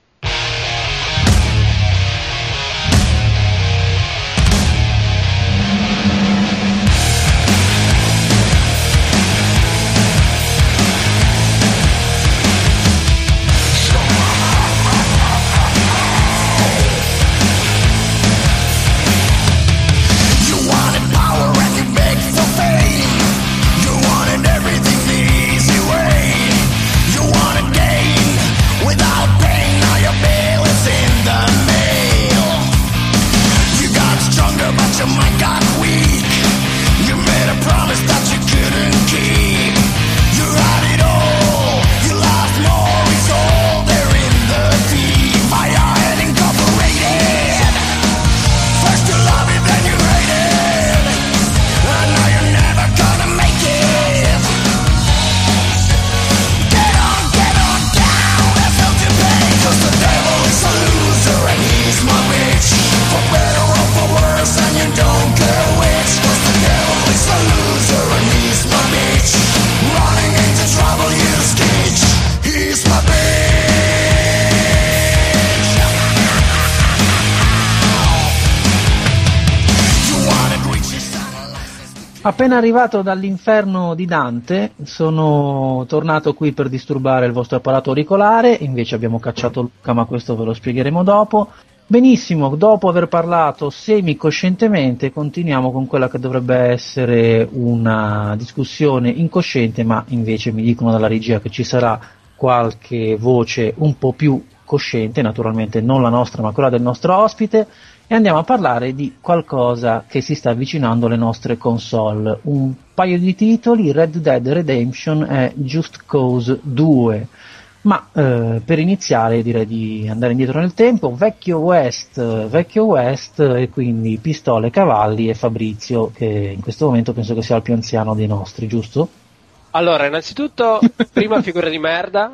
Appena arrivato dall'inferno di Dante, sono tornato qui per disturbare il vostro apparato auricolare, invece abbiamo cacciato Luca, ma questo ve lo spiegheremo dopo. Benissimo, dopo aver parlato semicoscientemente, continuiamo con quella che dovrebbe essere una discussione incosciente, ma invece mi dicono dalla regia che ci sarà qualche voce un po' più cosciente, naturalmente non la nostra ma quella del nostro ospite, e andiamo a parlare di qualcosa che si sta avvicinando alle nostre console. Un paio di titoli, Red Dead Redemption e Just Cause due. Ma eh, per iniziare direi di andare indietro nel tempo, vecchio West, vecchio West, e quindi pistole, cavalli e Fabrizio, che in questo momento penso che sia il più anziano dei nostri, giusto? allora, innanzitutto, prima figura di merda,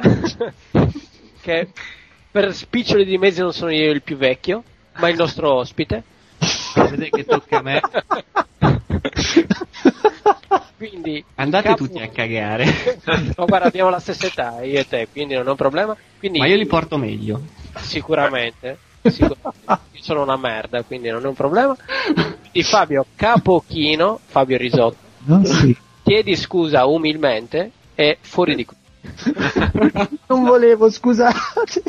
che per spiccioli di mesi non sono io il più vecchio, ma il nostro ospite. Vedete che tocca a me. Quindi Andate capo... tutti a cagare. No, guarda, abbiamo la stessa età, io e te, quindi non ho problema. Quindi, Ma io li porto meglio. Sicuramente, sicuramente. Io sono una merda, quindi non è un problema. Quindi Fabio Capochino, Fabio Risotto, Non sì. chiedi scusa umilmente e fuori di qui. Non volevo, scusate.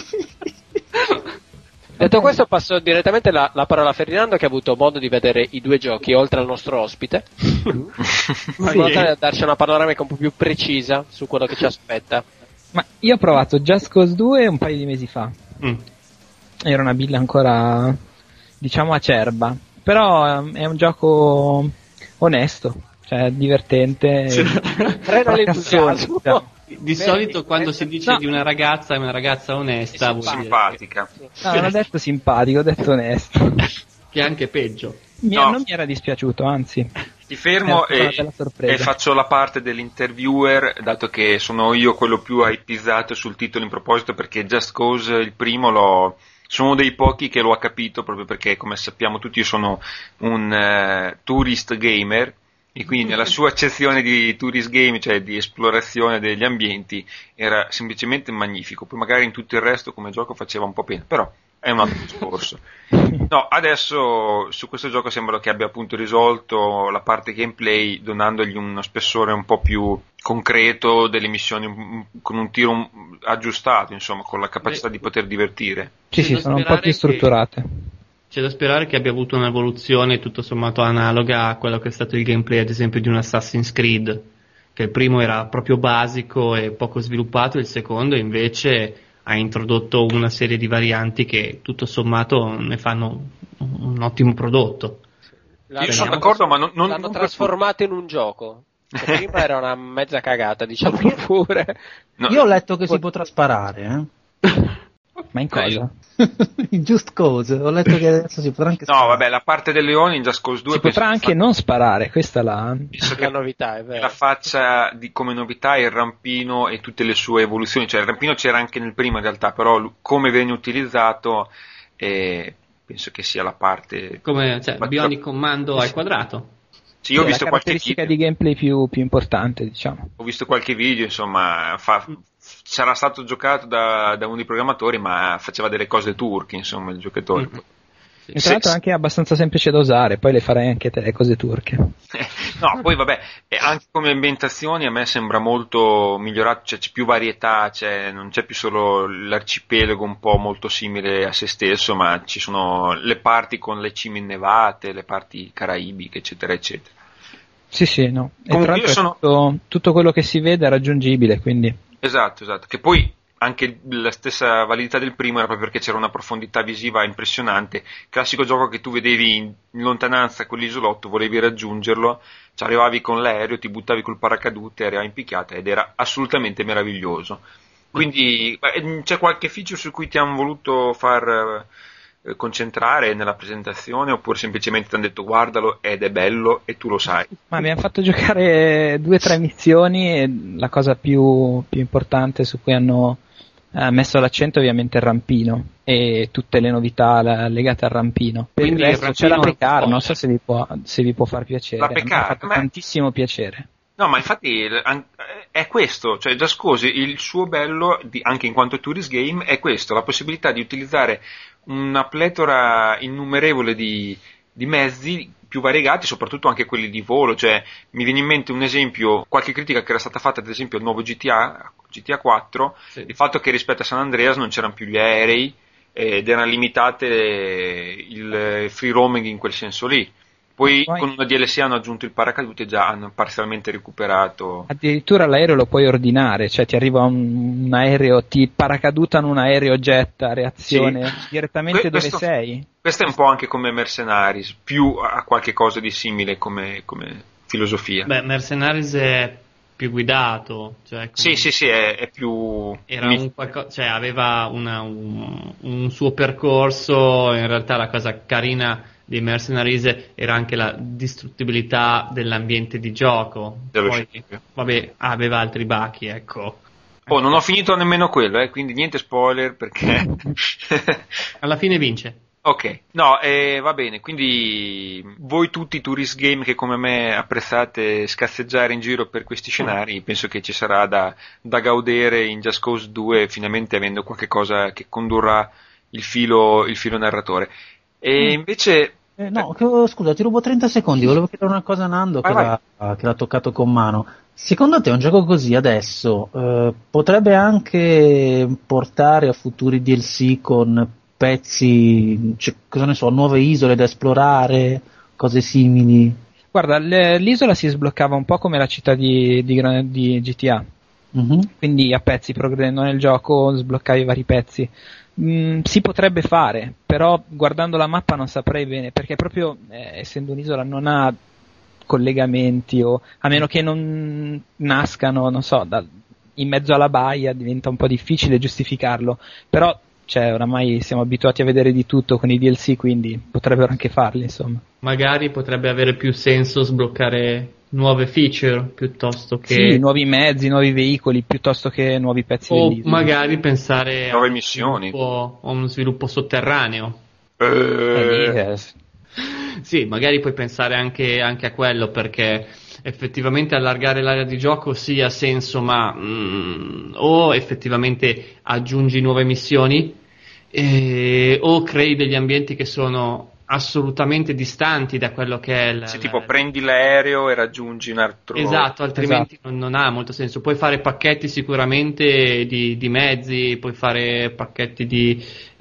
Detto questo, passo direttamente la, la parola a Ferdinando, che ha avuto modo di vedere i due giochi oltre al nostro ospite, in modo tale da darci una panoramica un po' più precisa su quello che ci aspetta. Ma io ho provato Just Cause due un paio di mesi fa. Mm. Era una build ancora, diciamo, acerba. Però um, è un gioco onesto, cioè divertente. Frena l'entusiasmo. Di solito quando si dice no. di una ragazza è una ragazza onesta, vuol dire Simpatica. No, non ho detto simpatico, ho detto onesto. che è anche peggio. Mi, No. Non mi era dispiaciuto, anzi. Ti fermo È stata una e, bella sorpresa. e faccio la parte dell'interviewer, dato che sono io quello più hypizzato sul titolo in proposito, perché Just Cause, il primo, l'ho, sono dei pochi che lo ha capito, proprio perché, come sappiamo tutti, io sono un uh, tourist gamer, e quindi nella sua accezione di tourist game, cioè di esplorazione degli ambienti, era semplicemente magnifico. Poi magari in tutto il resto come gioco faceva un po' pena, però è un altro discorso. No, adesso su questo gioco sembra che abbia appunto risolto la parte gameplay, donandogli uno spessore un po' più concreto delle missioni, un- con un tiro un- aggiustato, insomma, con la capacità di poter divertire. Sì, C'è sì, da sono un po' sperare più che- strutturate. C'è da sperare che abbia avuto un'evoluzione tutto sommato analoga a quello che è stato il gameplay, ad esempio, di un Assassin's Creed, che il primo era proprio basico e poco sviluppato, il secondo invece ha introdotto una serie di varianti che tutto sommato ne fanno un ottimo prodotto. Io sono d'accordo, ma non, non, l'hanno non per trasformato in un gioco. Prima era una mezza cagata, diciamo pure. No. Io ho letto che si potrà sparare, eh? Ma in cosa? In Just Cause, ho letto che adesso si potrà anche No, sparare. vabbè, la parte dei leoni in Just Cause due Si penso potrà che anche fa- non sparare, questa è la... penso La che novità, è vero. la faccia di, come novità il rampino e tutte le sue evoluzioni, cioè il rampino c'era anche nel primo in realtà, però lu- come viene utilizzato eh, penso che sia la parte Come, cioè, Ma- Bionic Commando al quadrato. sì, io ho Sì, visto la qualche caratteristica video, di gameplay più, più importante, diciamo. ho visto qualche video, insomma, fa- sarà stato giocato da, da uno dei programmatori, ma faceva delle cose turche, insomma, il giocatore. Mm. E tra Se- l'altro è anche abbastanza semplice da usare, poi le farai anche te le cose turche. No, poi vabbè, e anche come ambientazioni a me sembra molto migliorato, cioè c'è più varietà, c'è, non c'è più solo l'arcipelago un po' molto simile a se stesso, ma ci sono le parti con le cime innevate, le parti caraibiche, eccetera, eccetera. Sì, sì, no. E Comunque tra l'altro io sono- è tutto, tutto quello che si vede è raggiungibile, quindi... Esatto, esatto, che poi anche la stessa validità del primo era proprio perché c'era una profondità visiva impressionante, classico gioco che tu vedevi in, in lontananza quell'isolotto, volevi raggiungerlo, ci arrivavi con l'aereo, ti buttavi col paracadute, arrivavi in picchiata ed era assolutamente meraviglioso. Quindi beh, c'è qualche feature su cui ti hanno voluto far eh, concentrare nella presentazione oppure semplicemente ti hanno detto guardalo ed è bello e tu lo sai? Ma mi hanno fatto giocare due o tre missioni e la cosa più, più importante su cui hanno eh, messo l'accento è ovviamente il rampino e tutte le novità la- legate al rampino. Per Quindi il il resto c'è la rampino- Pecar, non so se vi può, se vi può far piacere. La A me Pecar, ha fatto ma- tantissimo piacere. No, ma infatti eh, an- è questo, cioè Just Cause, il suo bello, di- anche in quanto tourist game, è questo, la possibilità di utilizzare una pletora innumerevole di, di mezzi più variegati, soprattutto anche quelli di volo, cioè mi viene in mente un esempio, qualche critica che era stata fatta ad esempio al nuovo G T A, G T A quattro, Sì. il fatto che rispetto a San Andreas non c'erano più gli aerei ed erano limitate eh, il free roaming in quel senso lì. Poi Poi- con una D L C hanno aggiunto il paracadute e già hanno parzialmente recuperato. Addirittura l'aereo lo puoi ordinare, cioè ti arriva un, un aereo, ti paracadutano un aereo jet a reazione Sì. direttamente Que- dove questo- sei. Questo è un po' anche come Mercenaries, più a qualche cosa di simile come, come filosofia. Beh, Mercenaries è più guidato, cioè Sì, sì, sì, è, è più... era mi- un qualco- cioè aveva una- un, un suo percorso. In realtà la cosa carina di Mercenaries era anche la distruttibilità dell'ambiente di gioco. dello Poi, scempio. vabbè, aveva altri bachi, ecco. Oh, non ho finito nemmeno quello, eh, quindi niente spoiler perché... Alla fine vince. Ok, no, eh, va bene, quindi voi tutti tourist game che come me apprezzate scazzeggiare in giro per questi scenari, penso che ci sarà da, da gaudere in Just Cause due, finalmente avendo qualche cosa che condurrà il filo, il filo narratore. E invece... Eh, no, che- scusa, ti rubo trenta secondi, volevo chiedere una cosa a Nando Vai, che, l'ha, che l'ha toccato con mano. Secondo te un gioco così adesso eh, potrebbe anche portare a futuri D L C con pezzi, cioè, cosa ne so, nuove isole da esplorare, cose simili? Guarda, l- l'isola si sbloccava un po' come la città di, di Gra- di G T A, Mhm. quindi a pezzi, progredendo nel gioco, sbloccavi vari pezzi. Mm, si potrebbe fare, però guardando la mappa non saprei bene, perché proprio, eh, essendo un'isola, non ha collegamenti, o a meno che non nascano, non so, da- in mezzo alla baia, diventa un po' difficile giustificarlo, però cioè, oramai siamo abituati a vedere di tutto con i D L C, quindi potrebbero anche farli, insomma. Magari potrebbe avere più senso sbloccare nuove feature piuttosto che... Sì, nuovi mezzi, nuovi veicoli, piuttosto che nuovi pezzi o dell'isola. magari pensare Nuove a, missioni. uno sviluppo, a uno sviluppo sotterraneo. Eh, Eh, lì, eh, Sì, magari puoi pensare anche, anche a quello, perché effettivamente allargare l'area di gioco sì ha senso, ma mm, o effettivamente aggiungi nuove missioni eh, o crei degli ambienti che sono assolutamente distanti da quello che è il, sì, il- tipo prendi l'aereo e raggiungi un altro... Esatto, altrimenti Non, non ha molto senso. Puoi fare pacchetti sicuramente di, di mezzi, puoi fare pacchetti di,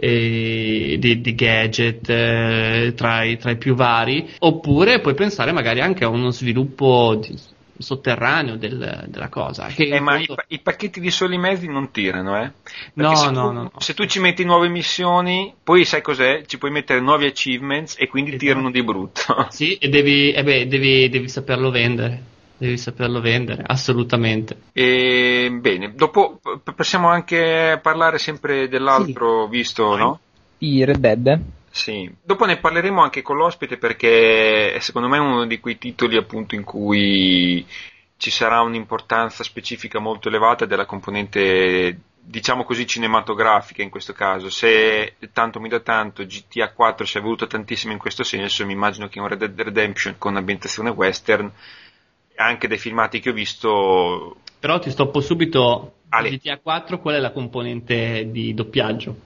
eh, di, di gadget eh, tra, i, tra i più vari, oppure puoi pensare magari anche a uno sviluppo di- sotterraneo del- della cosa. Che Eh, in ma i, fondo- i pacchetti di soli mezzi non tirano, eh? Perché No, se no, tu, no, no. se tu ci metti nuove missioni, poi sai cos'è? Ci puoi mettere nuovi achievements e quindi Esatto. tirano di brutto. Sì, e devi, eh beh, devi, devi saperlo vendere. devi saperlo vendere, assolutamente. E, bene, dopo p- possiamo anche parlare sempre dell'altro sì. visto, no? Di Red Dead. Sì, dopo ne parleremo anche con l'ospite perché è secondo me uno di quei titoli appunto in cui ci sarà un'importanza specifica molto elevata della componente, diciamo così, cinematografica in questo caso. Se tanto mi dà tanto, G T A quattro si è evoluto tantissimo in questo senso, mi immagino che un Red Dead Redemption con ambientazione western, anche dai filmati che ho visto... Però ti stoppo subito, Ale. G T A quattro qual è la componente di doppiaggio?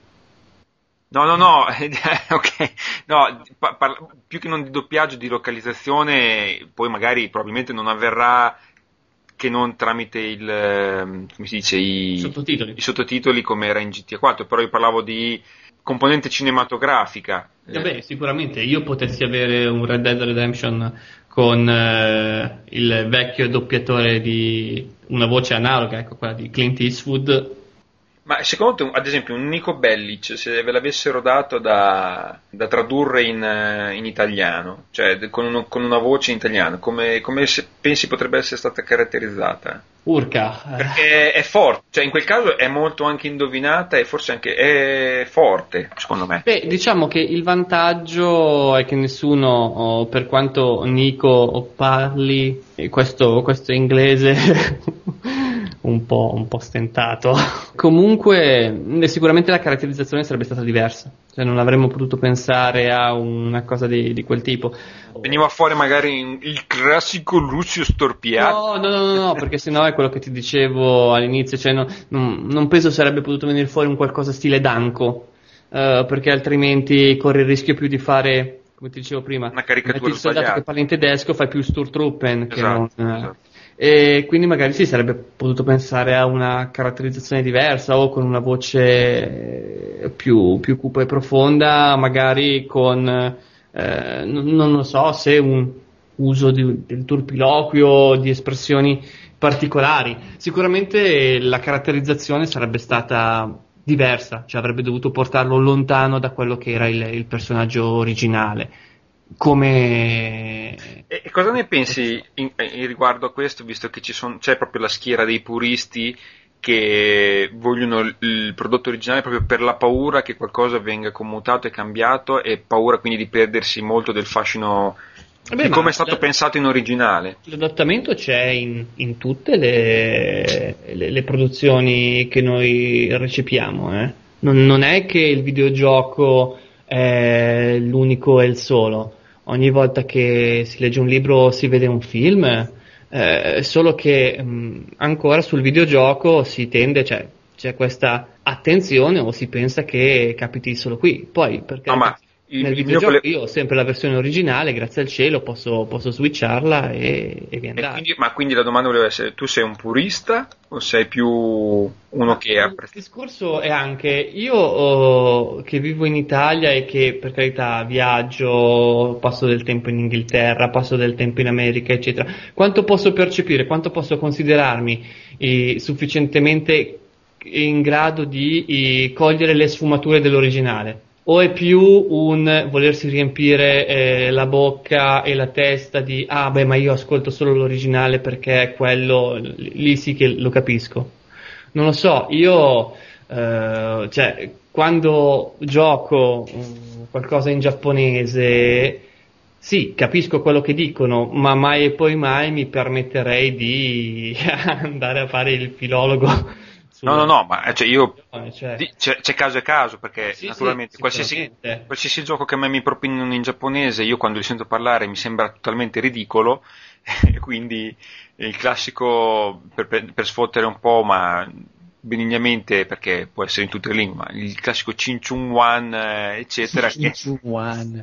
No, no, no, ok, no, pa- parla- più che non di doppiaggio, di localizzazione, poi magari probabilmente non avverrà che non tramite il, come si dice, i sottotitoli, i sottotitoli come era in G T A quattro, però io parlavo di componente cinematografica. Vabbè, sicuramente io potessi avere un Red Dead Redemption con eh, il vecchio doppiatore di una voce analoga, ecco, quella di Clint Eastwood. Ma secondo te, ad esempio, un Nico Bellic, se ve l'avessero dato da, da tradurre in, in italiano, cioè con, uno, con una voce in italiano, come, come se pensi potrebbe essere stata caratterizzata? Urca. Perché è forte, cioè in quel caso è molto anche indovinata e forse anche è forte, secondo me. Beh, diciamo che il vantaggio è che nessuno, oh, per quanto Nico parli questo, questo inglese un po', un po' stentato, comunque sicuramente la caratterizzazione sarebbe stata diversa, cioè non avremmo potuto pensare a una cosa di, di quel tipo. Veniva fuori magari il classico Lucio storpiato. No, no, no, no, no, perché sennò è quello che ti dicevo all'inizio, cioè no, non, non penso sarebbe potuto venire fuori un qualcosa stile Danko, uh, perché altrimenti corri il rischio più di fare, come ti dicevo prima, una caricatura metti il soldato sbagliata che parla in tedesco, fai più Sturmtruppen che esatto, non... esatto. E quindi magari si sarebbe potuto pensare a una caratterizzazione diversa o con una voce più, più cupa e profonda, magari con, eh, non, non lo so, se un uso di, del turpiloquio, di espressioni particolari. Sicuramente la caratterizzazione sarebbe stata diversa, cioè avrebbe dovuto portarlo lontano da quello che era il, il personaggio originale. Come... E cosa ne pensi in, in riguardo a questo, visto che ci son, c'è proprio la schiera dei puristi che vogliono il, il prodotto originale proprio per la paura che qualcosa venga commutato e cambiato e paura quindi di perdersi molto del fascino Beh, di come è stato pensato in originale? L'adattamento c'è in, in tutte le, le, le produzioni che noi recepiamo, eh? non, non è che il videogioco è l'unico e il solo. Ogni volta che si legge un libro o si vede un film, eh, solo che mh, ancora sul videogioco si tende, cioè c'è questa attenzione o si pensa che capiti solo qui. Poi perché no, ma nel videogioco io ho sempre la versione originale, grazie al cielo posso, posso switcharla e, e via andare. E quindi, ma quindi la domanda voleva essere: tu sei un purista o sei più uno che apprezza? Il discorso è anche io oh, che vivo in Italia e che per carità viaggio, passo del tempo in Inghilterra, passo del tempo in America, eccetera. Quanto posso percepire, quanto posso considerarmi eh, sufficientemente in grado di eh, cogliere le sfumature dell'originale? O è più un volersi riempire eh, la bocca e la testa di ah beh ma io ascolto solo l'originale perché quello lì sì che lo capisco. Non lo so, io eh, cioè quando gioco um, qualcosa in giapponese sì, capisco quello che dicono, ma mai e poi mai mi permetterei di andare a fare il filologo. No, no, no, ma cioè io cioè... c'è, c'è caso e caso, perché sì, naturalmente sì, qualsiasi, qualsiasi gioco che a me mi propinano in giapponese, io quando li sento parlare mi sembra totalmente ridicolo, quindi il classico, per, per sfottere un po', ma benignamente, perché può essere in tutte le lingue, ma il classico Cinchun Wan, eccetera. Cinchun Wan.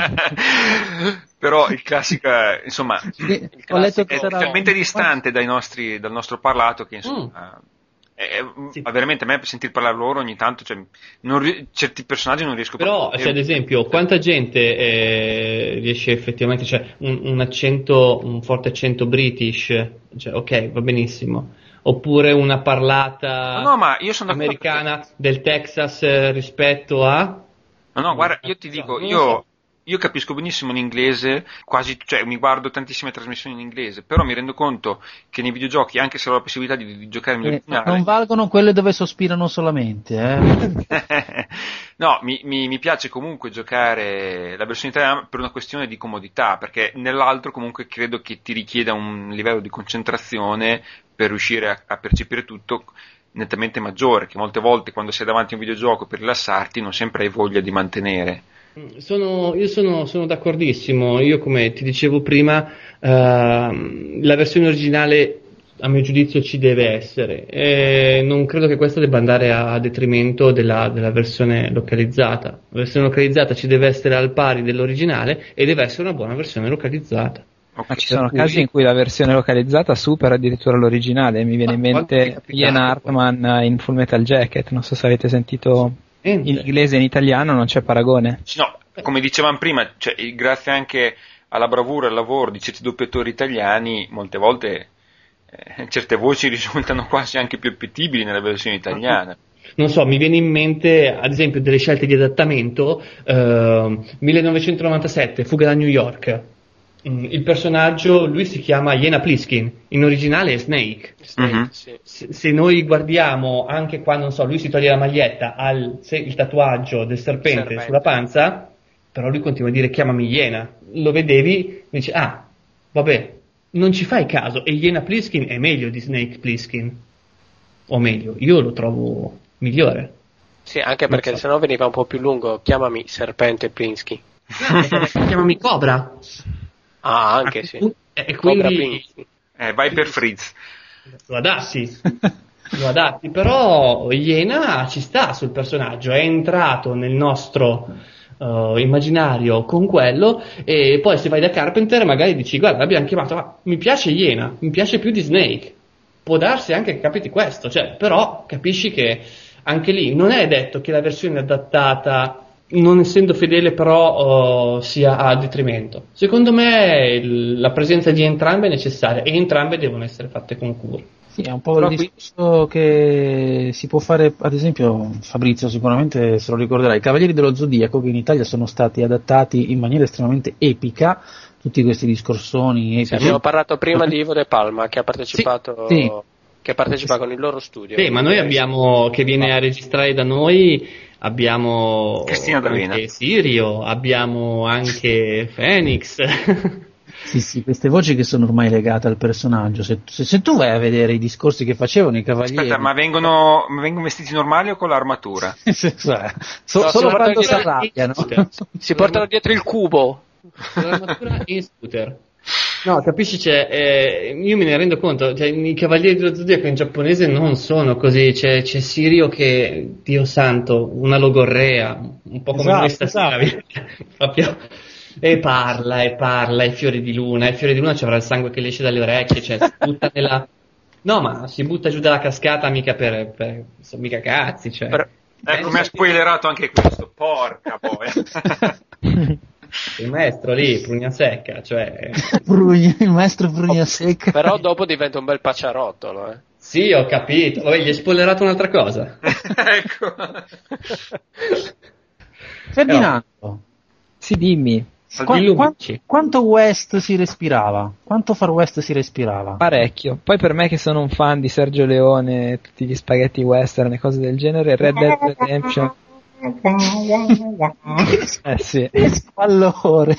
Però il classico, insomma, il Ho letto che è sarà talmente un... distante dai nostri, dal nostro parlato che insomma... Mm. Eh, sì. Veramente a me sentir parlare loro ogni tanto, cioè, non ri- certi personaggi non riesco però proprio. cioè, ad esempio quanta gente eh, riesce effettivamente, cioè un, un accento, un forte accento british, cioè, ok, va benissimo, oppure una parlata no, no, ma io sono americana del Texas eh, rispetto a no no guarda, io ti dico, io, io capisco benissimo l'inglese, quasi, cioè mi guardo tantissime trasmissioni in inglese, però mi rendo conto che nei videogiochi, anche se ho la possibilità di, di giocare in Eh, originale, non valgono quelle dove sospirano solamente, eh. no, mi, mi, mi piace comunque giocare la versione italiana per una questione di comodità, perché nell'altro comunque credo che ti richieda un livello di concentrazione per riuscire a, a percepire tutto nettamente maggiore, che molte volte quando sei davanti a un videogioco per rilassarti non sempre hai voglia di mantenere. Sono, io sono, sono d'accordissimo, io come ti dicevo prima, ehm, la versione originale a mio giudizio ci deve essere e non credo che questa debba andare a, a detrimento della, della versione localizzata. La versione localizzata ci deve essere al pari dell'originale e deve essere una buona versione localizzata. Ma ci sono casi in cui la versione localizzata supera addirittura l'originale. Mi viene in mente Ian Hartman in Full Metal Jacket, non so se avete sentito in inglese e in italiano, non c'è paragone. No, come dicevamo prima, cioè, grazie anche alla bravura e al lavoro di certi doppiatori italiani, molte volte eh, certe voci risultano quasi anche più appetibili nella versione italiana. Non so, mi viene in mente ad esempio delle scelte di adattamento, eh, millenovecentonovantasette, Fuga da New York. Il personaggio, lui si chiama Jena Pliskin, in originale è Snake. Snake, Mm-hmm. sì. Se, se noi guardiamo anche quando, non so, lui si toglie la maglietta, ha il, se- il tatuaggio del serpente, Serpente. sulla panza, però lui continua a dire chiamami Jena. Lo vedevi, dice, ah, vabbè, non ci fai caso, e Jena Pliskin è meglio di Snake Pliskin. O meglio, io lo trovo migliore. Sì, anche perché so. sennò veniva un po' più lungo. Chiamami Serpente Plinsky. chiamami Cobra. Ah, anche sì. E Cobra quindi Plinsky. Eh, vai per Fritz. lo adatti, lo adatti, però Iena ci sta sul personaggio, è entrato nel nostro uh, immaginario con quello, e poi se vai da Carpenter magari dici guarda l'abbiamo chiamato, ma mi piace Iena, mi piace più di Snake, può darsi anche che capiti questo, cioè, però capisci che anche lì non è detto che la versione adattata, non essendo fedele però uh, sia a detrimento. Secondo me il- la presenza di entrambe è necessaria e entrambe devono essere fatte con cura. Sì, è un po' Però il qui- discorso che si può fare, ad esempio, Fabrizio sicuramente se lo ricorderai, i Cavalieri dello Zodiaco, che in Italia sono stati adattati in maniera estremamente epica, tutti questi discorsoni Sì, epici. abbiamo parlato prima di Ivo De Palma che ha partecipato, Sì, sì. che partecipa con il loro studio. Sì, ma noi abbiamo, che viene a registrare da noi, abbiamo Cristina D'Avena. anche Sirio, abbiamo anche Phoenix. Sì, sì, queste voci che sono ormai legate al personaggio. Se, se- se tu vai a vedere i discorsi che facevano i Cavalieri... Aspetta, ma vengono, ma vengono vestiti normali o con l'armatura? so- so- No, solo si quando portano si dietro- arrabbiano. Si portano dietro il cubo. L'armatura e in scooter. No, capisci, cioè, eh, io me ne rendo conto, cioè, i Cavalieri dello Zodiaco in giapponese non sono così, c'è, c'è Sirio che, Dio santo, una logorrea, un po' come Esatto, noi stasera, proprio, e parla, e parla, e fiori di luna, e fiori di luna ci avrà il sangue che le esce dalle orecchie, cioè, si butta nella... No, ma si butta giù dalla cascata mica per, per sono mica cazzi, cioè. Per- Ecco, mi ha spoilerato anche questo, porca poi. Il maestro lì, prugna secca, cioè... Prugna- il maestro Prugna Secca. Però dopo diventa un bel pacciarottolo, eh. Sì, ho capito, vabbè, gli hai spoilerato un'altra cosa. Ecco. Ferdinando, Sì, dimmi. qua- Dillo, qua- dici. quanto West si respirava? Quanto Far West si respirava? Parecchio. Poi per me che sono un fan di Sergio Leone, tutti gli spaghetti western e cose del genere, Red Dead Redemption. Eh sì. Che spallore.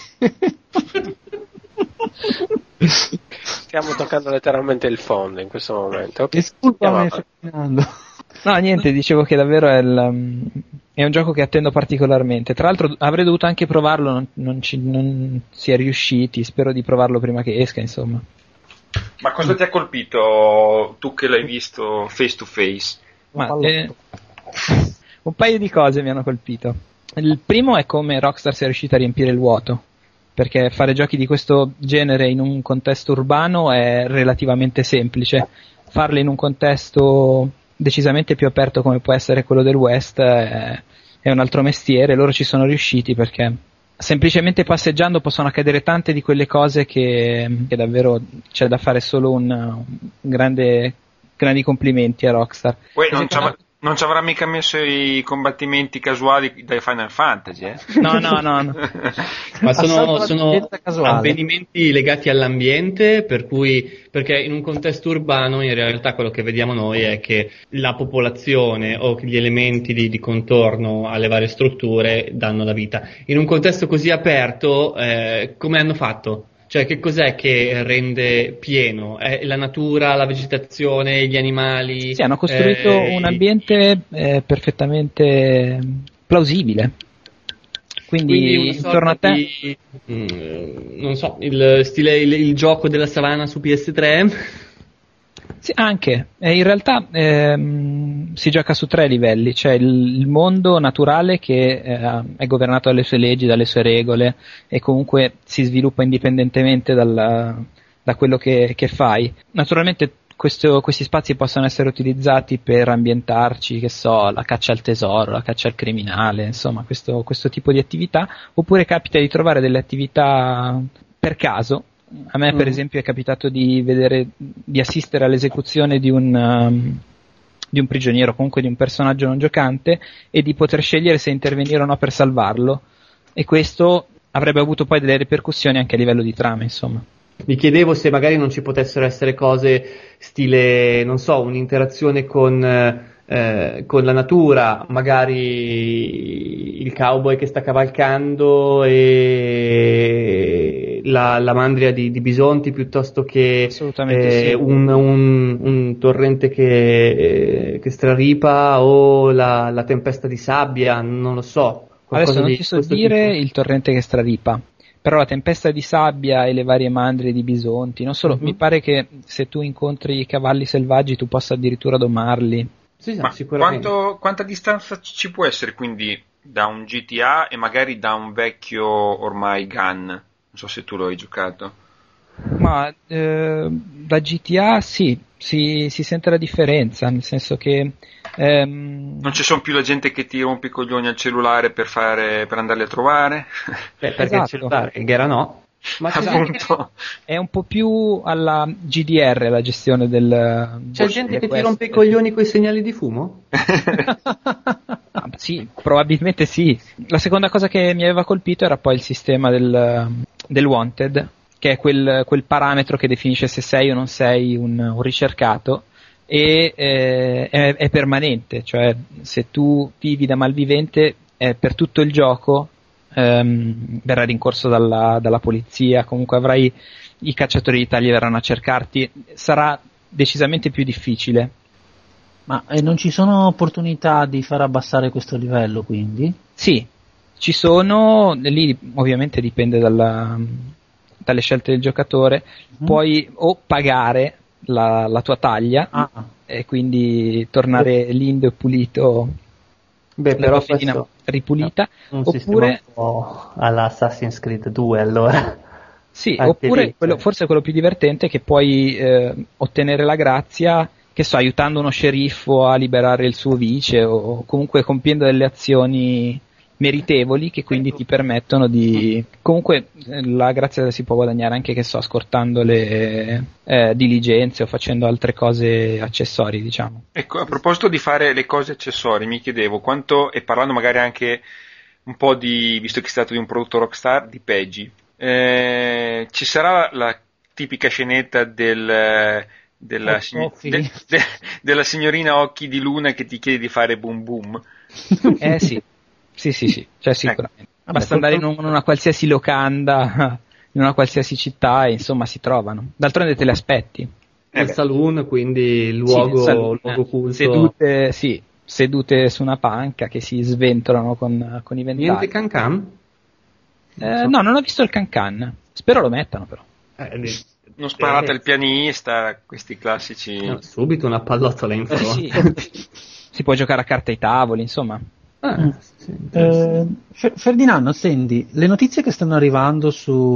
Stiamo toccando letteralmente il fondo in questo momento. Ok, E scusami, andiamo Ferdinando. No, niente, dicevo che davvero è, il, um, è un gioco che attendo particolarmente. Tra l'altro avrei dovuto anche provarlo, non, non, ci, non si è riusciti, spero di provarlo prima che esca, insomma. Ma cosa ti ha colpito tu che l'hai visto face to face? Ma, eh, un paio di cose mi hanno colpito. Il primo è come Rockstar sia riuscita a riempire il vuoto, perché fare giochi di questo genere in un contesto urbano è relativamente semplice. Farli in un contesto decisamente più aperto come può essere quello del West è, è un altro mestiere. Loro ci sono riusciti perché semplicemente passeggiando possono accadere tante di quelle cose che, che davvero c'è da fare solo un, un grande, grandi complimenti a Rockstar. Poi non ci, ha, Non ci avrà mica messo i combattimenti casuali dai Final Fantasy, eh? No, no, no. no. Ma sono, Assalto sono alla casuale. avvenimenti legati all'ambiente, per cui, perché in un contesto urbano in realtà quello che vediamo noi è che la popolazione o gli elementi di, di contorno alle varie strutture danno la vita. In un contesto così aperto, eh, come hanno fatto? Cioè, che cos'è che rende pieno? È la natura, la vegetazione, gli animali? Sì, hanno costruito eh, un ambiente eh, perfettamente plausibile. Quindi, Quindi una intorno a sorta te... di, mm, non so, il stile, il, il gioco della savana su P S tre? Sì, anche. Eh, in realtà ehm, si gioca su tre livelli. C'è il, il mondo naturale che eh, è governato dalle sue leggi, dalle sue regole e comunque si sviluppa indipendentemente dalla, da quello che, che fai. Naturalmente questo, questi spazi possono essere utilizzati per ambientarci, che so, la caccia al tesoro, la caccia al criminale, insomma questo, questo tipo di attività, oppure capita di trovare delle attività per caso. A me per Mm. esempio è capitato di vedere, di assistere all'esecuzione di un, um, di un prigioniero, comunque di un personaggio non giocante, e di poter scegliere se intervenire o no per salvarlo, e questo avrebbe avuto poi delle ripercussioni anche a livello di trama, insomma. Mi chiedevo se magari non ci potessero essere cose stile, non so, un'interazione con, eh, con la natura, magari il cowboy che sta cavalcando e la, la mandria di, di bisonti, piuttosto che Assolutamente eh, sì. un, un, un torrente che, eh, che straripa, o la, la tempesta di sabbia, non lo so. qualcosa Adesso non di ti so questo dire tipo. il torrente che straripa, però la tempesta di sabbia e le varie mandrie di bisonti, non solo, Mhm. mi pare che se tu incontri i cavalli selvaggi tu possa addirittura domarli. Sì, sì, Ma sicuramente. quanto, quanta distanza ci può essere quindi da un G T A e magari da un vecchio ormai Gun? Non so se tu lo hai giocato. Ma eh, da G T A sì, si, si sente la differenza, nel senso che ehm, Non ci sono più la gente che ti rompe i coglioni al cellulare per, fare, per andarli a trovare? Beh, perché esatto. il cellulare, il Ghera no. Ma c'è gente, che, Appunto. è un po' più alla G D R la gestione del... c'è delle gente che ti quest. rompe i coglioni con i segnali di fumo? Ah, sì, probabilmente sì. La seconda cosa che mi aveva colpito era poi il sistema del, del wanted, che è quel, quel parametro che definisce se sei o non sei un, un ricercato, e eh, è, è permanente, cioè se tu vivi da malvivente eh, per tutto il gioco ehm, verrai rincorso dalla, dalla polizia, comunque avrai i cacciatori di taglie verranno a cercarti, sarà decisamente più difficile. Ma eh, non ci sono opportunità di far abbassare questo livello, quindi? Sì, ci sono, lì ovviamente dipende dalla, dalle scelte del giocatore, Mhm. puoi o pagare la, la tua taglia Ah, e quindi tornare lindo e pulito, Beh, la però tua fedina questo ripulita, un oppure sistema un po' alla Assassin's Creed due, allora. sì, Anche oppure lì, quello, cioè. forse quello più divertente è che puoi eh, ottenere la grazia, che so, aiutando uno sceriffo a liberare il suo vice o comunque compiendo delle azioni meritevoli che quindi ti permettono di... Comunque eh, la grazia si può guadagnare anche, che so, scortando le eh, diligenze o facendo altre cose accessorie, diciamo. Ecco, a proposito di fare le cose accessorie, mi chiedevo quanto, e parlando magari anche un po' di, visto che è stato di un prodotto Rockstar, di Peggy, eh, ci sarà la tipica scenetta del... Della, Oh, sign- Sophie. de- de- della signorina Occhi di Luna che ti chiede di fare boom boom. Eh sì, sì, sì, sì, cioè sicuramente. Vabbè, Basta andare in col- un- una qualsiasi locanda, in una qualsiasi città e insomma si trovano. D'altronde te le aspetti. Eh Il beh. saloon, quindi il Sì, luogo, nel saloon, luogo eh, culto. sedute, sì, sedute su una panca che si sventolano con, con i Niente ventagli. can can? Eh, no, non ho visto il cancan. Spero lo mettano però. Eh, di- Non sparate eh, al pianista, questi classici. no, subito una pallottola in Eh, fronte. sì. Si può giocare a carte ai tavoli, insomma. Ah, sì, interessante. Eh, Fer- Ferdinando, senti, le notizie che stanno arrivando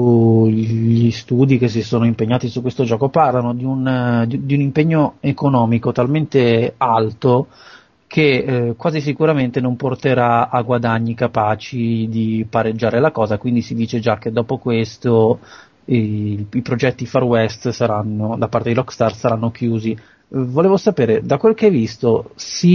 sugli studi che si sono impegnati su questo gioco parlano di un, eh, di, di un impegno economico talmente alto che eh, quasi sicuramente non porterà a guadagni capaci di pareggiare la cosa, quindi si dice già che dopo questo i, i progetti Far West saranno, da parte di Rockstar, saranno chiusi. volevo sapere, da quel che hai visto,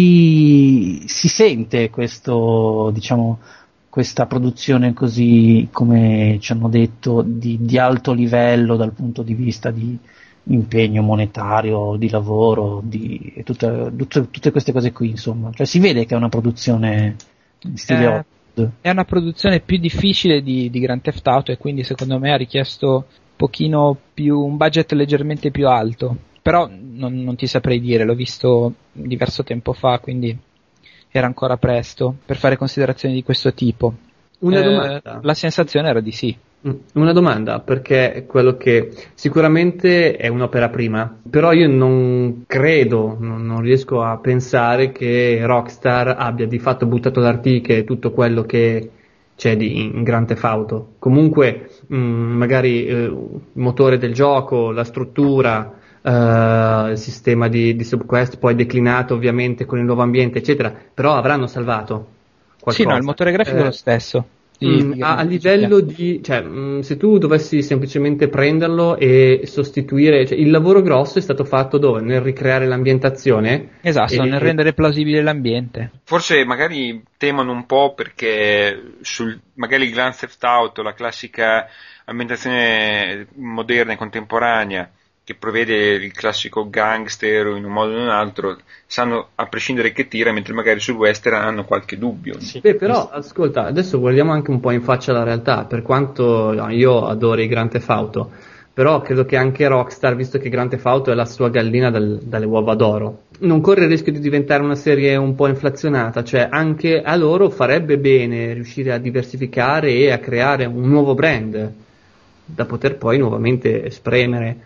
si, si sente questo, diciamo, questa produzione così, come ci hanno detto, di, di alto livello dal punto di vista di impegno monetario, di lavoro, di e tutte, tutte, tutte queste cose qui, insomma. Cioè si vede che è una produzione in stile Eh, Hot. È una produzione più difficile di, di Grand Theft Auto e quindi secondo me ha richiesto un pochino più, un budget leggermente più alto. Però non, non ti saprei dire, l'ho visto diverso tempo fa, quindi era ancora presto per fare considerazioni di questo tipo. Una Eh, domanda. la sensazione era di sì. Mm, Una domanda, perché è quello che sicuramente è un'opera prima, però io non credo, non, non riesco a pensare che Rockstar abbia di fatto buttato l'Arctique e tutto quello che c'è di, in Grand Theft Auto. Comunque, mh, magari eh, il motore del gioco, la struttura, eh, il sistema di, di subquest poi declinato ovviamente con il nuovo ambiente, eccetera, però avranno salvato qualcosa. Sì, no, il motore grafico è Eh, lo stesso. Di- Mm, di- a, a di- livello di, cioè, mm, se tu dovessi semplicemente prenderlo e sostituire, cioè, il lavoro grosso è stato fatto dove? Nel ricreare l'ambientazione? Esatto, E- nel rendere plausibile l'ambiente. Forse magari temono un po' perché sul, magari il Grand Theft Auto, la classica ambientazione moderna e contemporanea, che prevede il classico gangster o in un modo o in un altro, sanno a prescindere che tira, mentre magari sul western hanno qualche dubbio. Beh, però, ascolta, adesso guardiamo anche un po' in faccia la realtà, per quanto no, io adoro i Grand Theft Auto, però credo che anche Rockstar, visto che Grand Theft Auto è la sua gallina dal- dalle uova d'oro, non corre il rischio di diventare una serie un po' inflazionata, cioè anche a loro farebbe bene riuscire a diversificare e a creare un nuovo brand da poter poi nuovamente spremere.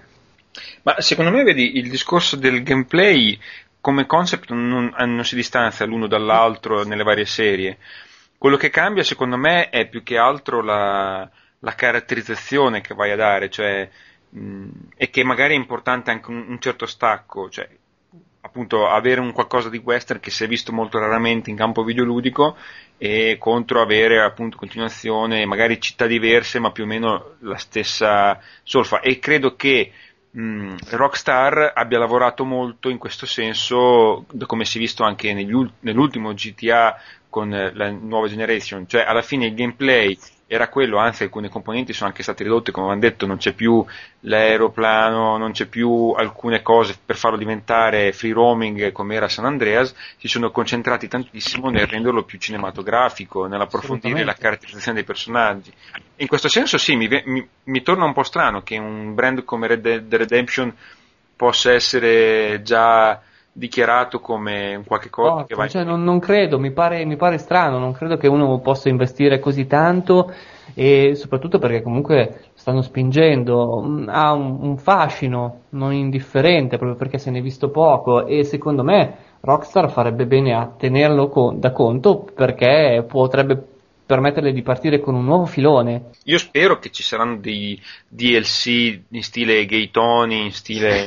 Ma secondo me, vedi, il discorso del gameplay come concept non, non si distanzia l'uno dall'altro nelle varie serie. Quello che cambia, secondo me, è più che altro la, la caratterizzazione che vai a dare, cioè, mh, e che magari è importante anche un, un certo stacco, cioè, appunto, avere un qualcosa di western che si è visto molto raramente in campo videoludico e contro avere appunto continuazione, magari città diverse, ma più o meno la stessa solfa. E credo che Mm, Rockstar abbia lavorato molto in questo senso, come si è visto anche negli ul- nell'ultimo G T A con eh, la nuova generation, cioè alla fine il gameplay era quello, anzi alcune componenti sono anche state ridotte, come abbiamo detto, non c'è più l'aeroplano, non c'è più alcune cose per farlo diventare free roaming come era San Andreas, si sono concentrati tantissimo nel renderlo più cinematografico, nell'approfondire la caratterizzazione dei personaggi. In questo senso sì, mi, mi, mi torna un po' strano che un brand come Red Dead Redemption possa essere già dichiarato come un qualche cosa No, che va cioè, non, non credo, mi pare, mi pare strano, non credo che uno possa investire così tanto e soprattutto perché comunque stanno spingendo, mh, ha un, un fascino non indifferente proprio perché se ne è visto poco e secondo me Rockstar farebbe bene a tenerlo con- da conto perché potrebbe permetterle di partire con un nuovo filone. Io spero che ci saranno dei D L C in stile Gay Tony, in stile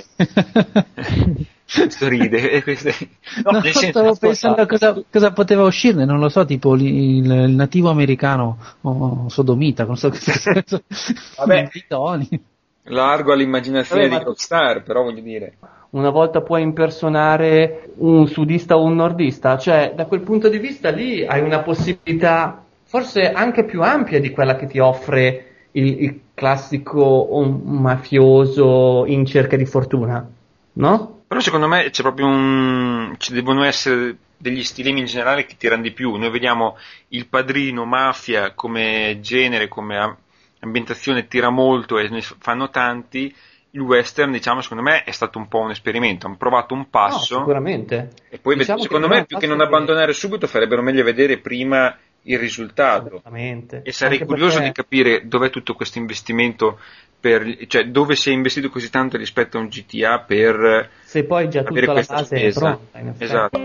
questo ride e queste... no, No, nel senso, stavo ascolta, pensando a cosa, cosa poteva uscirne, non lo so, tipo li- il, il nativo americano o sodomita, non so che senso. Vabbè. I toni. largo all'immaginazione Vabbè, ma- di Rockstar, però voglio dire, Una volta puoi impersonare un sudista o un nordista, cioè da quel punto di vista lì hai una possibilità forse anche più ampia di quella che ti offre il, il classico um, mafioso in cerca di fortuna, no? però secondo me c'è proprio un ci devono essere degli stilemi in generale che tirano di più. Noi vediamo Il Padrino, Mafia come genere, come am- ambientazione tira molto e ne fanno tanti. Il western, diciamo, secondo me è stato un po' un esperimento, hanno provato un No, passo sicuramente. e poi Diciamo secondo che però me è un più che passo non abbandonare subito farebbero meglio vedere prima il risultato. Assolutamente. E sarei Anche curioso perché- di capire dov'è tutto questo investimento, per, cioè dove si è investito così tanto rispetto a un G T A per se poi già avere tutta la questa base è spesa. pronta, in effetti. Esatto.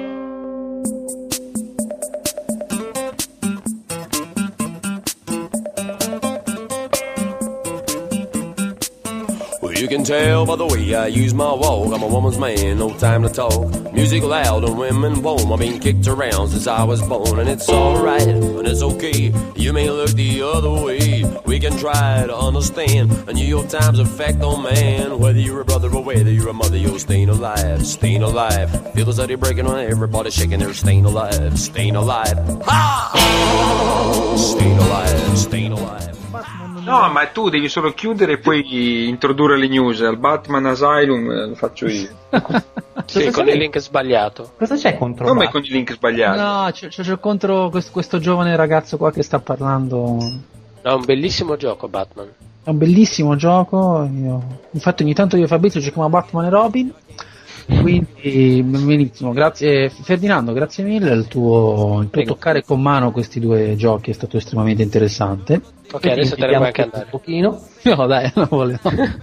Well, you can tell by the way I use my walk, I'm a woman's man, no time to talk. Music loud and women warm, I've been kicked around since I was born. And it's alright, and it's okay, you may look the other way. We can try to understand a New York Times effect on man. Whether you're a brother or whether you're a mother, you're staying alive, staying alive. Feel the city breaking on everybody shaking, they're staying alive, staying alive. Ha! Staying alive, staying alive. No, ma tu devi solo chiudere e poi introdurre le news. Al Batman Asylum lo faccio io. Sì, con il link sbagliato. Cosa c'è contro? Come con il link sbagliato? No, c'è, c'è contro questo, questo giovane ragazzo qua che sta parlando. È un bellissimo gioco Batman. È un bellissimo gioco. Io... Infatti ogni tanto io e Fabrizio giochiamo a Batman e Robin. Quindi benissimo, grazie Ferdinando, grazie mille, il tuo, il tuo toccare con mano questi due giochi è stato estremamente interessante. Ok, adesso dovremmo anche andare un pochino. No dai, non volevo.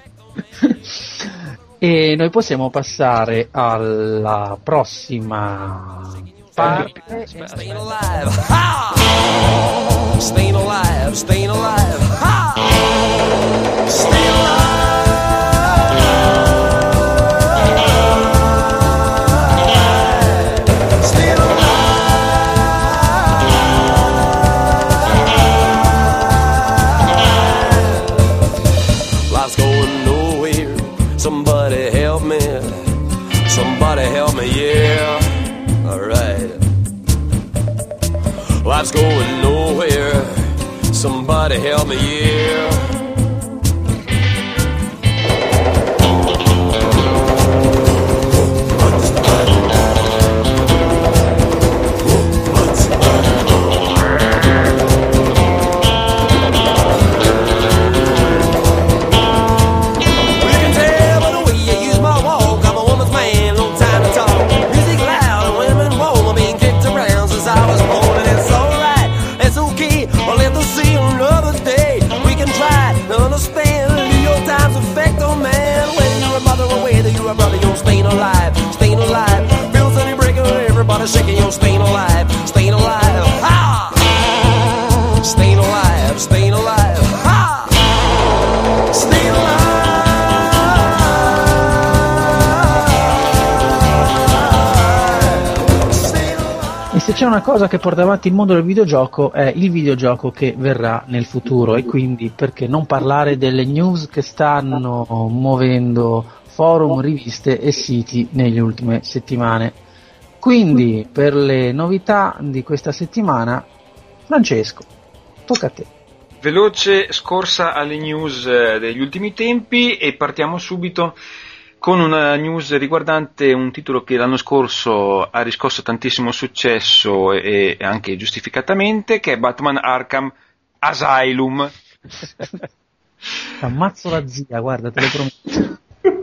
E noi possiamo passare alla prossima parte. Staying alive, ha! Staying alive, staying alive, ha! Staying alive. Somebody help me, somebody help me, yeah, alright. Life's going nowhere, somebody help me, yeah. Shaking, you're staying alive, staying alive, ha! Staying alive, staying alive, ha! Staying alive, staying alive. E se c'è una cosa che porta avanti il mondo del videogioco è il videogioco che verrà nel futuro, e quindi perché non parlare delle news che stanno muovendo forum, riviste e siti nelle ultime settimane. Quindi, per le novità di questa settimana, Francesco, tocca a te. Veloce scorsa alle news degli ultimi tempi e partiamo subito con una news riguardante un titolo che l'anno scorso ha riscosso tantissimo successo e anche giustificatamente, che è Batman Arkham Asylum. Ammazzo la zia, guarda, te lo prometto.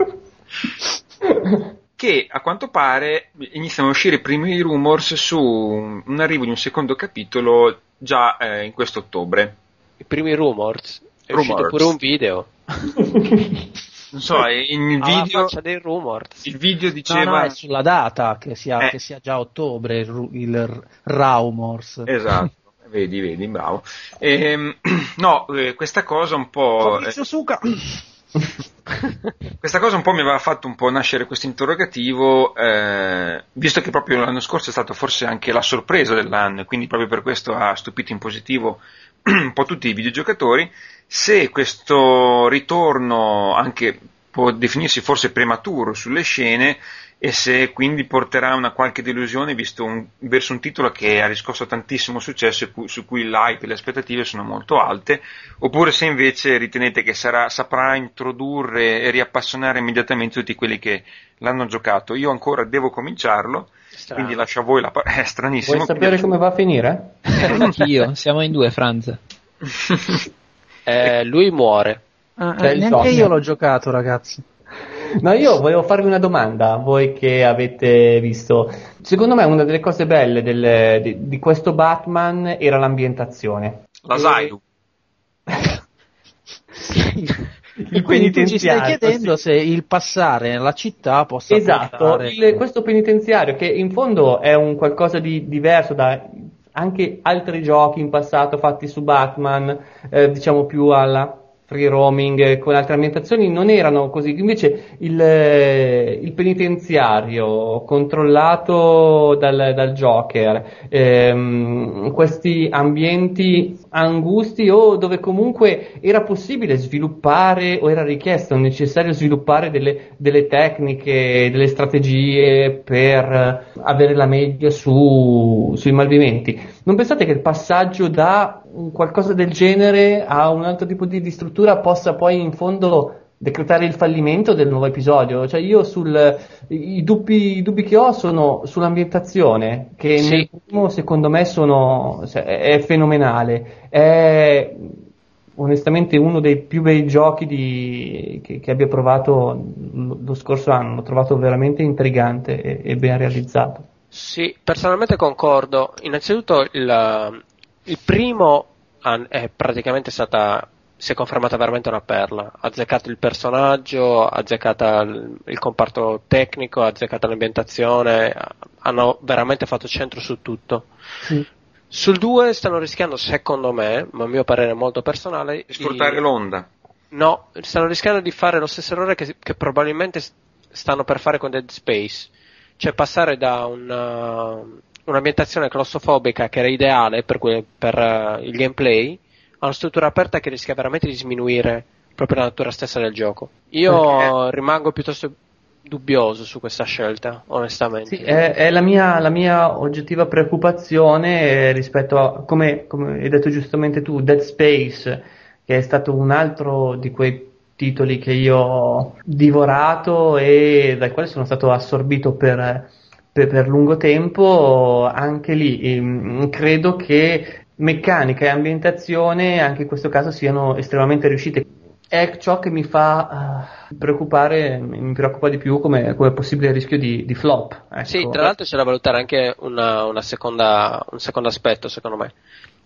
Che a quanto pare iniziano a uscire i primi rumors su un arrivo di un secondo capitolo già eh, in questo ottobre. I primi rumors? È rumors. uscito pure un video. Non so, in Alla video faccia dei rumors. il video diceva No, no, è sulla data che sia, eh. che sia già ottobre il, ru- il rumors. Esatto. Vedi, vedi, bravo. Ehm, no, eh, questa cosa un po'... Fabrizio Suca! Questa cosa un po' mi aveva fatto un po' nascere questo interrogativo, eh, visto che proprio l'anno scorso è stato forse anche la sorpresa dell'anno, e quindi proprio per questo ha stupito in positivo un po' tutti i videogiocatori, se questo ritorno anche può definirsi forse prematuro sulle scene, e se quindi porterà una qualche delusione visto un, verso un titolo che ha riscosso tantissimo successo e pu- su cui l'hype e le aspettative sono molto alte, oppure se invece ritenete che sarà, saprà introdurre e riappassionare immediatamente tutti quelli che l'hanno giocato. Io ancora devo cominciarlo, Strano. quindi lascio a voi la parola. È stranissimo. Vuoi sapere come va a finire? Anch'io, siamo in due, Franz. Eh, lui muore. Ah, C'è eh, il neanche sogno. io l'ho giocato, ragazzi. No, io volevo farvi una domanda, voi che avete visto. Secondo me una delle cose belle del- di, di questo Batman era l'ambientazione. L'Asylum. Il Quindi tu ci stai penitenziario, chiedendo sì. se il passare nella città possa Esatto, portare... il- questo penitenziario che in fondo è un qualcosa di diverso da anche altri giochi in passato fatti su Batman, eh, diciamo più alla free roaming con altre ambientazioni non erano così. Invece il, il penitenziario controllato dal, dal Joker, ehm, questi ambienti angusti o dove comunque era possibile sviluppare o era richiesto, necessario sviluppare delle, delle tecniche, delle strategie per avere la media su, sui malviventi. Non pensate che il passaggio da qualcosa del genere a un altro tipo di, di struttura possa poi in fondo decretare il fallimento del nuovo episodio? Cioè io sul i dubbi, i dubbi che ho sono sull'ambientazione, che Sì. nel primo secondo me sono cioè, è fenomenale, è onestamente uno dei più bei giochi di, che, che abbia provato lo, lo scorso anno, l'ho trovato veramente intrigante e, e ben realizzato. Sì, personalmente concordo. Innanzitutto il, il primo an- è praticamente stata, si è confermata veramente una perla. Ha azzeccato il personaggio, ha azzeccato il, il comparto tecnico, ha azzeccato l'ambientazione, hanno veramente fatto centro su tutto. Sì. Sul due stanno rischiando, secondo me, ma a mio parere molto personale, Di sfruttare di- l'onda. No, stanno rischiando di fare lo stesso errore che, che probabilmente s- stanno per fare con Dead Space, cioè passare da una, un'ambientazione claustrofobica che era ideale per, que- per uh, il gameplay a una struttura aperta che rischia veramente di sminuire proprio la natura stessa del gioco. Io Perché? rimango piuttosto dubbioso su questa scelta, onestamente. Sì, è, è la mia, la mia oggettiva preoccupazione eh, rispetto a, come, come hai detto giustamente tu, Dead Space, che è stato un altro di quei titoli che io ho divorato e dai quali sono stato assorbito per, per, per lungo tempo. Anche lì ehm, credo che meccanica e ambientazione anche in questo caso siano estremamente riuscite. È ciò che mi fa uh, preoccupare, mi preoccupa di più come, come possibile rischio di, di flop. Ecco. Sì, tra l'altro c'è da valutare anche una, una seconda, un secondo aspetto, secondo me,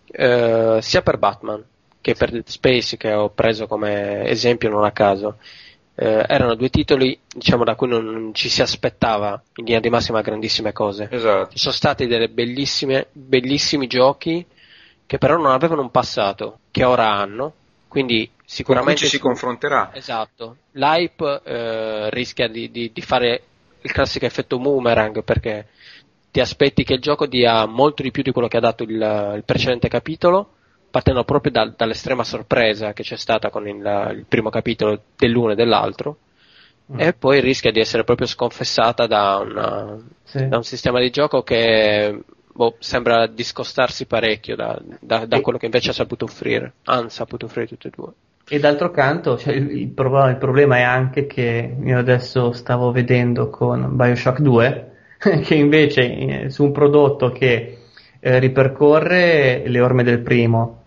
Eh, sia per Batman che per Dead Space, che ho preso come esempio non a caso. Eh, erano due titoli, diciamo, da cui non ci si aspettava in linea di massima grandissime cose. Esatto. Ci sono stati delle bellissime, bellissimi giochi che però non avevano un passato, che ora hanno, quindi Con cui sicuramente ci si confronterà. Esatto, l'hype eh, rischia di, di, di fare il classico effetto boomerang, perché ti aspetti che il gioco dia molto di più di quello che ha dato il, il precedente capitolo, partendo proprio da, dall'estrema sorpresa che c'è stata con il, il primo capitolo dell'uno e dell'altro, mm. e poi rischia di essere proprio sconfessata da, una, Sì. da un sistema di gioco che boh, sembra discostarsi parecchio da, da, da E- quello che invece ha saputo offrire, anzi ha saputo offrire tutte e due. E d'altro canto, cioè, il, il problema, il problema è anche che io adesso stavo vedendo con BioShock due, che invece eh, su un prodotto che eh, ripercorre le orme del primo,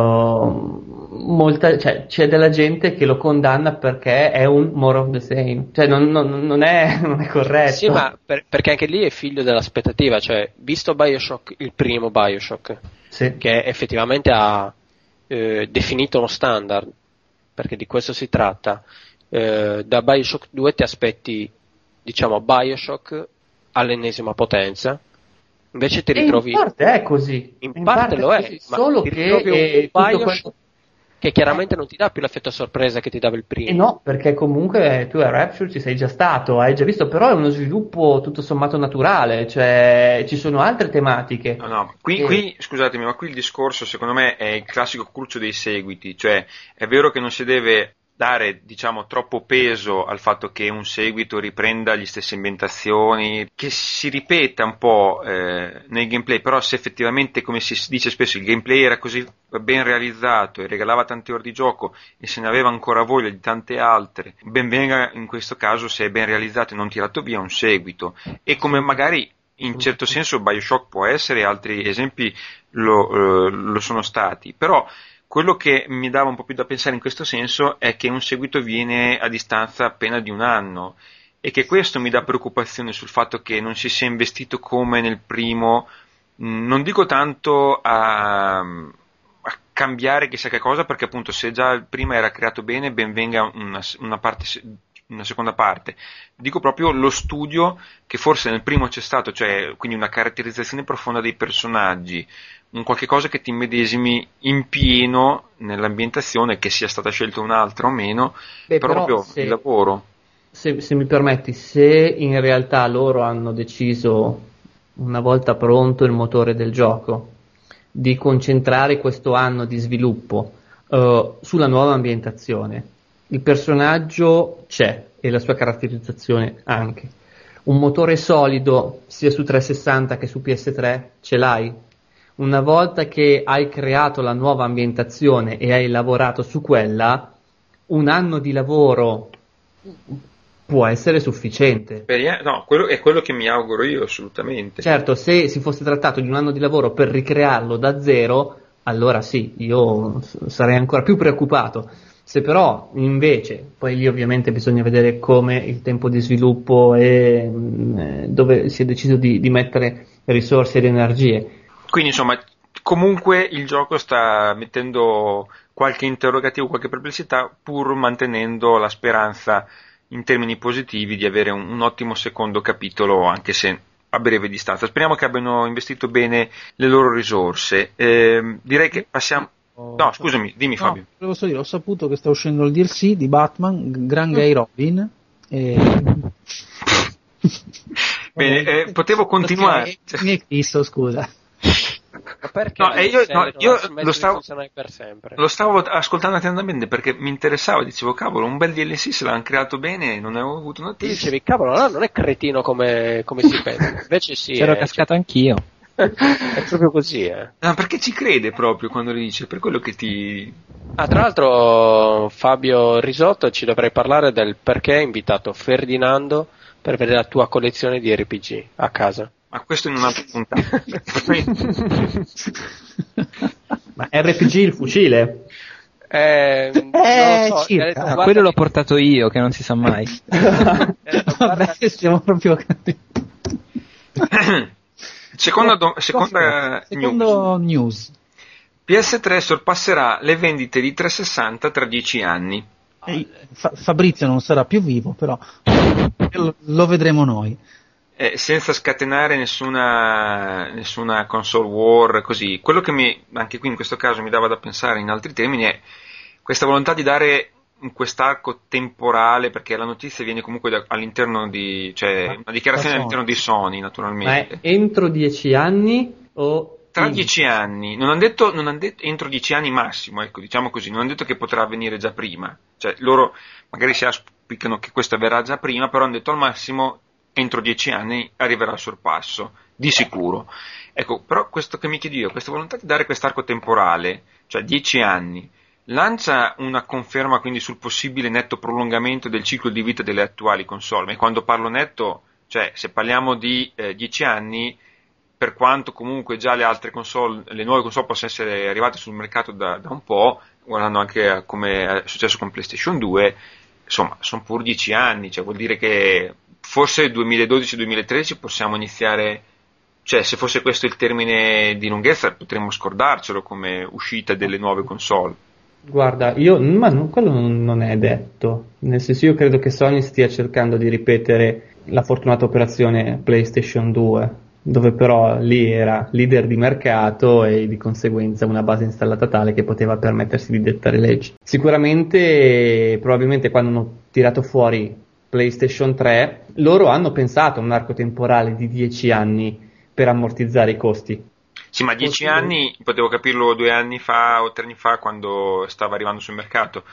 uh, molta, cioè, c'è della gente che lo condanna perché è un more of the same, cioè non, non, non, è, non è corretto. Sì, ma per- perché anche lì è figlio dell'aspettativa, cioè, visto BioShock, il primo BioShock, Sì. che effettivamente ha eh, definito uno standard, perché di questo si tratta, eh, da BioShock due ti aspetti, diciamo, BioShock all'ennesima potenza, invece ti E ritrovi... in parte è così. In In parte lo è, così, ma solo ti che ritrovi un eh, tutto BioShock quello- che chiaramente non ti dà più l'effetto sorpresa che ti dava il primo. E no, perché comunque tu a Rapture ci sei già stato, hai già visto, però è uno sviluppo tutto sommato naturale, cioè ci sono altre tematiche. No, no, qui, E- qui, scusatemi, ma qui il discorso secondo me è il classico cruccio dei seguiti, cioè è vero che non si deve dare, diciamo, troppo peso al fatto che un seguito riprenda le stesse ambientazioni, che si ripeta un po' eh, nel gameplay, però se effettivamente, come si dice spesso, il gameplay era così ben realizzato e regalava tante ore di gioco e se ne aveva ancora voglia di tante altre, ben venga in questo caso se è ben realizzato e non tirato via un seguito, e come magari in certo senso BioShock può essere, altri esempi lo, eh, lo sono stati, però quello che mi dava un po' più da pensare in questo senso è che un seguito viene a distanza appena di un anno e che questo mi dà preoccupazione sul fatto che non si sia investito come nel primo, mh, non dico tanto a, a cambiare chissà che cosa, perché appunto se già il primo era creato bene, ben venga una, una parte una seconda parte, dico proprio lo studio che forse nel primo c'è stato, cioè quindi una caratterizzazione profonda dei personaggi, un qualche cosa che ti immedesimi in pieno nell'ambientazione, che sia stata scelta un'altra o meno, Beh, proprio però se, il lavoro. Se, se mi permetti, se in realtà loro hanno deciso, una volta pronto il motore del gioco, di concentrare questo anno di sviluppo uh, sulla nuova ambientazione, il personaggio c'è e la sua caratterizzazione anche. Un motore solido sia su trecentosessanta che su P S tre ce l'hai? Una volta che hai creato la nuova ambientazione e hai lavorato su quella, un anno di lavoro può essere sufficiente. No, quello è quello che mi auguro io, assolutamente. Certo, se si fosse trattato di un anno di lavoro per ricrearlo da zero, allora sì, io sarei ancora più preoccupato. Se però invece, poi lì ovviamente bisogna vedere come il tempo di sviluppo e mh, dove si è deciso di, di mettere risorse ed energie. Quindi insomma, comunque il gioco sta mettendo qualche interrogativo, qualche perplessità, pur mantenendo la speranza in termini positivi di avere un, un ottimo secondo capitolo, anche se a breve distanza. Speriamo che abbiano investito bene le loro risorse. Eh, direi che passiamo... No, scusami, dimmi no, Fabio. Volevo solo dire, ho saputo che sta uscendo il D L C di Batman, Gran Gay Robin. E... Bene, eh, potevo continuare. Mi è Cristo, scusa. Ma perché no, e io, no, io lo, stavo, per sempre? lo stavo ascoltando attentamente perché mi interessava, dicevo cavolo, un bel D L C se l'hanno creato bene, non avevo avuto notizie. Dicevi cavolo, no, non è cretino come, come si pensa, invece sì. C'ero eh, cascato anch'io. È proprio così, eh. No, perché ci crede proprio quando lo dice, per quello che ti... Ah, tra l'altro Fabio Risotto ci dovrei parlare del perché hai invitato Ferdinando per vedere la tua collezione di R P G a casa. Ma questo in un'altra puntata. Ma R P G il fucile? Eh, eh non lo so, circa. detto, Ah, quello l'ho portato io, che non si sa mai. detto, Vabbè, stiamo proprio... Seconda, do- seconda Secondo news. news. P S tre sorpasserà le vendite di trecentosessanta tra dieci anni. Eh, Fa- Fabrizio non sarà più vivo, però lo, lo vedremo noi. Eh, senza scatenare nessuna, nessuna console war, così. Quello che mi, anche qui in questo caso mi dava da pensare in altri termini è questa volontà di dare in quest'arco temporale, perché la notizia viene comunque da, all'interno di, cioè una dichiarazione all'interno di Sony, naturalmente. Ma è entro dieci anni o... Tra dieci anni, non hanno detto, non han detto entro dieci anni massimo, ecco, diciamo così, non hanno detto che potrà avvenire già prima, cioè loro magari si auspicano che questo avverrà già prima, però hanno detto al massimo entro dieci anni arriverà il sorpasso, di sicuro. Ecco, però questo che mi chiedo io, questa volontà di dare quest'arco temporale, cioè dieci anni, lancia una conferma quindi sul possibile netto prolungamento del ciclo di vita delle attuali console, e quando parlo netto, cioè se parliamo di eh, dieci anni, per quanto comunque già le altre console, le nuove console possono essere arrivate sul mercato da, da un po', guardando anche a come è successo con PlayStation due, insomma, sono pur dieci anni, cioè vuol dire che forse duemiladodici duemilatredici possiamo iniziare, cioè se fosse questo il termine di lunghezza potremmo scordarcelo come uscita delle nuove console. Guarda, io, ma non, quello non, non è detto, nel senso io credo che Sony stia cercando di ripetere la fortunata operazione PlayStation due, dove però lì era leader di mercato e di conseguenza una base installata tale che poteva permettersi di dettare leggi. Sicuramente, probabilmente quando hanno tirato fuori PlayStation tre, loro hanno pensato a un arco temporale di dieci anni per ammortizzare i costi. Sì, ma dieci anni, potevo capirlo due anni fa o tre anni fa quando stava arrivando sul mercato,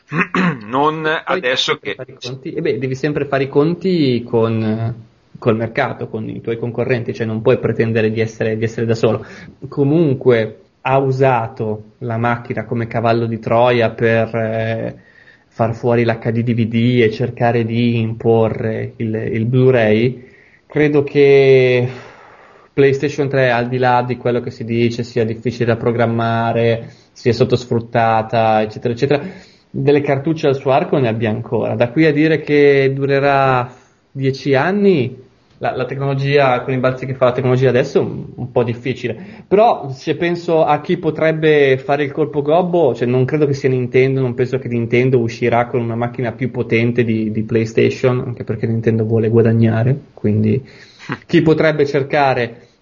non poi adesso che... Conti, e beh, devi sempre fare i conti con... col mercato, con i tuoi concorrenti, cioè non puoi pretendere di essere, di essere da solo. Comunque ha usato la macchina come cavallo di Troia per eh, far fuori l'H D D V D e cercare di imporre il, il Blu-ray. Credo che PlayStation tre, al di là di quello che si dice sia difficile da programmare, sia sottosfruttata, eccetera eccetera, delle cartucce al suo arco ne abbia ancora. Da qui a dire che durerà dieci anni, la, la tecnologia, con i balzi che fa la tecnologia adesso, è un, un po' difficile. Però se penso a chi potrebbe fare il colpo gobbo, cioè non credo che sia Nintendo, non penso che Nintendo uscirà con una macchina più potente di, di PlayStation, anche perché Nintendo vuole guadagnare, quindi chi potrebbe cercare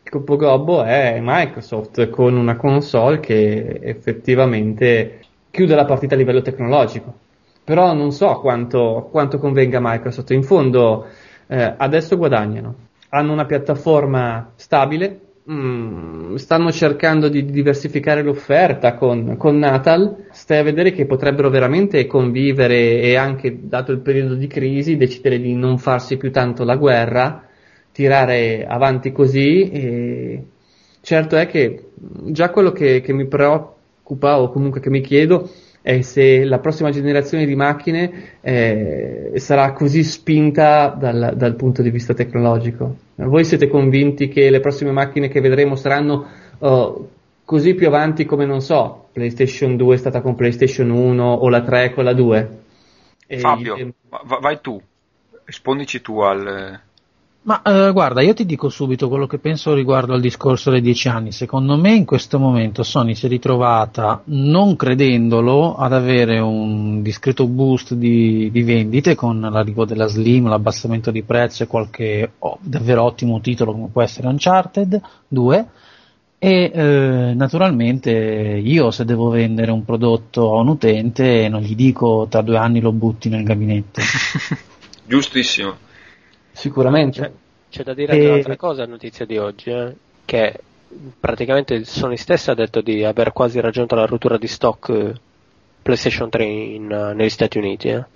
Coppo Gobbo è Microsoft con una console che effettivamente chiude la partita a livello tecnologico. Però non so quanto, quanto convenga a Microsoft. In fondo eh, adesso guadagnano, hanno una piattaforma stabile, mh, stanno cercando di diversificare l'offerta con, con Natal. Stai a vedere che potrebbero veramente convivere e anche, dato il periodo di crisi, decidere di non farsi più tanto la guerra, tirare avanti così. E certo è che già quello che, che mi preoccupa, o comunque che mi chiedo, è se la prossima generazione di macchine eh, sarà così spinta dal, dal punto di vista tecnologico. Voi siete convinti che le prossime macchine che vedremo saranno uh, così più avanti come, non so, PlayStation due è stata con PlayStation uno o la tre con la due? E Fabio, il... va- vai tu, rispondici tu al... Ma eh, guarda, io ti dico subito quello che penso riguardo al discorso dei dieci anni. Secondo me in questo momento Sony si è ritrovata, non credendolo, ad avere un discreto boost di, di vendite con l'arrivo della Slim, l'abbassamento di prezzo e qualche oh, davvero ottimo titolo come può essere Uncharted due. E eh, naturalmente io, se devo vendere un prodotto a un utente, non gli dico tra due anni lo butti nel gabinetto. Giustissimo. Sicuramente. C'è, c'è da dire anche E- un'altra cosa, notizia di oggi, eh, che praticamente Sony stessa ha detto di aver quasi raggiunto la rottura di stock eh, PlayStation tre in, eh, negli Stati Uniti. Eh.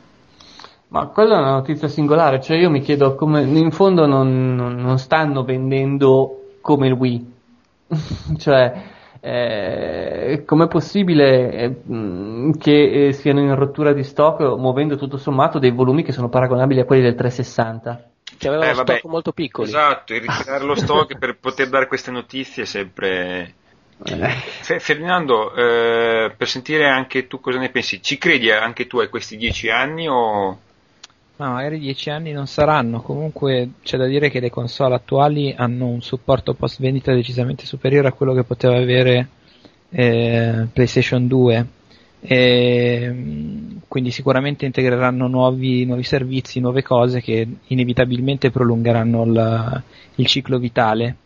Ma quella è una notizia singolare, cioè io mi chiedo come in fondo non, non, non stanno vendendo come il Wii. Cioè, eh, com'è possibile eh, mh, che eh, siano in rottura di stock muovendo tutto sommato dei volumi che sono paragonabili a quelli del trecentosessanta? Che avevano Eh, vabbè, stock molto piccoli. Esatto, e ritirare lo stock per poter dare queste notizie è sempre... Eh. Fe- Ferdinando, eh, per sentire anche tu cosa ne pensi, ci credi anche tu a questi dieci anni o... Ma magari dieci anni non saranno, comunque c'è da dire che le console attuali hanno un supporto post vendita decisamente superiore a quello che poteva avere eh, PlayStation due, e, mh, quindi sicuramente integreranno nuovi, nuovi servizi, nuove cose che inevitabilmente prolungheranno il, il ciclo vitale.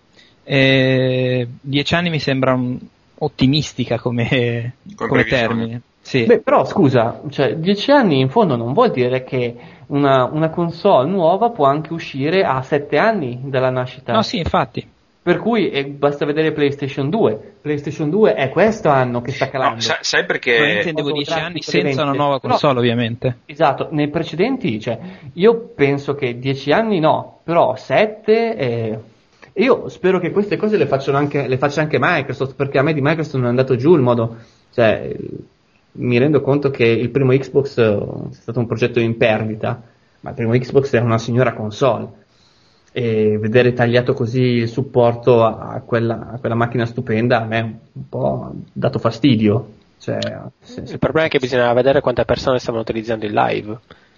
E, dieci anni mi sembra un, ottimistica come, Come come previsione. termine. Sì. Beh, però scusa, cioè dieci anni in fondo non vuol dire che una, una console nuova può anche uscire a sette anni dalla nascita. No, sì, infatti. Per cui eh, basta vedere PlayStation due. PlayStation due è questo anno che sta calando. No, sa- sai Io perché... intendevo dieci Traffico anni di senza vendite. una nuova Però- console, ovviamente. Esatto, nei precedenti, cioè, io penso che dieci anni no, però sette... Eh, io spero che queste cose le, facciano anche, le faccia anche Microsoft, perché a me di Microsoft non è andato giù il modo... Cioè, mi rendo conto che il primo Xbox è stato un progetto in perdita, ma il primo Xbox era una signora console, e vedere tagliato così il supporto a quella, a quella macchina stupenda a me è un po' ha dato fastidio. Cioè, se- se- Il problema è che bisognava vedere quante persone stavano utilizzando il live.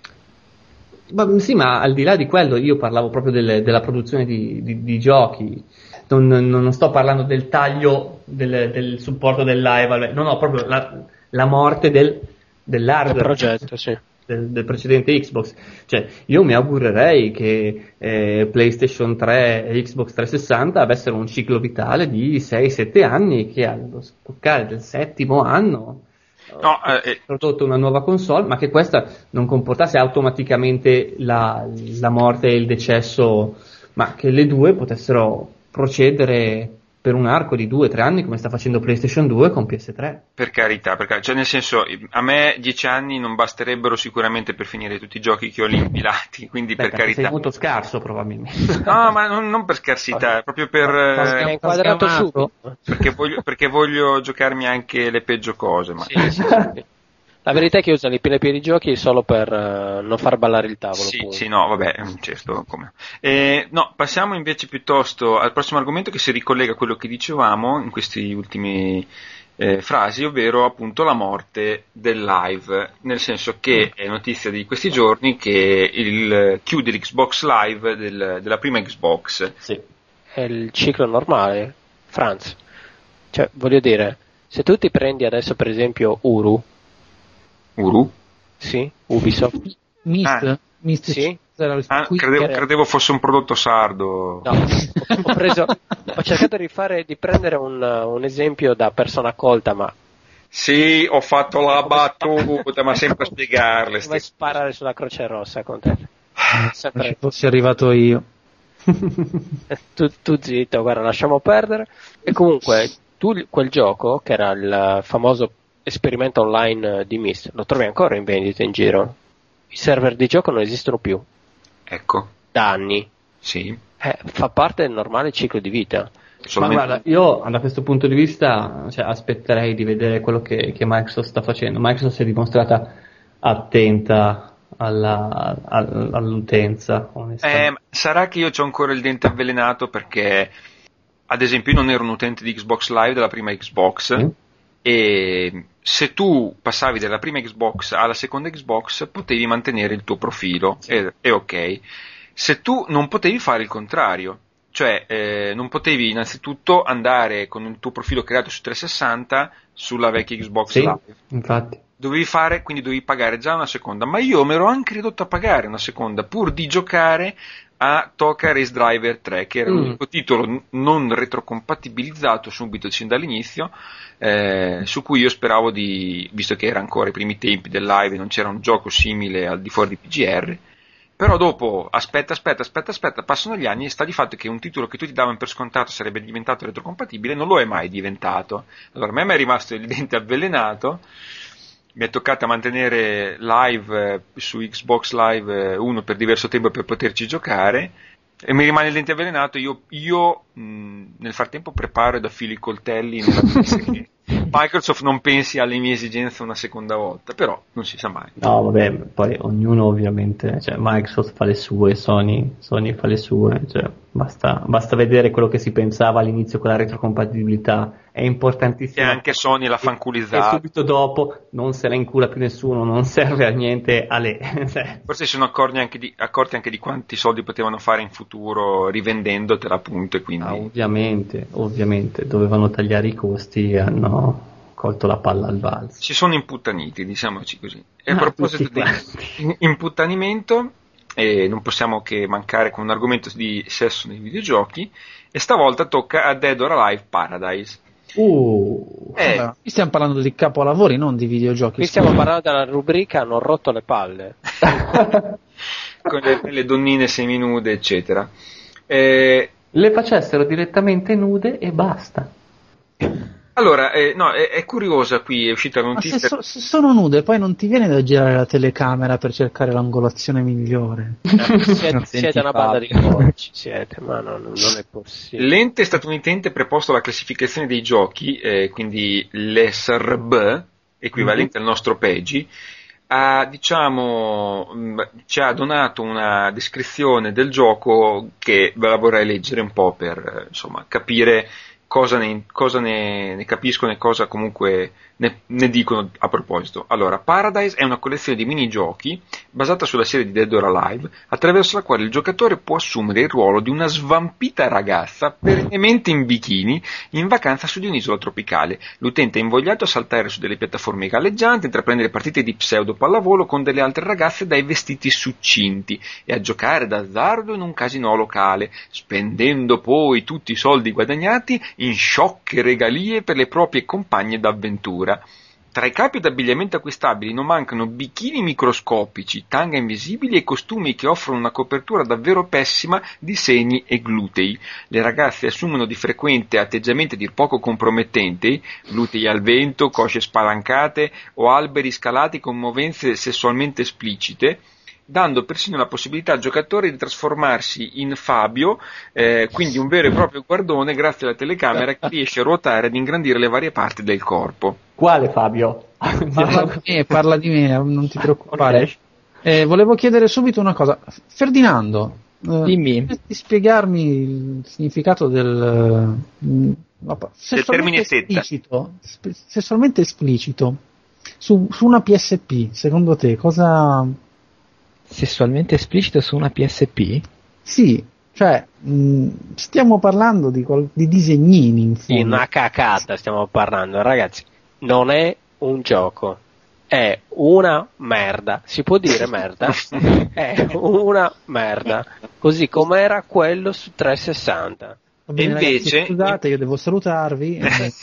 Ma, sì, ma al di là di quello io parlavo proprio delle- della produzione di, di- di giochi, non, non- non sto parlando del taglio del, del supporto del live, no, no, proprio la, la morte del, Il dell'hardware. progetto, sì. Del, del precedente Xbox. Cioè, io mi augurerei che eh, PlayStation tre e Xbox trecentosessanta avessero un ciclo vitale di sei sette anni, che allo scoccare del settimo anno No, eh, prodotto una nuova console, ma che questa non comportasse automaticamente la, la morte e il decesso, ma che le due potessero procedere per un arco di due tre anni come sta facendo PlayStation due con P S tre. per carità, per carità, cioè nel senso, a me dieci anni non basterebbero sicuramente per finire tutti i giochi che ho lì impilati, quindi Beh, per perché sei carità. molto scarso probabilmente. No, ma non, non per scarsità, è proprio per... È eh, inquadrato sgamato. subito. perché, voglio, perché voglio giocarmi anche le peggio cose, ma... Sì, sì, sì. La verità è che usano i P L P di giochi solo per eh, non far ballare il tavolo. Sì, punto. sì, no, vabbè, certo, come. Eh, no, passiamo invece piuttosto al prossimo argomento che si ricollega a quello che dicevamo in questi ultimi eh, frasi, ovvero appunto la morte del live, nel senso che è notizia di questi giorni che il chiude l'Xbox Live del- della prima Xbox. Sì. È il ciclo normale, Franz. Cioè, voglio dire, se tu ti prendi adesso per esempio Uru, Uru? sì, Ubisoft, Myst? Ah. Myst Sì. era il Ah, quick- credevo, credevo fosse un prodotto sardo. No, ho, ho preso, ho cercato di fare, di prendere un, un esempio da persona colta, ma Sì, ho fatto la battuta, ma sempre a spiegarle. come sparare sulla Croce Rossa con te. Non ci Sempre, fossi arrivato io. tu, tu zitto, guarda, lasciamo perdere. E comunque, tu quel gioco, che era il famoso esperimento online di Myst, lo trovi ancora in vendita in giro? I server di gioco non esistono più, Ecco, da anni. sì. Eh, fa parte del normale ciclo di vita. Ma Solamente... guarda, io da questo punto di vista cioè, aspetterei di vedere quello che, che Microsoft sta facendo. Microsoft si è dimostrata attenta alla, all- all'utenza, onestamente. Eh, sarà che io ho ancora il dente avvelenato perché, ad esempio, io non ero un utente di Xbox Live della prima Xbox. Mm. E se tu passavi dalla prima Xbox alla seconda Xbox potevi mantenere il tuo profilo e, e ok. Se tu non potevi fare il contrario, cioè eh, non potevi innanzitutto andare con il tuo profilo creato su trecentosessanta sulla vecchia Xbox Sì, Live, infatti. dovevi fare, quindi dovevi pagare già una seconda, ma io mi ero anche ridotto a pagare una seconda pur di giocare a Toka Race Driver tre, che era Mm. l'unico titolo n- non retrocompatibilizzato subito sin dall'inizio, eh, su cui io speravo di, visto che era ancora i primi tempi del live e non c'era un gioco simile al di fuori di P G R, però dopo aspetta, aspetta, aspetta, aspetta, passano gli anni e sta di fatto che un titolo che tutti davano per scontato sarebbe diventato retrocompatibile non lo è mai diventato. Allora a me mi è rimasto il dente avvelenato. Mi è toccato mantenere live eh, su Xbox Live eh, uno per diverso tempo per poterci giocare e mi rimane il dente avvelenato. Io, io mh, nel frattempo preparo ed affilo i coltelli nella vista che Microsoft non pensi alle mie esigenze una seconda volta, però non si sa mai. No, vabbè, poi ognuno ovviamente, cioè Microsoft fa le sue, Sony, Sony fa le sue, cioè basta, basta vedere quello che si pensava all'inizio con la retrocompatibilità, è E importantissimo. anche Sony l'ha E fanculizzata. subito dopo non se la incula più nessuno, non serve a niente a lei. Cioè, Forse si sono accorti anche, di, accorti anche di quanti soldi potevano fare in futuro rivendendotela appunto e quindi... ah, ovviamente, ovviamente, dovevano tagliare i costi e hanno colto la palla al balzo. Si sono imputtaniti, diciamoci così. E a Ah, proposito tutti di quanti. imputtanimento, eh, non possiamo che mancare con un argomento di sesso nei videogiochi, e stavolta tocca a Dead or Alive Paradise. Uh, Eh, Allora, qui stiamo parlando di capolavori, non di videogiochi. Qui stiamo parlando della rubrica hanno rotto le palle. con le, le donnine seminude, eccetera. Eh, le facessero direttamente nude e basta. allora, eh, no, è, è curiosa qui, è uscita la Ma se, notizia. so- se sono nude, poi non ti viene da girare la telecamera per cercare l'angolazione migliore. Siete, siete una banda di coach, siete, ma no, no, non è possibile. L'ente statunitense preposto alla classificazione dei giochi, eh, quindi l'E S R B, equivalente al nostro PEGI, ha, diciamo, mh, ci ha donato una descrizione del gioco che ve la vorrei leggere un po' per eh, insomma capire cosa ne, cosa ne, ne capiscono e cosa comunque ne, ne dicono a proposito. Allora, Paradise è una collezione di minigiochi basata sulla serie di Dead or Alive, attraverso la quale il giocatore può assumere il ruolo di una svampita ragazza perennemente in bikini in vacanza su di un'isola tropicale. L'utente è invogliato a saltare su delle piattaforme galleggianti, intraprendere partite di pseudo pallavolo con delle altre ragazze dai vestiti succinti e a giocare d'azzardo in un casinò locale, spendendo poi tutti i soldi guadagnati in sciocche regalie per le proprie compagne d'avventura. Tra i capi d'abbigliamento acquistabili non mancano bikini microscopici, tanga invisibili e costumi che offrono una copertura davvero pessima di seni e glutei. Le ragazze assumono di frequente atteggiamenti a dir poco compromettenti, glutei al vento, cosce spalancate o alberi scalati con movenze sessualmente esplicite, dando persino la possibilità al giocatore di trasformarsi in Fabio, eh, quindi un vero e proprio guardone grazie alla telecamera che riesce a ruotare ed ingrandire le varie parti del corpo. Quale Fabio? Parla di me, parla di me, non ti preoccupare. Ok. Eh, volevo chiedere subito una cosa. Ferdinando, eh, Dimmi. potresti spiegarmi il significato del, eh, termine sessualmente setta. esplicito, sp- sessualmente esplicito su, su una P S P, secondo te cosa... Sessualmente esplicito su una P S P? Sì, cioè mh, stiamo parlando di, qual- di disegnini in Sì, fondo. una cacata stiamo parlando, ragazzi. Non è un gioco, è una merda. Si può dire merda? È una merda. Così com'era quello su trecentosessanta. Va bene, E invece- ragazzi, scusate, io devo salutarvi.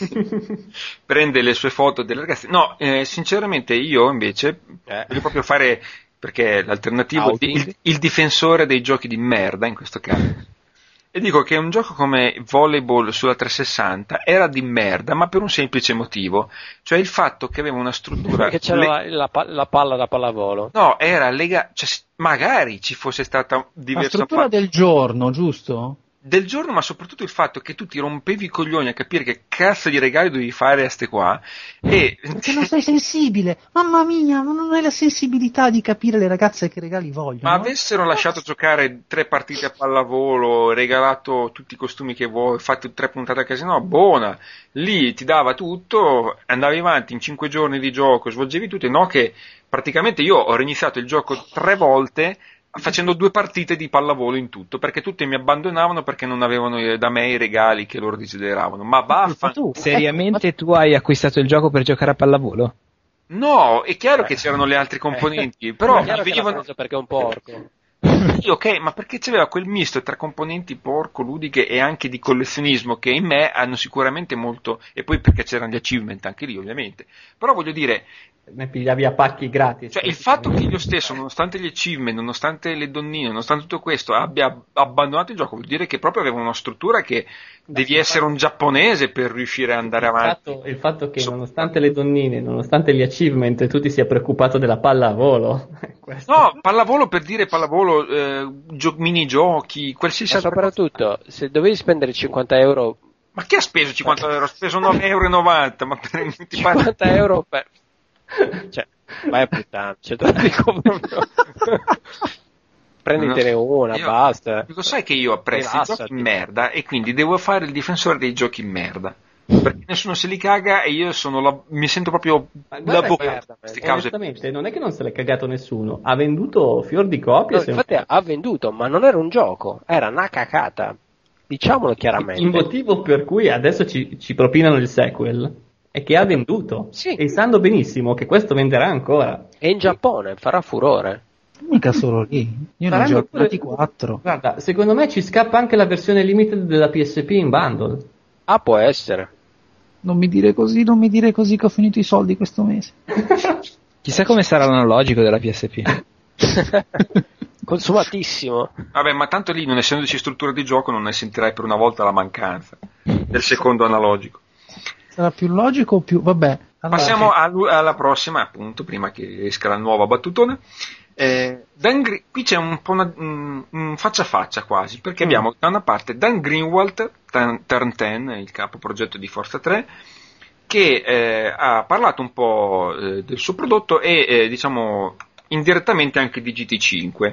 Prende le sue foto delle ragazze. No, eh, sinceramente io invece Eh. voglio proprio fare, perché l'alternativo è Outing. il, il difensore dei giochi di merda in questo caso. E dico che un gioco come Volleyball sulla trecentosessanta era di merda, ma per un semplice motivo, cioè il fatto che aveva una struttura... Perché c'era le- la, la pa- la palla da pallavolo. No, era lega... cioè, s- magari ci fosse stata La diversa struttura fa- del giorno, giusto? del giorno, ma soprattutto il fatto che tu ti rompevi i coglioni a capire che cazzo di regali dovevi fare a ste qua, e Perché non sei sensibile. Mamma mia, ma non hai la sensibilità di capire le ragazze che regali vogliono. ma avessero lasciato giocare tre partite a pallavolo, regalato tutti i costumi che vuoi, fatto tre puntate a casino, buona, lì ti dava tutto, andavi avanti in cinque giorni di gioco, svolgevi tutto, e no che praticamente io ho reiniziato il gioco tre volte facendo due partite di pallavolo in tutto, perché tutti mi abbandonavano perché non avevano eh, da me i regali che loro desideravano. Ma baffa. tu, Seriamente ecco, tu hai acquistato il gioco per giocare a pallavolo? No, è chiaro che c'erano le altre componenti, però È mi chiaro che l'ha venivano... preso perché è un porco. Sì, ok, ma perché c'aveva quel misto tra componenti porco, ludiche e anche di collezionismo che in me hanno sicuramente molto, e poi perché c'erano gli achievement anche lì ovviamente, però voglio dire, Ne pigliavi a pacchi gratis. cioè il fatto che io stesso, nonostante gli achievement, nonostante le donnine, nonostante tutto questo, abbia abbandonato il gioco, vuol dire che proprio aveva una struttura che devi essere un giapponese per riuscire ad andare Il avanti. fatto, il fatto che So- nonostante le donnine, nonostante gli achievement, tu ti sia preoccupato della pallavolo. Questo- No, pallavolo per dire pallavolo, eh, gio- minigiochi, qualsiasi Ma altra cosa. soprattutto, se dovevi spendere cinquanta euro, Ma chi ha speso cinquanta euro? Ho speso nove virgola novanta euro, ma per, ti pare- cinquanta euro per... Cioè, vai a puttana, cioè, te lo dico proprio. Prenditene una, Io- basta. Lo sai che io apprezzo i Rilassati. giochi in merda e quindi devo fare il difensore dei giochi in merda. Perché nessuno se li caga e io sono la- mi sento proprio Ma la guarda bocca che, di queste cause. onestamente, non è che non se l'è cagato nessuno. Ha venduto fior di copie. No, se- infatti ha venduto, ma non era un gioco, era una cacata. Diciamolo chiaramente. Il motivo per cui adesso ci, ci propinano il sequel è che ha venduto. Sì. E sanno benissimo che questo venderà ancora. E in Giappone farà furore. mica solo lì. Io ne ho Faranno giocati pure- quattro. Guarda, secondo me ci scappa anche la versione limited della P S P in bundle. Ah, può essere. Non mi dire così, non mi dire così che ho finito i soldi questo mese. Chissà come sarà l'analogico della P S P. Consumatissimo. Vabbè, ma tanto lì, non essendoci struttura di gioco, non ne sentirai per una volta la mancanza del secondo analogico. Sarà più logico o più... Vabbè. allora- Passiamo al- alla prossima, appunto, prima che esca la nuova battutona. Eh, Dan Gre- qui c'è un po' una, un, un faccia a faccia quasi, perché abbiamo da una parte Dan Greenwald, Turn Turn dieci, il capo progetto di Forza tre, che eh, ha parlato un po' eh, del suo prodotto e eh, diciamo indirettamente anche di G T cinque.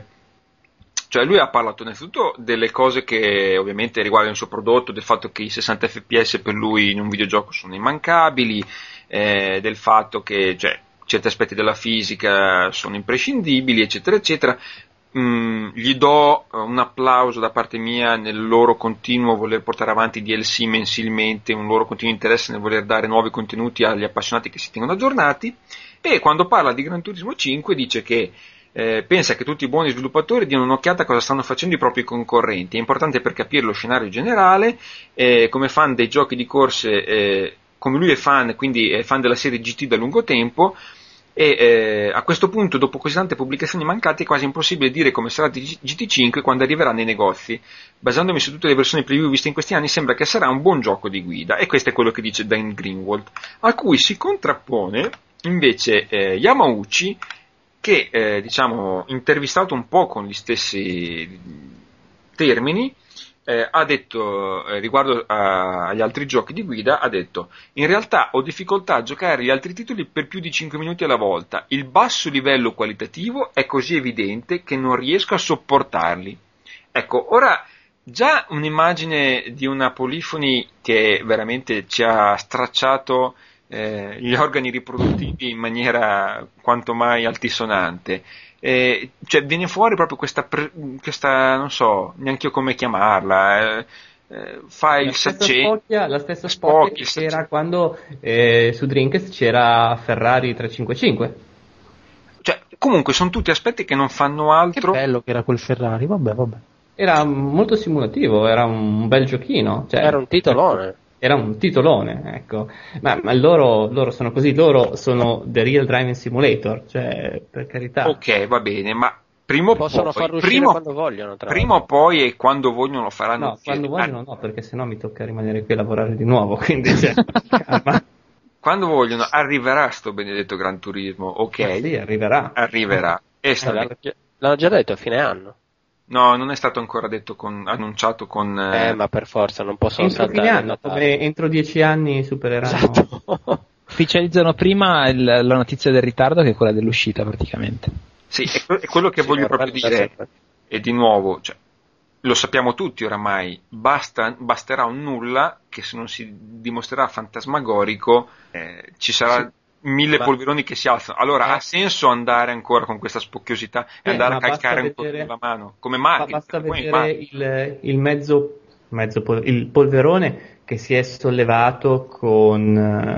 Cioè lui ha parlato innanzitutto delle cose che ovviamente riguardano il suo prodotto, del fatto che i sessanta F P S per lui in un videogioco sono immancabili, eh, del fatto che cioè, certi aspetti della fisica sono imprescindibili, eccetera, eccetera. Mm, gli do un applauso da parte mia nel loro continuo voler portare avanti D L C mensilmente, un loro continuo interesse nel voler dare nuovi contenuti agli appassionati che si tengono aggiornati. E quando parla di Gran Turismo cinque dice che Eh, pensa che tutti i buoni sviluppatori diano un'occhiata a cosa stanno facendo i propri concorrenti. È importante per capire lo scenario generale. Eh, come fan dei giochi di corse, eh, come lui è fan, quindi è fan della serie G T da lungo tempo, e eh, a questo punto, dopo così tante pubblicazioni mancate, è quasi impossibile dire come sarà G T cinque quando arriverà nei negozi. Basandomi su tutte le versioni preview viste in questi anni, sembra che sarà un buon gioco di guida, e questo è quello che dice Dan Greenwald, a cui si contrappone invece eh, Yamauchi, che eh, diciamo intervistato un po' con gli stessi termini, eh, ha detto eh, riguardo a, agli altri giochi di guida, ha detto: in realtà ho difficoltà a giocare gli altri titoli per più di cinque minuti alla volta, il basso livello qualitativo è così evidente che non riesco a sopportarli. Ecco, ora già un'immagine di una Polifoni che veramente ci ha stracciato Eh, gli organi riproduttivi in maniera quanto mai altisonante, eh, cioè viene fuori proprio questa, pre- questa non so neanche io come chiamarla, eh, eh, fai La il stessa sachet, spocchia, la stessa spocchia spocchi che il c'era sachet. quando eh, su Dreamcast c'era Ferrari trecentocinquantacinque. Cioè, comunque sono tutti aspetti che non fanno Che altro. bello che era quel Ferrari, vabbè, vabbè. Era molto simulativo, era un bel giochino. Cioè, Era un titolone. Era un titolone, ecco. Ma, ma loro, loro sono così, loro sono The Real Driving Simulator, cioè, per carità. Ok, va bene, ma prima o Possono poi, farlo uscire prima, quando vogliono, tra prima o poi e quando vogliono lo faranno. No, quando uscire. vogliono no, perché sennò mi tocca rimanere qui a lavorare di nuovo, quindi cioè, calma. Quando vogliono arriverà sto benedetto Gran Turismo, ok? Ma sì, arriverà. Arriverà. E sta Eh, bene. l'hanno, gi- l'hanno già detto a fine anno. No, non è stato ancora detto con, annunciato con... Eh, eh, ma per forza non possono Entro saltare fine il anno, Natale. come entro dieci anni supereranno. Esatto. Ufficializzano prima il- la notizia del ritardo che quella dell'uscita praticamente. Sì, è, que- è quello che Sì, voglio ormai proprio da dire. sempre. E di nuovo, cioè, lo sappiamo tutti oramai, basta, basterà un nulla che se non si dimostrerà fantasmagorico eh, ci sarà Sì. mille Ma- polveroni che si alzano. Allora Eh. ha senso andare ancora con questa spocchiosità e Eh, andare ma a calcare un basta vedere- po' la mano? Come Ma marketing, basta perché poi vedere il, il mezzo, mezzo pol- il polverone che si è sollevato con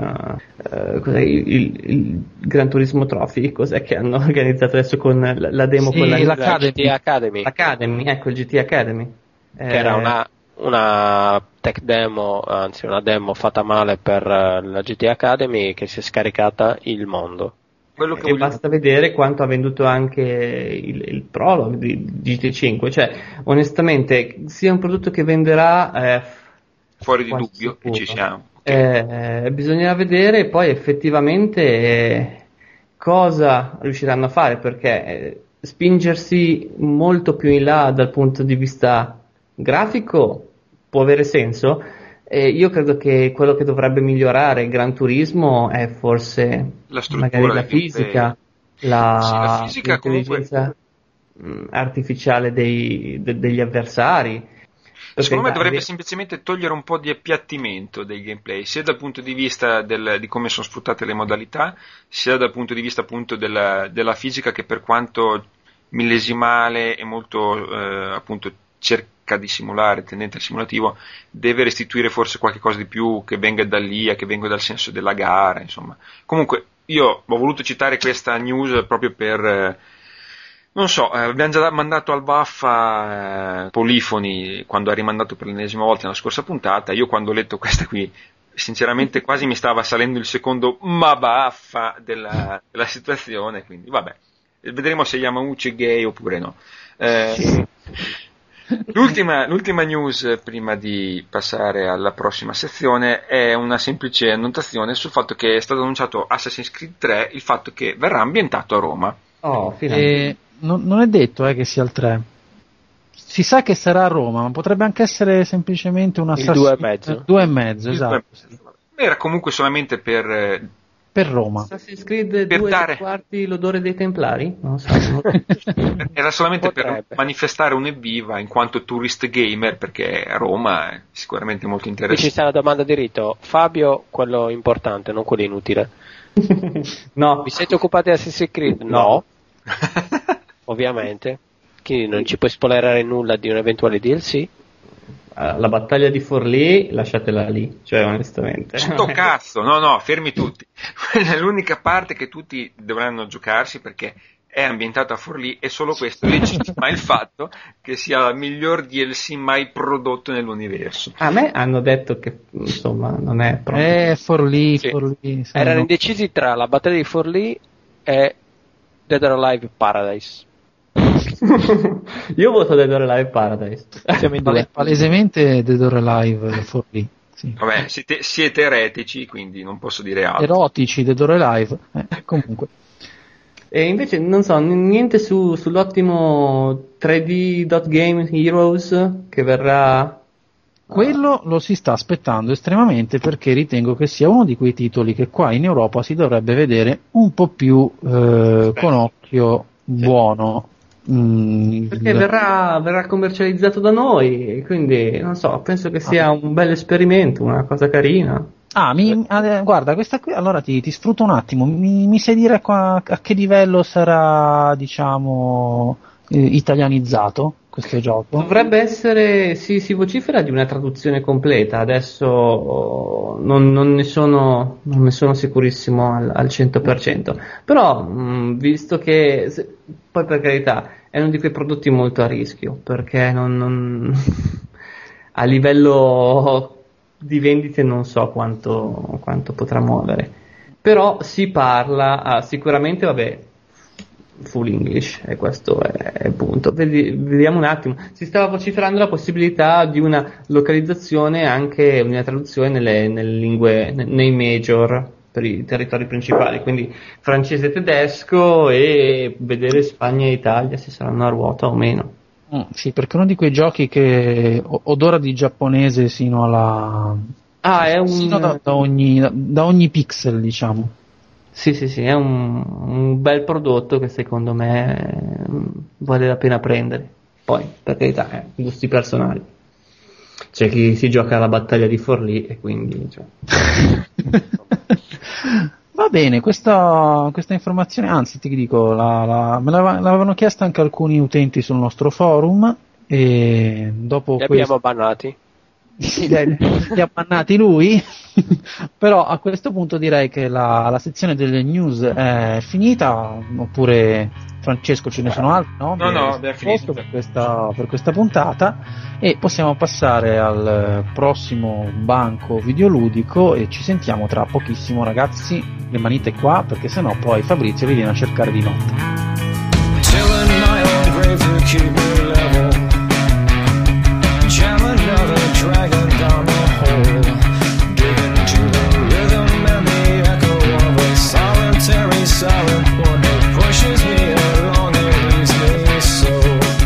eh, eh, cos'è, il, il- il Gran Turismo Trophy, cos'è che hanno organizzato adesso con la, la demo Sì, con la, la- La G T Academy, Academy, ecco il G T Academy. che era Eh, una, una tech demo, anzi una demo fatta male per eh, la G T Academy che si è scaricata il mondo. quello che E voglio basta vedere quanto ha venduto anche il, il Prologue di G T cinque, cioè onestamente sia un prodotto che venderà eh, fuori di quasi dubbio che sicuro. ci siamo. Ok. Eh, bisognerà vedere poi effettivamente eh, cosa riusciranno a fare, perché eh, spingersi molto più in là dal punto di vista grafico può avere senso. Eh, io credo che quello che dovrebbe migliorare il Gran Turismo è forse La struttura magari la del gameplay. fisica, la, Sì, la fisica l'intelligenza mh, artificiale dei- de- degli avversari. Per Secondo me carità, dovrebbe è- semplicemente togliere un po' di appiattimento dei gameplay, sia dal punto di vista del- di come sono sfruttate le modalità, sia dal punto di vista appunto della, della fisica che per quanto millesimale e molto eh, appunto cerca di simulare, tendente al simulativo, deve restituire forse qualche cosa di più che venga da lì, che venga dal senso della gara, insomma. Comunque io ho voluto citare questa news proprio per... eh, non so, eh, abbiamo già mandato al vaffa eh, Polifoni quando ha rimandato per l'ennesima volta nella scorsa puntata. Io quando ho letto questa qui, sinceramente quasi mi stava salendo il secondo ma baffa della, della situazione, quindi vabbè, vedremo se Yamauchi è gay oppure no. Eh, l'ultima, l'ultima news prima di passare alla prossima sezione è una semplice annotazione sul fatto che è stato annunciato Assassin's Creed tre, il fatto che verrà ambientato a Roma. Oh, finalmente. E non, non è detto eh, che sia il tre. Si sa che sarà a Roma, ma potrebbe anche essere semplicemente un Il assassino. due e mezzo. Due e mezzo, esatto. sì. Era comunque solamente per eh, Per Roma. Assassin's Creed Per due e dare- tre quarti l'odore dei Templari? Non lo so. non lo- era solamente per Potrebbe. manifestare un evviva in quanto tourist gamer, perché a Roma è sicuramente molto Qui ci interessante. sta la domanda di rito. Fabio, quello importante, non quello inutile. no, Vi siete occupati di Assassin's Creed? No, ovviamente. Quindi non ci puoi spoilerare nulla di un eventuale D L C. Eh, la battaglia di Forlì lasciatela lì, cioè onestamente. Sto cazzo, no no, fermi tutti. Quella è l'unica parte che tutti dovranno giocarsi perché è ambientata a Forlì e solo questo legittima il fatto che sia la miglior D L C mai prodotto nell'universo. A me hanno detto che insomma non è proprio. Eh, Forlì, Sì. Forlì. sai, Erano no? indecisi tra la battaglia di Forlì e Dead or Alive Paradise. Io voto Dead or Alive Paradise. Siamo in Pale- due. palesemente Dead or Alive Forlì. Sì. Vabbè, siete, siete eretici, quindi non posso dire altro. Erotici, Dead or Alive. Eh, comunque. E invece non so, n- niente su, sull'ottimo tre D Dot Game Heroes che verrà. Quello lo si sta aspettando estremamente perché ritengo che sia uno di quei titoli che qua in Europa si dovrebbe vedere un po' più eh, con occhio buono. Mm, Perché il- verrà, verrà commercializzato da noi, e quindi non so, penso che sia un bel esperimento, una cosa carina. Ah, mi, ah, guarda, questa qui, allora ti, ti sfrutto un attimo, mi, mi sai dire qua, a che livello sarà, diciamo, eh, italianizzato questo gioco? Dovrebbe essere, si, si vocifera di una traduzione completa, adesso non, non, ne, sono, non ne sono sicurissimo al, al cento per cento, però mh, visto che, se, poi per carità, è uno di quei prodotti molto a rischio, perché non, non a livello di vendite non so quanto, quanto potrà muovere, però si parla, ah, sicuramente vabbè, full English, e questo è il punto. Vedi, vediamo un attimo, si stava vociferando la possibilità di una localizzazione, anche una traduzione nelle, nelle lingue, nei major per i territori principali, quindi francese e tedesco, e vedere Spagna e Italia se saranno a ruota o meno. Mm, sì, perché è uno di quei giochi che odora di giapponese sino alla ah, è un... sino da, da, ogni, da, da ogni pixel, diciamo. Sì, sì, sì, è un, un bel prodotto che secondo me vale la pena prendere. Poi, per carità, eh, gusti personali. C'è chi si gioca alla battaglia di Forlì e quindi... Cioè... Va bene, questa, questa informazione, anzi ti dico, la, la, me l'avevano chiesta anche alcuni utenti sul nostro forum e dopo li questo... abbiamo bannati. Sì, li, li ha bannati lui, però a questo punto direi che la, la sezione delle news è finita, oppure Francesco ce ne sono altri? No, no, no abbiamo finito per questa, per questa puntata, e possiamo passare al prossimo banco videoludico e ci sentiamo tra pochissimo, ragazzi, rimanete qua perché sennò poi Fabrizio vi viene a cercare di notte. Dragon down the hole, digging to the rhythm and the echo of a solitary silent one that pushes me along and leaves me so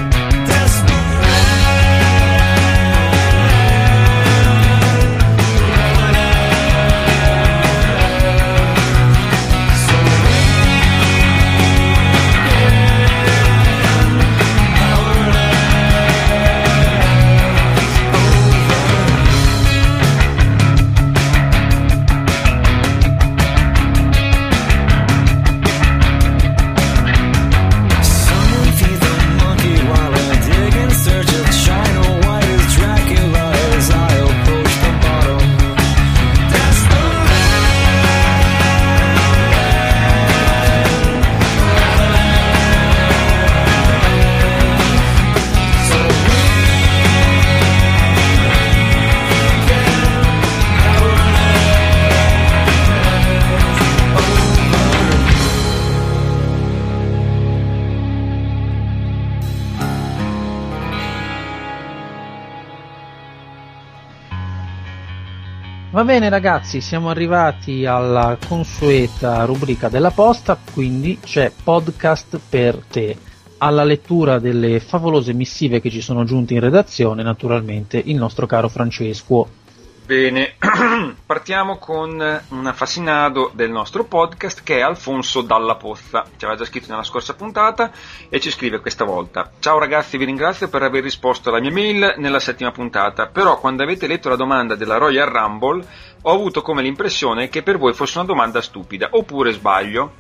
Va bene ragazzi, siamo arrivati alla consueta rubrica della posta, quindi c'è podcast per te. Alla lettura delle favolose missive che ci sono giunte in redazione, naturalmente, il nostro caro Francesco. Bene, partiamo con un affascinato del nostro podcast che è Alfonso Dalla Pozza, ci aveva già scritto nella scorsa puntata e ci scrive questa volta: ciao ragazzi, vi ringrazio per aver risposto alla mia mail nella settima puntata, però quando avete letto la domanda della Royal Rumble ho avuto come l'impressione che per voi fosse una domanda stupida, oppure sbaglio?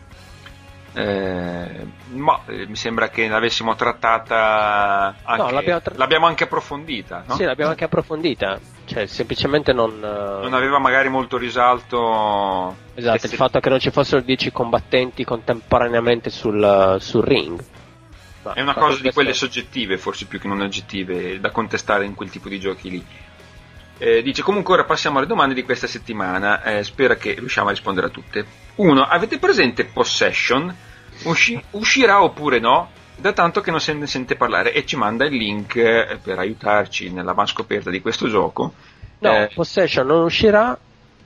Eh, ma eh, mi sembra che l'avessimo trattata anche, no, l'abbiamo, tra... l'abbiamo anche approfondita, no? Sì, l'abbiamo anche approfondita, cioè semplicemente non non aveva magari molto risalto, esatto, il se... fatto che non ci fossero dieci combattenti contemporaneamente sul, sul ring. Ma è una cosa di quelle soggettive, forse più che non oggettive, da contestare in quel tipo di giochi lì. Eh, dice comunque ora passiamo alle domande di questa settimana, eh, spero che riusciamo a rispondere a tutte. Uno, avete presente Possession? Usci- uscirà oppure no? Da tanto che non se ne sente parlare, e ci manda il link eh, per aiutarci nell'avanscoperta di questo gioco. No, eh, Possession non uscirà,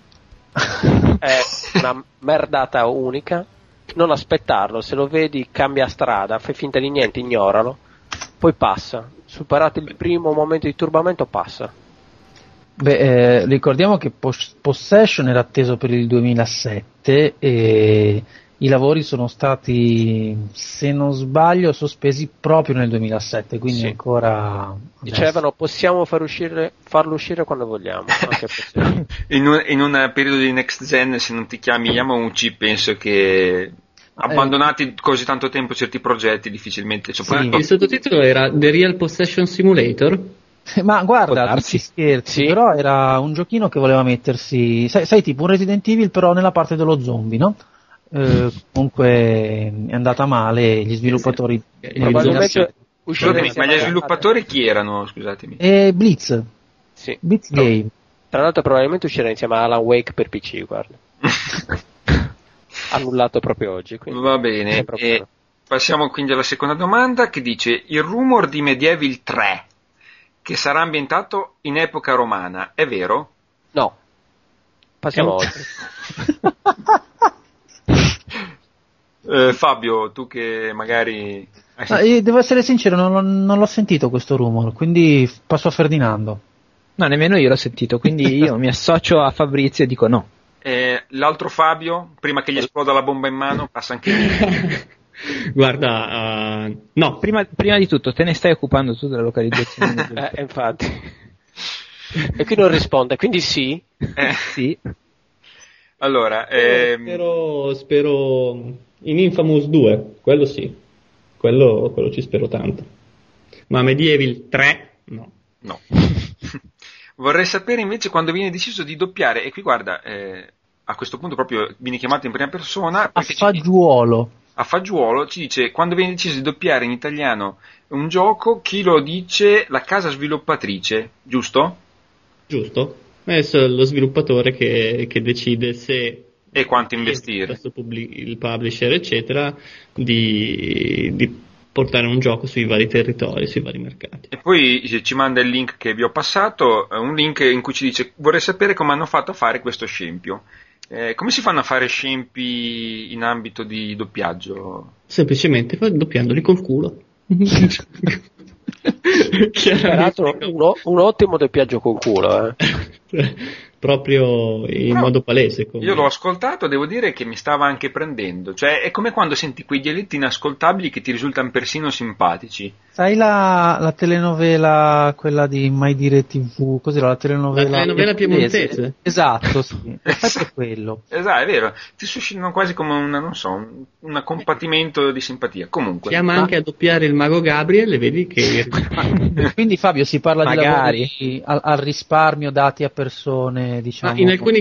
è una merdata unica, non aspettarlo, se lo vedi cambia strada, fai finta di niente, ignoralo, poi passa, superato il primo momento di turbamento passa. Beh, eh, ricordiamo che Possession era atteso per il duemilasette e i lavori sono stati, se non sbaglio, sospesi proprio nel duemilasette, quindi sì. ancora... Dicevano possiamo far uscire, farlo uscire quando vogliamo. Anche in, un, in un periodo di next gen, se non ti chiami Yamauchi, penso che... abbandonati così tanto tempo certi progetti, difficilmente. Sì, il sottotitolo era The Real Possession Simulator. Ma guarda, tutti scherzi, sì. Però era un giochino che voleva mettersi, sai, sai tipo un Resident Evil però nella parte dello zombie, no? Eh, comunque è andata male, gli sviluppatori... Probabilmente... Scusatemi, ma gli sviluppatori chi erano, scusatemi? Eh, Blitz. Sì. Blitz no. Game. Tra l'altro probabilmente uscirà insieme a Alan Wake per P C, guarda. Annullato proprio oggi. Quindi va bene, e passiamo quindi alla seconda domanda che dice: il rumor di Medieval tre che sarà ambientato in epoca romana, è vero? No. Passiamo oltre. eh, Fabio, tu che magari... Ah, io devo essere sincero, non, non l'ho sentito questo rumor, quindi passo a Ferdinando. No, nemmeno io l'ho sentito, quindi io mi associo a Fabrizio e dico no. Eh, l'altro Fabio, prima che gli esploda la bomba in mano, passa anche lui. Guarda, uh, no. Prima, prima di tutto, te ne stai occupando tu della localizzazione? eh, infatti. E qui non risponde, quindi sì. Eh. Sì. Allora, ehm... spero, spero in Infamous due, quello sì. Quello, quello ci spero tanto. Ma Medieval tre, no. No. Vorrei sapere invece quando viene deciso di doppiare, e qui guarda, eh, a questo punto proprio viene chiamato in prima persona. A fagiolo. Ci, a fagiolo ci dice, quando viene deciso di doppiare in italiano un gioco, chi lo dice? La casa sviluppatrice, giusto? Giusto. Adesso è lo sviluppatore che, che decide se... E quanto investire. Il publisher, eccetera, di, di portare un gioco sui vari territori, sui vari mercati. E poi ci manda il link che vi ho passato, un link in cui ci dice: vorrei sapere come hanno fatto a fare questo scempio. Eh, come si fanno a fare scempi in ambito di doppiaggio? Semplicemente doppiandoli col culo. Peraltro un, un ottimo doppiaggio col culo, eh. Proprio in no, modo palese. Come... Io l'ho ascoltato, devo dire che mi stava anche prendendo. Cioè, è come quando senti quei dialetti inascoltabili che ti risultano persino simpatici. Sai la, la telenovela, quella di Mai Dire tivù, cos'era la telenovela? La telenovela piemontese? Esatto, sì. Infatti è quello. Esatto, è vero. Ti suscitano quasi come una, non so, un, un compatimento di simpatia. Comunque. Chiama ma... anche a doppiare il mago Gabriel e vedi che... Quindi Fabio si parla Magari. di lavori al, al risparmio dati a persone, diciamo... Ah, in alcuni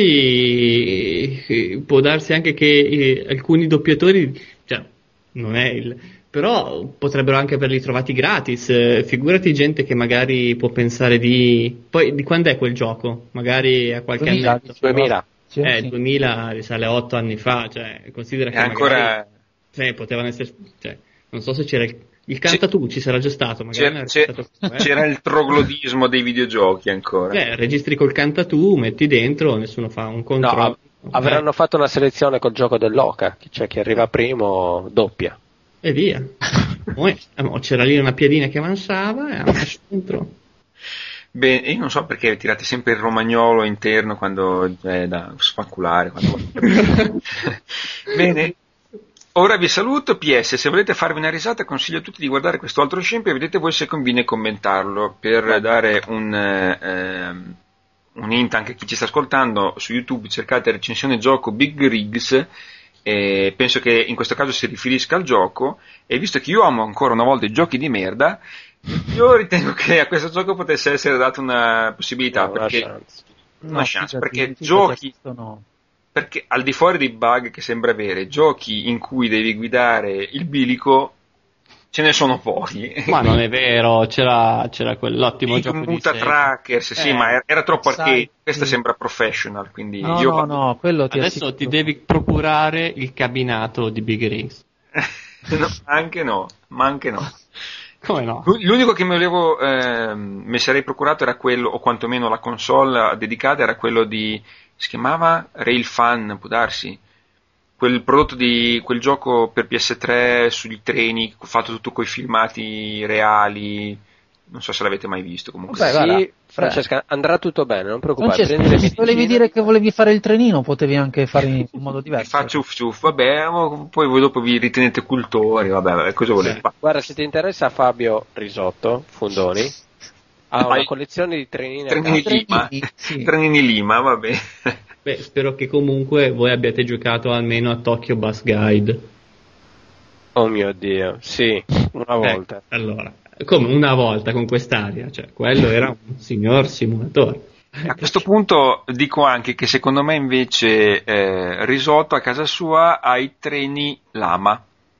casi eh, può darsi anche che eh, alcuni doppiatori, cioè, non è il... però potrebbero anche averli trovati gratis, eh, figurati gente che magari può pensare di... Poi di quando è quel gioco? Magari a qualche anno. duemila. Sì, eh, sì. duemila risale a otto anni fa, cioè, considera che ancora... magari... Sì, potevano essere... Cioè, non so se c'era il... Il cantatù ci sarà già stato, magari c'era, c'era, stato, eh. c'era il troglodismo dei videogiochi ancora. Beh, registri col cantatù, metti dentro, nessuno fa un controllo. No, avranno eh. fatto una selezione col gioco dell'Oca, cioè chi arriva primo doppia. E via. Poi, c'era lì una piadina che avanzava e hanno messo dentro. Beh, io non so perché tirate sempre il romagnolo interno quando è da sfanculare. Quando... Bene. Ora vi saluto, P S, se volete farvi una risata consiglio a tutti di guardare questo altro scempio e vedete voi se conviene commentarlo per dare un, eh, un hint anche a chi ci sta ascoltando. Su YouTube cercate recensione gioco Big Rigs e penso che in questo caso si riferisca al gioco, e visto che io amo ancora una volta i giochi di merda, io ritengo che a questo gioco potesse essere data una possibilità, no, perché una chance, una no, chance figati, perché figati giochi... no. Perché al di fuori dei bug che sembra avere, giochi in cui devi guidare il bilico ce ne sono pochi. Ma non è vero, c'era, c'era quell'ottimo Big gioco Muta di Trackers, sì, eh, ma era, era troppo sai, arcade. Questa sì. sembra professional, quindi no, io no, no, quello ti adesso assicuro. ti devi procurare il cabinato di Big Rigs. no, anche no, ma anche no. Come no? L'unico che mi volevo eh, mi sarei procurato era quello, o quantomeno la console dedicata era quello di, si chiamava Railfan, può darsi, quel prodotto di quel gioco per P S tre sui treni fatto tutto coi filmati reali, non so se l'avete mai visto. Comunque Vabbè, sì, guarda, Francesca, andrà tutto bene, non preoccupare. Francesca, se volevi dire che volevi fare il trenino potevi anche fare in un modo diverso. Faccio uff uff, vabbè, poi voi dopo vi ritenete cultori, vabbè, vabbè cosa volete fare? Guarda, se ti interessa Fabio Risotto Fundoni ha una Vai. collezione di trenini, Trenini a casa. Lima, Trenini, sì. Trenini Lima, vabbè. Beh, spero che comunque voi abbiate giocato almeno a Tokyo Bus Guide. Oh mio Dio, sì, una volta. Eh, allora, come una volta con quest'aria, cioè quello era un signor simulatore. A questo punto dico anche che secondo me invece eh, Risotto a casa sua ha i treni Lama.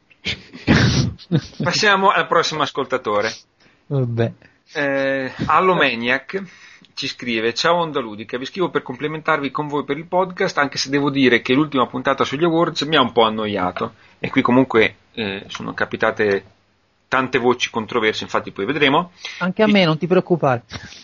Passiamo al prossimo ascoltatore. Vabbè. Eh, Allomaniac ci scrive: ciao Onda Ludica, vi scrivo per complimentarvi con voi per il podcast, anche se devo dire che l'ultima puntata sugli awards mi ha un po' annoiato, e qui comunque eh, sono capitate tante voci controverse, infatti poi vedremo. Anche a me, non ti preoccupare.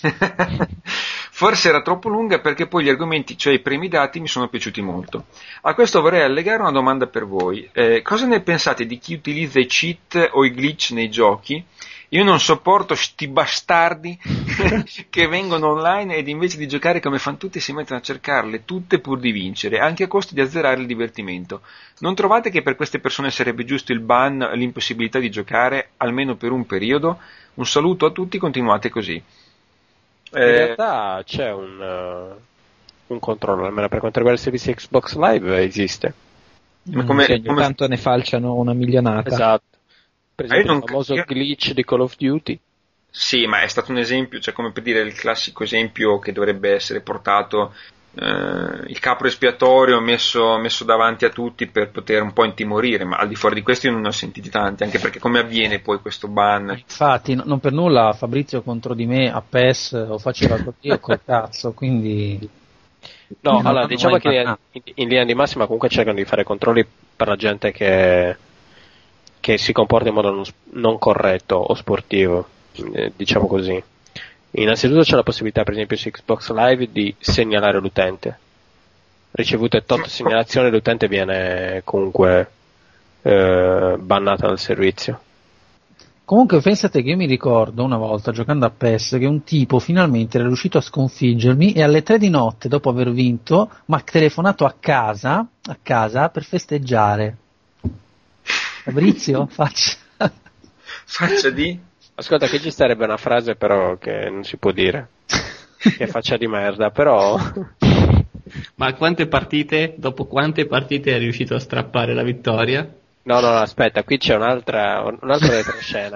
Forse era troppo lunga, perché poi gli argomenti, cioè i premi dati, mi sono piaciuti molto. A questo vorrei allegare una domanda per voi. Eh, cosa ne pensate di chi utilizza i cheat o i glitch nei giochi? Io non sopporto sti bastardi che vengono online ed invece di giocare come fan tutti si mettono a cercarle tutte pur di vincere, anche a costo di azzerare il divertimento. Non trovate che per queste persone sarebbe giusto il ban, l'impossibilità di giocare, almeno per un periodo? Un saluto a tutti, continuate così. In eh... realtà c'è un, uh, un controllo, almeno per quanto riguarda il servizio Xbox Live esiste. Ma come, sì, come... tanto ne falciano una milionata. Esatto. Per esempio non... il famoso glitch di Call of Duty. Sì, ma è stato un esempio, cioè come per dire il classico esempio che dovrebbe essere portato, eh, il capro espiatorio messo, messo davanti a tutti per poter un po' intimorire, ma al di fuori di questo io non ne ho sentiti tanti, anche perché come avviene poi questo ban? Infatti, no, non per nulla Fabrizio contro di me a P E S o faceva così col cazzo, quindi... No, no allora no, diciamo che in, in linea di massima comunque cercano di fare controlli per la gente che, che si comporta in modo non, non corretto o sportivo, eh, diciamo così. Innanzitutto c'è la possibilità, per esempio su Xbox Live, di segnalare l'utente. Ricevute tot segnalazioni, l'utente viene comunque eh, bannata dal servizio. Comunque pensate che io mi ricordo una volta giocando a P E S che un tipo finalmente era riuscito a sconfiggermi e alle tre di notte, dopo aver vinto, mi ha telefonato a casa, a casa per festeggiare. Fabrizio, faccia. Faccia di? Ascolta, che ci sarebbe una frase però che non si può dire, che faccia di merda, però... Ma quante partite, dopo quante partite è riuscito a strappare la vittoria? No, no, no, aspetta, qui c'è un'altra, un'altra retroscena.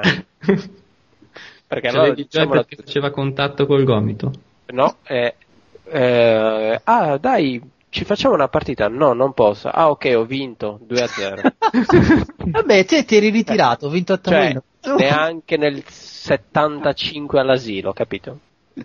Perché cioè, allora, diciamo perché faceva contatto col gomito? No, eh, eh, ah dai, ci facciamo una partita? No, non posso. Ah ok, ho vinto, due a zero. Vabbè, te ti eri ritirato, ho vinto a tavolino. Cioè, neanche nel settantacinque all'asilo, capito?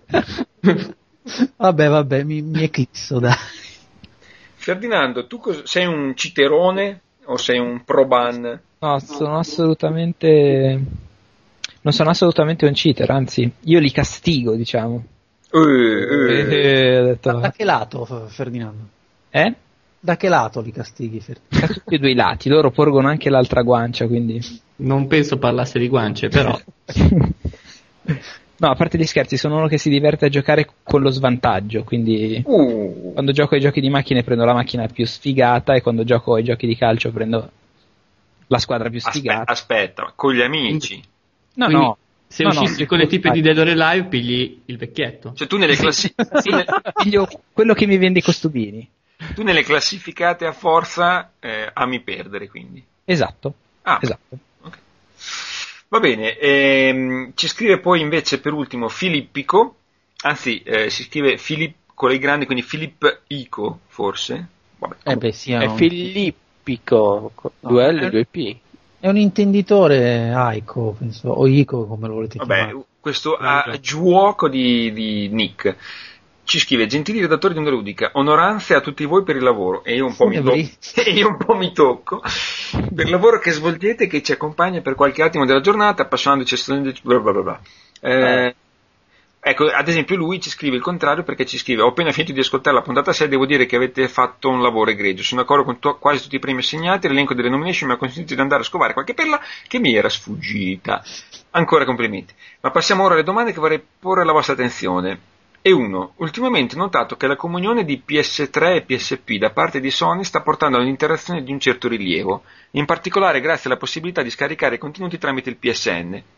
Vabbè, vabbè, mi, mi eclisso, dai. Ferdinando, tu cos- sei un citerone o sei un pro ban? No, sono assolutamente... non sono assolutamente un cheater, anzi, io li castigo, diciamo. Eh, eh. Eh, ho detto... Da, da che lato, Ferdinando? Eh? Da che lato li castighi, Ferdinando? Da tutti e due i lati, loro porgono anche l'altra guancia, quindi... Non penso parlasse di guance, però... No, a parte gli scherzi, sono uno che si diverte a giocare con lo svantaggio, quindi Uh. quando gioco ai giochi di macchine prendo la macchina più sfigata e quando gioco ai giochi di calcio prendo la squadra più sfigata. Aspetta, aspetta, con gli amici? No, Quindi, no. Se no, uscissi no, con le tipe dai. di Dead or Alive, pigli il vecchietto. Cioè tu nelle, classi- Sì, piglio quello che mi vende i costumini. tu nelle classificate a forza eh, ami perdere, quindi. Esatto. Ah, esatto. okay. Va bene, ehm, ci scrive poi invece per ultimo Filippico, anzi eh, si scrive Filip con le grandi, quindi Filip Ico forse. Vabbè, Eh beh, sì, È un- Filippico, due L, due P. è un intenditore Aiko, penso, o Ico, come lo volete Vabbè, chiamare. questo ah, giuoco di, di Nick ci scrive: gentili redattori di Onda Ludica, onoranze a tutti voi per il lavoro, e io un po' mi, to- e io un po' mi tocco per il lavoro che svolgete e che ci accompagna per qualche attimo della giornata, appassionandoci bla bla bla bla. Eh, Eh. Ecco, ad esempio lui ci scrive il contrario, perché ci scrive: ho appena finito di ascoltare la puntata sei, devo dire che avete fatto un lavoro egregio, sono d'accordo con to- quasi tutti i premi assegnati, l'elenco delle nomination mi ha consentito di andare a scovare qualche perla che mi era sfuggita. Ancora complimenti. Ma passiamo ora alle domande che vorrei porre alla vostra attenzione. E uno, ultimamente ho notato che la comunione di P S tre e P S P da parte di Sony sta portando all'interazione di un certo rilievo, in particolare grazie alla possibilità di scaricare i contenuti tramite il P S N.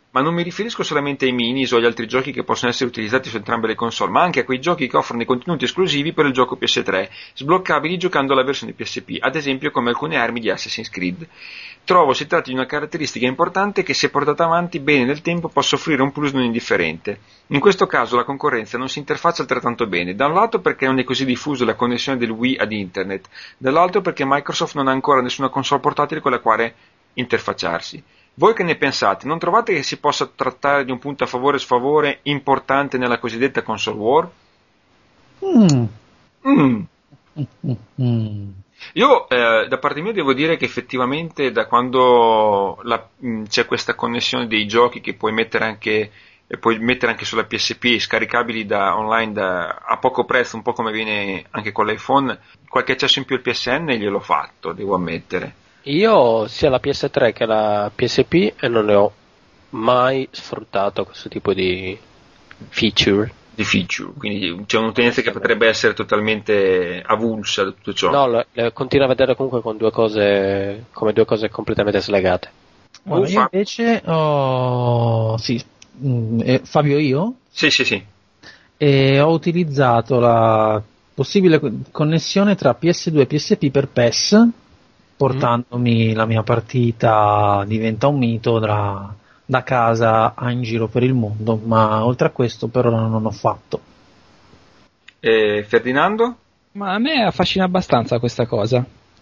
Ma non mi riferisco solamente ai minis o agli altri giochi che possono essere utilizzati su entrambe le console, ma anche a quei giochi che offrono dei contenuti esclusivi per il gioco P S tre, sbloccabili giocando la versione P S P, ad esempio come alcune armi di Assassin's Creed. Trovo si tratti di una caratteristica importante che, se portata avanti bene nel tempo, possa offrire un plus non indifferente. In questo caso la concorrenza non si interfaccia altrettanto bene, da un lato perché non è così diffusa la connessione del Wii ad Internet, dall'altro perché Microsoft non ha ancora nessuna console portatile con la quale interfacciarsi. Voi che ne pensate? Non trovate che si possa trattare di un punto a favore e sfavore importante nella cosiddetta console war? Mm. Mm. Mm. Io eh, da parte mia devo dire che effettivamente da quando la, mh, c'è questa connessione dei giochi che puoi mettere anche e puoi mettere anche sulla P S P, scaricabili da online da, a poco prezzo, un po' come viene anche con l'iPhone, qualche accesso in più al P S N gliel'ho fatto, devo ammettere. Io sia la P S tre che la P S P e non ne ho mai sfruttato questo tipo di feature. Di feature, quindi c'è un'utenza che potrebbe essere totalmente avulsa da tutto ciò. No, le, le continuo a vedere comunque con due cose, come due cose completamente slegate. Allora, io invece ho... Sì, mm, eh, Fabio io? Sì, sì, sì. E ho utilizzato la possibile connessione tra P S due e P S P per P E S, portandomi mm. la mia partita Diventa un mito da, da casa a in giro per il mondo, ma oltre a questo per ora non ho fatto. E Ferdinando? Ma a me affascina abbastanza questa cosa.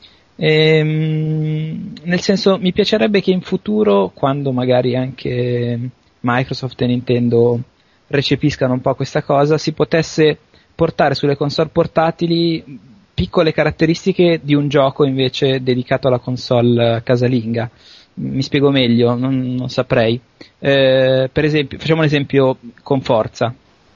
Ehm, nel senso, mi piacerebbe che in futuro, quando magari anche Microsoft e Nintendo recepiscano un po' questa cosa, si potesse portare sulle console portatili piccole caratteristiche di un gioco invece dedicato alla console casalinga. Mi spiego meglio, non, non saprei. Eh, per esempio, facciamo un esempio con Forza.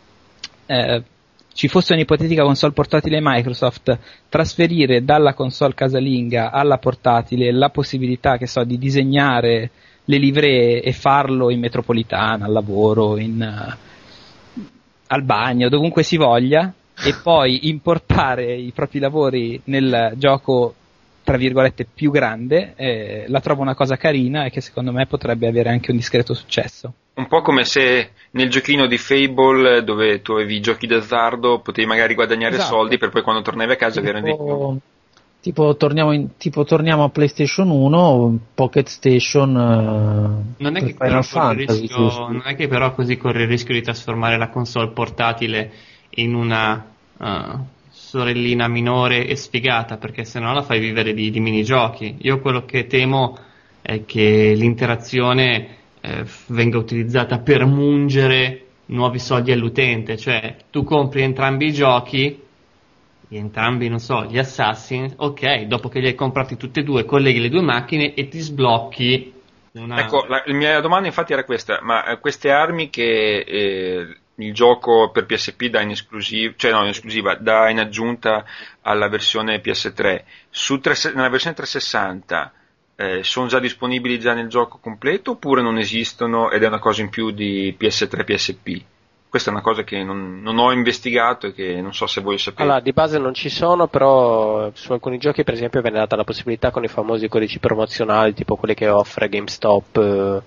Eh, ci fosse un'ipotetica console portatile Microsoft, trasferire dalla console casalinga alla portatile la possibilità, che so, di disegnare le livree e farlo in metropolitana, al lavoro, in, uh, al bagno, dovunque si voglia, e poi importare i propri lavori nel gioco tra virgolette più grande, eh, la trovo una cosa carina e che secondo me potrebbe avere anche un discreto successo. Un po' come se nel giochino di Fable, dove tu avevi i giochi d'azzardo, potevi magari guadagnare esatto. soldi per poi quando tornavi a casa tipo, avere dei più. Tipo torniamo, in, tipo torniamo a PlayStation uno, Pocket Station, uh, non è, che Final Fantasy, rischio, non è che però così corre il rischio di trasformare la console portatile in una uh, sorellina minore e sfigata, perché se no la fai vivere di, di minigiochi. Io quello che temo è che l'interazione eh, venga utilizzata per mungere nuovi soldi all'utente, cioè tu compri entrambi i giochi, entrambi, non so, gli Assassin, ok, dopo che li hai comprati tutti e due, colleghi le due macchine e ti sblocchi una... Ecco, la, la mia domanda infatti era questa, ma eh, queste armi che eh, il gioco per P S P dà in esclusiva, cioè no, in esclusiva, dà in aggiunta alla versione P S tre, su tre, nella versione trecentosessanta eh, sono già disponibili già nel gioco completo oppure non esistono ed è una cosa in più di P S tre P S P? Questa è una cosa che non, non ho investigato e che non so se voi sapete. Allora, di base non ci sono, però su alcuni giochi per esempio viene data la possibilità con i famosi codici promozionali, tipo quelli che offre GameStop eh,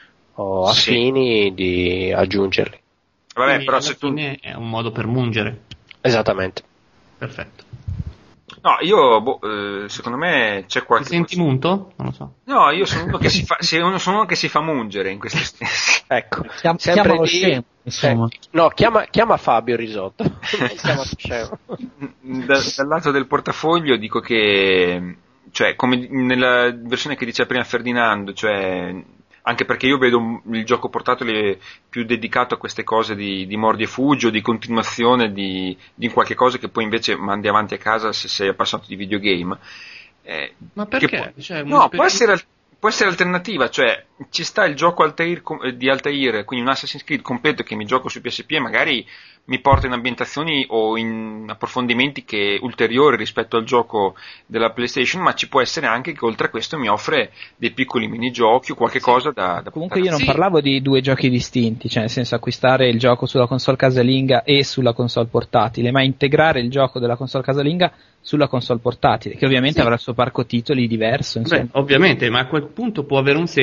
o affini, sì, di aggiungerli. Vabbè, quindi però se tu... è un modo per mungere. Esattamente. Perfetto. No, io, boh, eh, secondo me c'è qualche... Ti senti munto? Non lo so. No, io sono uno che si fa, sono uno che si fa mungere in questi stessi. Ecco, Chiam- chiamalo di... scemo, insomma. Eh, no, chiama, chiama Fabio Risotto. Non chiama scemo. Da, dal lato del portafoglio dico che, cioè, come nella versione che diceva prima Ferdinando, cioè... anche perché io vedo il gioco portatile più dedicato a queste cose di, di mordi e fuggi o di continuazione di, di qualche cosa che poi invece mandi avanti a casa se sei appassionato di videogame. Eh, Ma perché? Può, cioè, no, può essere, può essere alternativa, cioè ci sta il gioco Altair, di Altair, quindi un Assassin's Creed completo che mi gioco su P S P e magari mi porta in ambientazioni o in approfondimenti che ulteriori rispetto al gioco della PlayStation, ma ci può essere anche che oltre a questo mi offre dei piccoli minigiochi o qualche sì. cosa da, da comunque io non sì. parlavo di due giochi distinti, cioè nel senso acquistare il gioco sulla console casalinga e sulla console portatile, ma integrare il gioco della console casalinga sulla console portatile, che ovviamente sì. avrà il suo parco titoli diverso, insomma. Beh, ovviamente, ma a quel punto può avere un senso se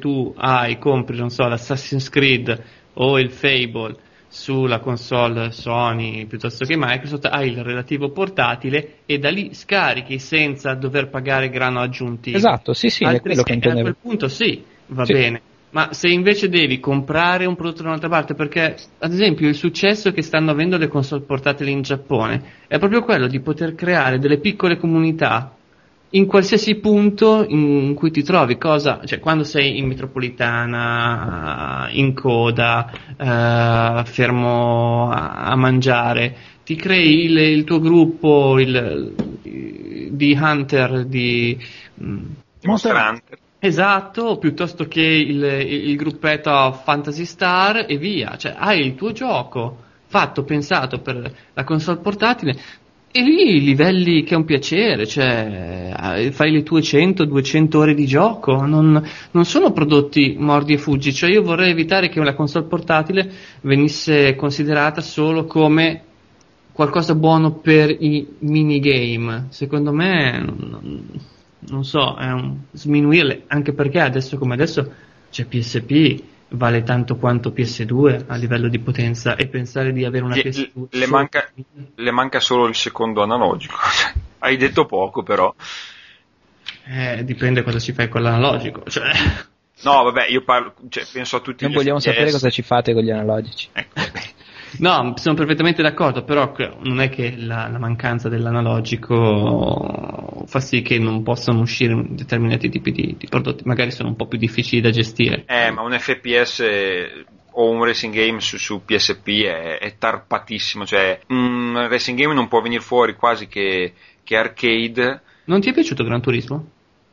tu hai, compri, non so, l'Assassin's Creed o il Fable sulla console Sony piuttosto che Microsoft, hai il relativo portatile e da lì scarichi senza dover pagare grano aggiuntivo. Esatto, sì, sì, è quello che intendevo. A quel punto sì, va Sì. bene. Ma se invece devi comprare un prodotto da un'altra parte, perché ad esempio il successo che stanno avendo le console portatili in Giappone è proprio quello di poter creare delle piccole comunità in qualsiasi punto in cui ti trovi, cosa, cioè quando sei in metropolitana, in coda, eh, fermo a, a mangiare, ti crei il, il tuo gruppo il, di Hunter di Monster Hunter. Esatto, piuttosto che il, il, il gruppetto Fantasy Star e via, cioè hai il tuo gioco fatto, pensato per la console portatile e lì livelli che è un piacere, cioè fai le tue cento duecento ore di gioco, non, non sono prodotti mordi e fuggi, cioè io vorrei evitare che una console portatile venisse considerata solo come qualcosa buono per i minigame, secondo me non, non so, è un sminuirle, anche perché adesso come adesso c'è P S P, vale tanto quanto P S due a livello di potenza e pensare di avere una Gli- P S due le, solo- manca, le manca solo il secondo analogico. Hai detto poco, però. eh, dipende cosa ci fai con l'analogico, cioè No, vabbè, io parlo, cioè, penso a tutti Non gli vogliamo F P S. sapere cosa ci fate con gli analogici. Ecco, vabbè. no, sono perfettamente d'accordo, però que- non è che la, la mancanza dell'analogico fa sì che non possano uscire determinati tipi di, di prodotti, magari sono un po' più difficili da gestire. Eh, ma un F P S o un racing game su, su P S P è, è tarpatissimo, cioè un racing game non può venire fuori quasi che, che arcade. Non ti è piaciuto Gran Turismo?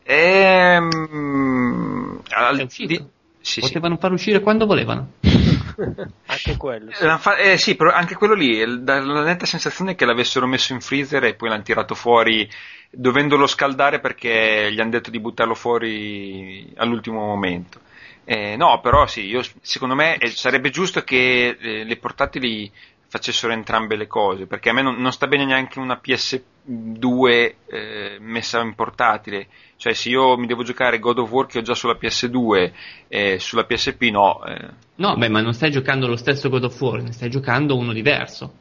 Ehm, al- È uscito? di- sì, sì. Potevano far uscire quando volevano. Anche quello. sì. Eh, fa- eh, sì, però anche quello lì, eh, dà la netta sensazione che l'avessero messo in freezer e poi l'hanno tirato fuori dovendolo scaldare perché gli hanno detto di buttarlo fuori all'ultimo momento. Eh, no, però sì, io, secondo me eh, sarebbe giusto che eh, le portatili facessero entrambe le cose, perché a me non, non sta bene neanche una P S due eh, messa in portatile, cioè se io mi devo giocare God of War che ho già sulla P S due eh, sulla P S P no. eh. No, beh, ma non stai giocando lo stesso God of War, ne stai giocando uno diverso.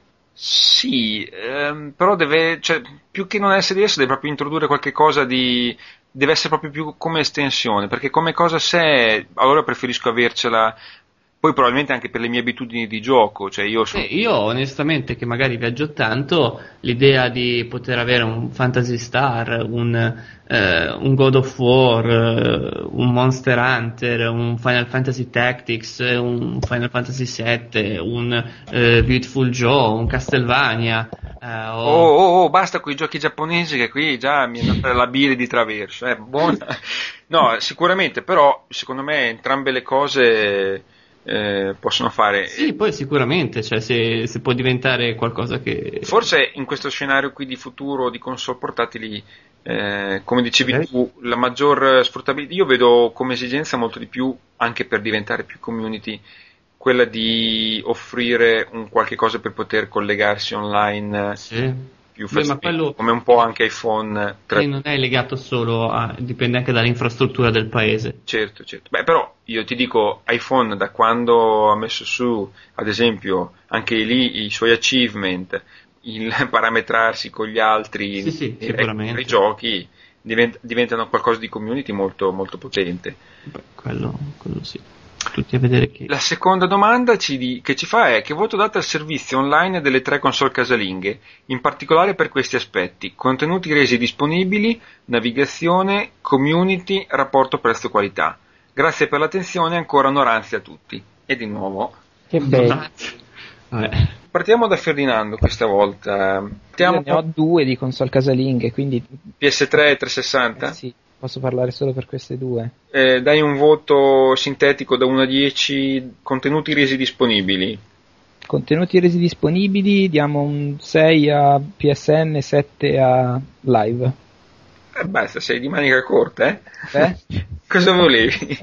Sì, ehm, però deve, cioè, più che non essere diverso, deve proprio introdurre qualche cosa di, deve essere proprio più come estensione, perché come cosa sé, allora preferisco avercela, poi probabilmente anche per le mie abitudini di gioco, cioè io sono... Eh, io onestamente che magari viaggio tanto, l'idea di poter avere un Fantasy Star, un, eh, un God of War, eh, un Monster Hunter, un Final Fantasy Tactics, eh, un Final Fantasy sette, un eh, Beautiful Joe, un Castlevania. eh, o- Oh, oh, oh, basta con i giochi giapponesi che qui già mi è andata la bile di traverso, eh, buona. No, sicuramente, però secondo me entrambe le cose eh, possono fare. Sì, poi sicuramente, cioè se, se può diventare qualcosa che... Forse in questo scenario qui di futuro di console portatili, eh, come dicevi Ok. tu, la maggior sfruttabilità, io vedo come esigenza molto di più, anche per diventare più community, quella di offrire un qualche cosa per poter collegarsi online Sì. più Beh, ma facilmente, quello- come un po' anche iPhone tre. E non è legato solo a... dipende anche dall'infrastruttura del paese. Certo, certo. Beh, però io ti dico, iPhone da quando ha messo su, ad esempio, anche lì i suoi achievement, il parametrarsi con gli altri Sì, sì, nei- sicuramente. nei giochi, divent- diventano qualcosa di community molto, molto potente. Beh, quello, quello sì. Tutti a vedere che... La seconda domanda ci di- che ci fa è: che voto date al servizio online delle tre console casalinghe, in particolare per questi aspetti: contenuti resi disponibili, navigazione, community, rapporto prezzo-qualità. Grazie per l'attenzione e ancora onoranze a tutti. E di nuovo Che bello. Vabbè. partiamo da Ferdinando questa volta. Io Partiamo ne ho due di console casalinghe, quindi P S tre e trecentosessanta. eh sì, posso parlare solo per queste due. Eh, dai un voto sintetico da uno a dieci, contenuti resi disponibili. Contenuti resi disponibili, diamo un sei a P S N, sette a Live. Eh, basta, sei di manica corta, eh? Eh? Cosa volevi?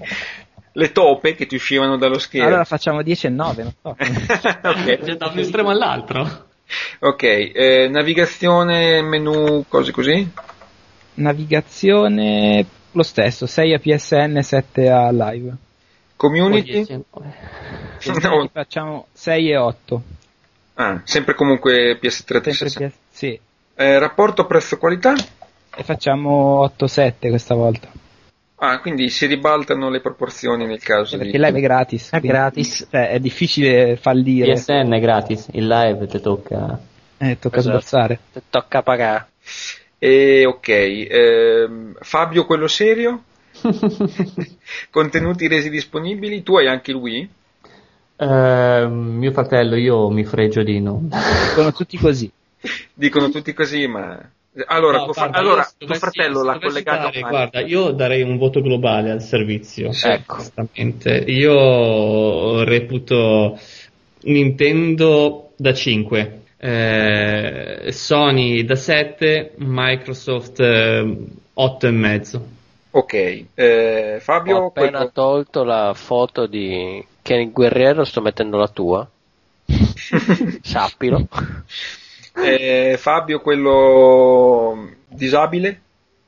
Le tope che ti uscivano dallo schermo. Allora facciamo dieci e nove, non so. Ok. Cioè, da un estremo all'altro. Ok, eh, navigazione, menu, cose così? Navigazione Lo stesso, sei a P S N, sette a Live. Community? No. Facciamo sei e otto. Ah, sempre comunque P S tre sempre P S, sì. Eh, rapporto prezzo-qualità? E facciamo otto sette questa volta. Ah, quindi si ribaltano le proporzioni nel caso perché di... il live è gratis. È gratis. Cioè, è difficile fallire. P S N è gratis, il live ti tocca... Eh, tocca Esatto. sborsare. Ti tocca pagare. E ok, ehm, Fabio quello serio? Contenuti resi disponibili? Tu hai anche il Wii? Eh, mio fratello, io mi fregio di no. Sono tutti così. Dicono tutti così, ma... Allora, No, tuo, guarda, fra- allora, io se tuo dovessi- fratello se l'ha dovessi collegato dare, a guarda, io darei un voto globale al servizio. Sì. Ecco, onestamente. Io reputo Nintendo da cinque, eh, Sony da sette, Microsoft eh, otto e mezzo. Ok, eh, Fabio... Ho appena quello- tolto la foto di Kenny Guerriero, sto mettendo la tua. Sappilo. eh, Fabio quello disabile?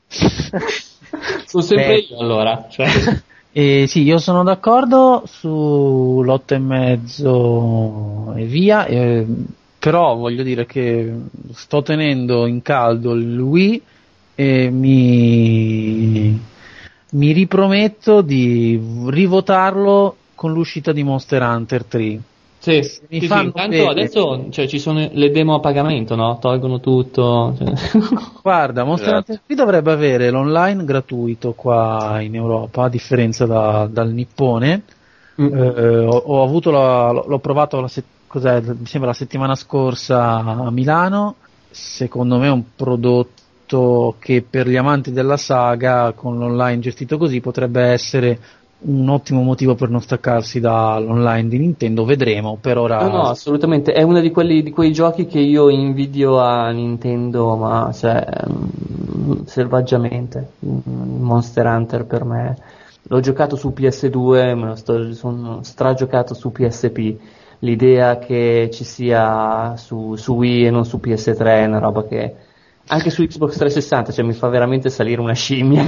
Sono sempre Beh. io allora. Cioè. Eh, sì, io sono d'accordo sull'otto e mezzo e via, eh, però voglio dire che sto tenendo in caldo il Wii e mi, mi riprometto di rivotarlo con l'uscita di Monster Hunter tre. Sì, Mi sì, sì, fanno intanto bene. adesso cioè, ci sono le demo a pagamento, no? Tolgono tutto. Cioè. Guarda, Monster Esatto. Hunter tre dovrebbe avere l'online gratuito qua in Europa, a differenza da- dal Nippone. Mm. Eh, ho, ho avuto la- l'ho provato la, se- cos'è, mi sembra la settimana scorsa a Milano. Secondo me è un prodotto che per gli amanti della saga, con l'online gestito così, potrebbe essere un ottimo motivo per non staccarsi dall'online di Nintendo. Vedremo, per ora. No, no, assolutamente. È uno di quelli di quei giochi che io invidio a Nintendo, ma cioè mm, selvaggiamente. Mm, Monster Hunter per me. L'ho giocato su P S due, me lo sto, sono stragiocato su P S P. L'idea che ci sia su, su Wii e non su P S tre è una roba che anche su Xbox trecentosessanta, cioè mi fa veramente salire una scimmia.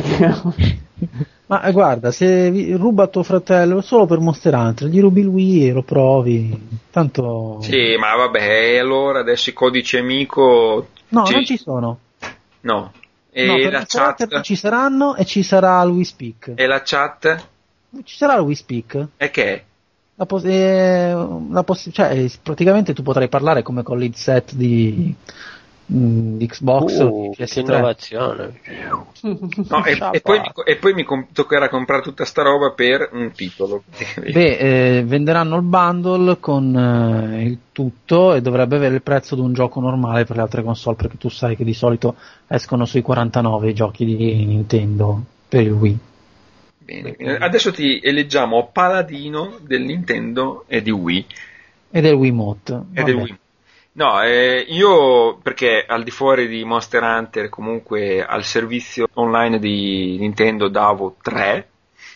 Ma eh, guarda, se vi- ruba tuo fratello solo per Monster Hunter, gli rubi il Wii e lo provi. Tanto. Sì, ma vabbè, allora adesso i codici amico... No, ci- non ci sono. No. E No, per la Monster Hunter chat? ci saranno e ci sarà il Wii Speak. E la chat? Ci sarà il Wii Speak. E che è? La pos- eh, la poss- cioè, eh, praticamente tu potrai parlare come con l'headset di, mm, di Xbox o Uh, di che P S tre. innovazione. No, e, e poi mi, e poi mi com- toccherà comprare tutta sta roba per un titolo. Beh, eh, venderanno il bundle con eh, il tutto e dovrebbe avere il prezzo di un gioco normale per le altre console, perché tu sai che di solito escono sui quarantanove i giochi di Nintendo per il Wii. Bene. Adesso ti eleggiamo paladino del Nintendo e di Wii. E del Wiimote. E del Wii. No, eh, io perché al di fuori di Monster Hunter comunque al servizio online di Nintendo davo tre.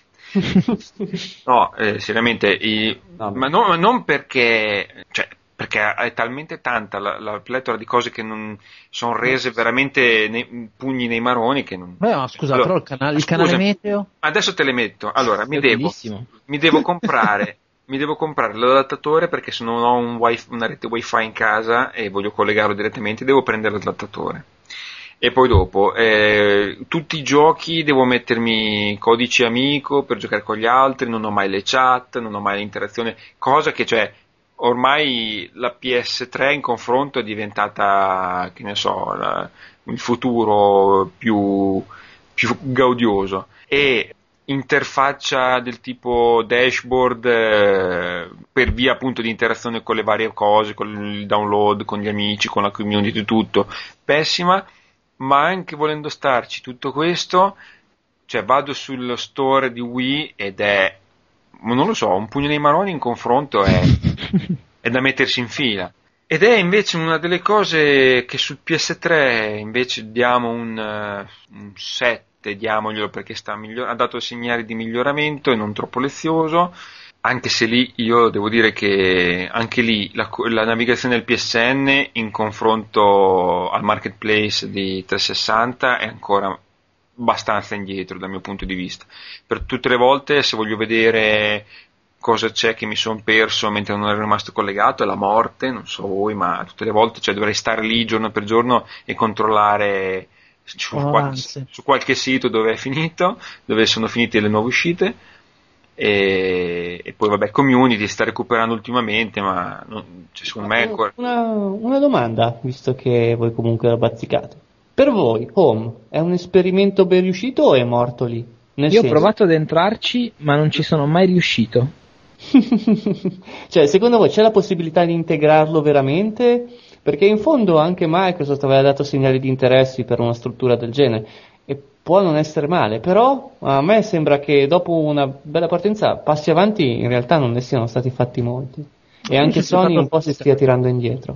No, eh, seriamente, i- No, ma, no- ma non perché, cioè, perché è talmente tanta la, la pletora di cose che non sono rese veramente nei, pugni nei maroni che non... Beh, ma scusa, Allora, però il canale, il scusa, canale meteo? Adesso te le metto. Allora, mi È devo, utilissimo. mi devo comprare, mi devo comprare l'adattatore perché se non ho un wifi, una rete wifi in casa e voglio collegarlo direttamente, devo prendere l'adattatore. E poi dopo, eh, tutti i giochi devo mettermi codice amico per giocare con gli altri, non ho mai le chat, non ho mai l'interazione, cosa che cioè ormai la P S tre in confronto è diventata, che ne so, la- il futuro più, più gaudioso. E interfaccia del tipo dashboard eh, per via appunto di interazione con le varie cose, con il download, con gli amici, con la community, tutto pessima. Ma anche volendo starci tutto questo, cioè vado sullo store di Wii ed è, non lo so, un pugno nei maroni in confronto è, è da mettersi in fila. Ed è invece una delle cose che sul P S tre invece diamo un, eh, un sette, diamoglielo perché sta miglior- ha dato segnali di miglioramento e non troppo lezioso. Anche se lì io devo dire che anche lì la, la navigazione del P S N in confronto al marketplace di trecentosessanta è ancora abbastanza indietro dal mio punto di vista. Per tutte le volte, se voglio vedere cosa c'è che mi sono perso mentre non ero rimasto collegato, è la morte, non so voi, ma tutte le volte, cioè, dovrei stare lì giorno per giorno e controllare su, Oh, qual- anzi. su qualche sito dove è finito, dove sono finite le nuove uscite, e, e poi vabbè, Community sta recuperando ultimamente, ma non, cioè, secondo me è ancora... Una, una domanda, visto che voi comunque la bazzicate. Per voi, Home è un esperimento ben riuscito o è morto lì? Nel Io ho senso- provato ad entrarci, ma non ci sono mai riuscito. Cioè, secondo voi c'è la possibilità di integrarlo veramente? Perché in fondo anche Microsoft aveva dato segnali di interessi per una struttura del genere e può non essere male, però a me sembra che dopo una bella partenza passi avanti in realtà non ne siano stati fatti molti e anche Io sono Sony stato- un po' si stia tirando indietro.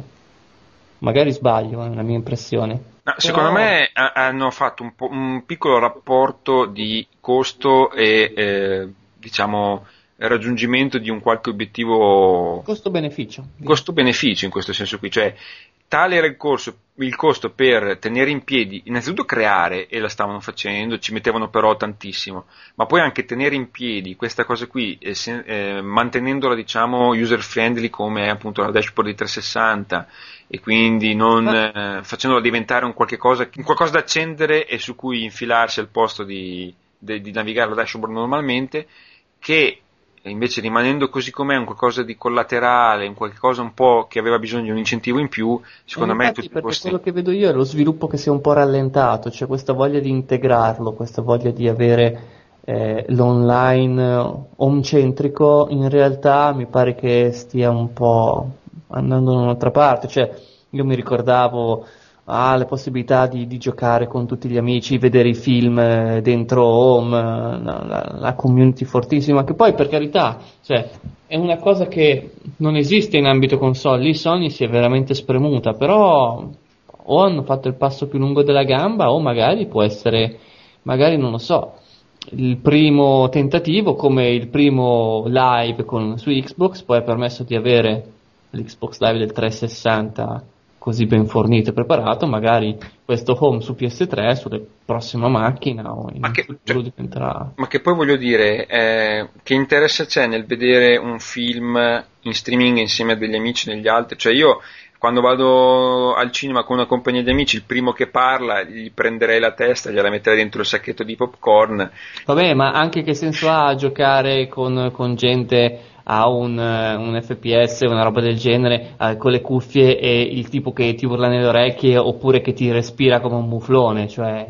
Magari sbaglio, è una mia impressione. No, secondo Però- me ha- hanno fatto un, po', un piccolo rapporto di costo e eh, diciamo raggiungimento di un qualche obiettivo Costo-beneficio. costo-beneficio in questo senso qui, cioè tale era il, corso, il costo per tenere in piedi, innanzitutto creare, e la stavano facendo, ci mettevano però tantissimo, ma poi anche tenere in piedi questa cosa qui, eh, se- eh, mantenendola diciamo user friendly come è appunto la dashboard di trecentosessanta, e quindi non eh, facendola diventare un qualche cosa, un qualcosa da accendere e su cui infilarsi al posto di, de- di navigare la dashboard normalmente, che invece rimanendo così com'è un qualcosa di collaterale, un qualcosa un po' che aveva bisogno di un incentivo in più, secondo Eh, me infatti, tutti perché questi... quello che vedo io è lo sviluppo che si è un po' rallentato, c'è questa voglia di integrarlo, questa voglia di avere eh, l'online home centrico, in realtà mi pare che stia un po' andando da un'altra parte, cioè io mi ricordavo ah, le possibilità di, di giocare con tutti gli amici, vedere i film eh, dentro home, eh, la, la- la community fortissima, che poi per carità, cioè, è una cosa che non esiste in ambito console, lì Sony si è veramente spremuta, però o hanno fatto il passo più lungo della gamba o magari può essere, magari non lo so, il primo tentativo come il primo live con, su Xbox poi ha permesso di avere l'Xbox Live del trecentosessanta così ben fornito e preparato, magari questo home su P S tre sulla prossima macchina o in Ma che- futuro cioè- diventerà... Ma che poi voglio dire, eh, che interesse c'è nel vedere un film in streaming insieme a degli amici e degli altri? Cioè io quando vado al cinema con una compagnia di amici, il primo che parla gli prenderei la testa, gliela metterei dentro il sacchetto di popcorn. Vabbè, ma anche che senso ha giocare con, con gente a un, eh, un F P S, una roba del genere, eh, con le cuffie e il tipo che ti urla nelle orecchie oppure che ti respira come un muflone, cioè...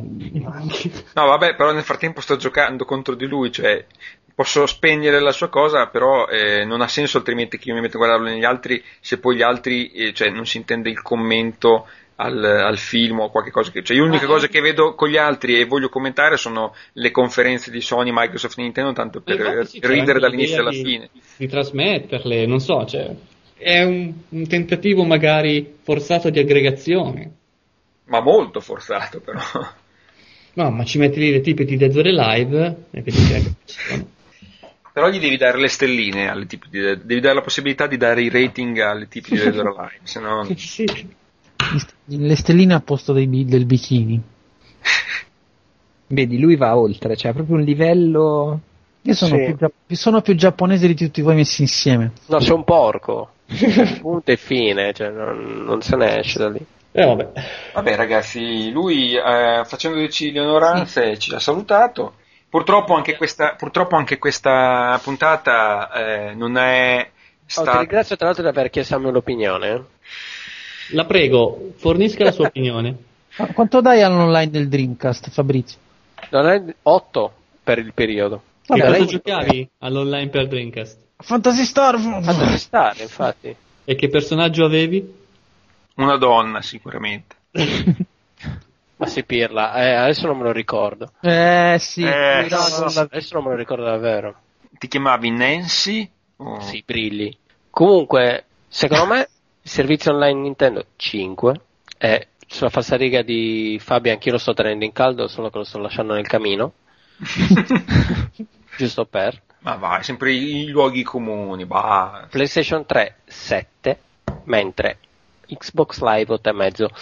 No, vabbè, però nel frattempo sto giocando contro di lui, cioè posso spegnere la sua cosa, però eh, non ha senso altrimenti che io mi metto a guardarlo negli altri, se poi gli altri, eh, cioè non si intende il commento al, al film o qualche cosa che, cioè io l'unica Ah, cosa che vedo con gli altri e voglio commentare sono le conferenze di Sony, Microsoft e Nintendo, tanto per Infatti sì, c'è ridere anche dall'inizio alla l'idea fine. di, di trasmetterle, non so, cioè, è un, un tentativo magari forzato di aggregazione. Ma molto forzato però. No, ma ci metti lì le tipi di Dead or Alive e vedi che... Però gli devi dare le stelline alle tipi di, devi dare la possibilità di dare i rating alle tipi di Dead or Alive, se no... Sì. Le stelline a posto dei bi- del bikini. Vedi, lui va oltre, cioè proprio un livello... Io sono, Sì. più, gia- sono più giapponese di tutti voi messi insieme. No, sei un porco. Punto e fine, cioè non, non se ne esce da lì. Eh, vabbè. Vabbè ragazzi, lui eh, facendoci le onoranze ci ha salutato. Purtroppo anche questa, purtroppo anche questa puntata eh, non è Oh, ti stata... ringrazio tra l'altro di aver chiesto a me l'opinione. La prego, fornisca la sua opinione. Ma quanto dai all'online del Dreamcast, Fabrizio? Non è otto per il periodo. Che Vabbè, cosa lei- giocavi all'online per Dreamcast? Fantasy Star! Fatemi stare, infatti. E che personaggio avevi? Una donna sicuramente. Ma si pirla, eh, adesso non me lo ricordo. Eh sì, Eh, no, sì, non sì. la- Adesso non me lo ricordo davvero. Ti chiamavi Nancy? O- Sì, brilli. Comunque, secondo me, il servizio online Nintendo cinque è sulla falsariga di Fabio, anch'io lo sto tenendo in caldo, solo che lo sto lasciando nel camino. Giusto per. Ma vai, sempre i, i luoghi comuni, bah. PlayStation tre sette, mentre Xbox Live otto e mezzo.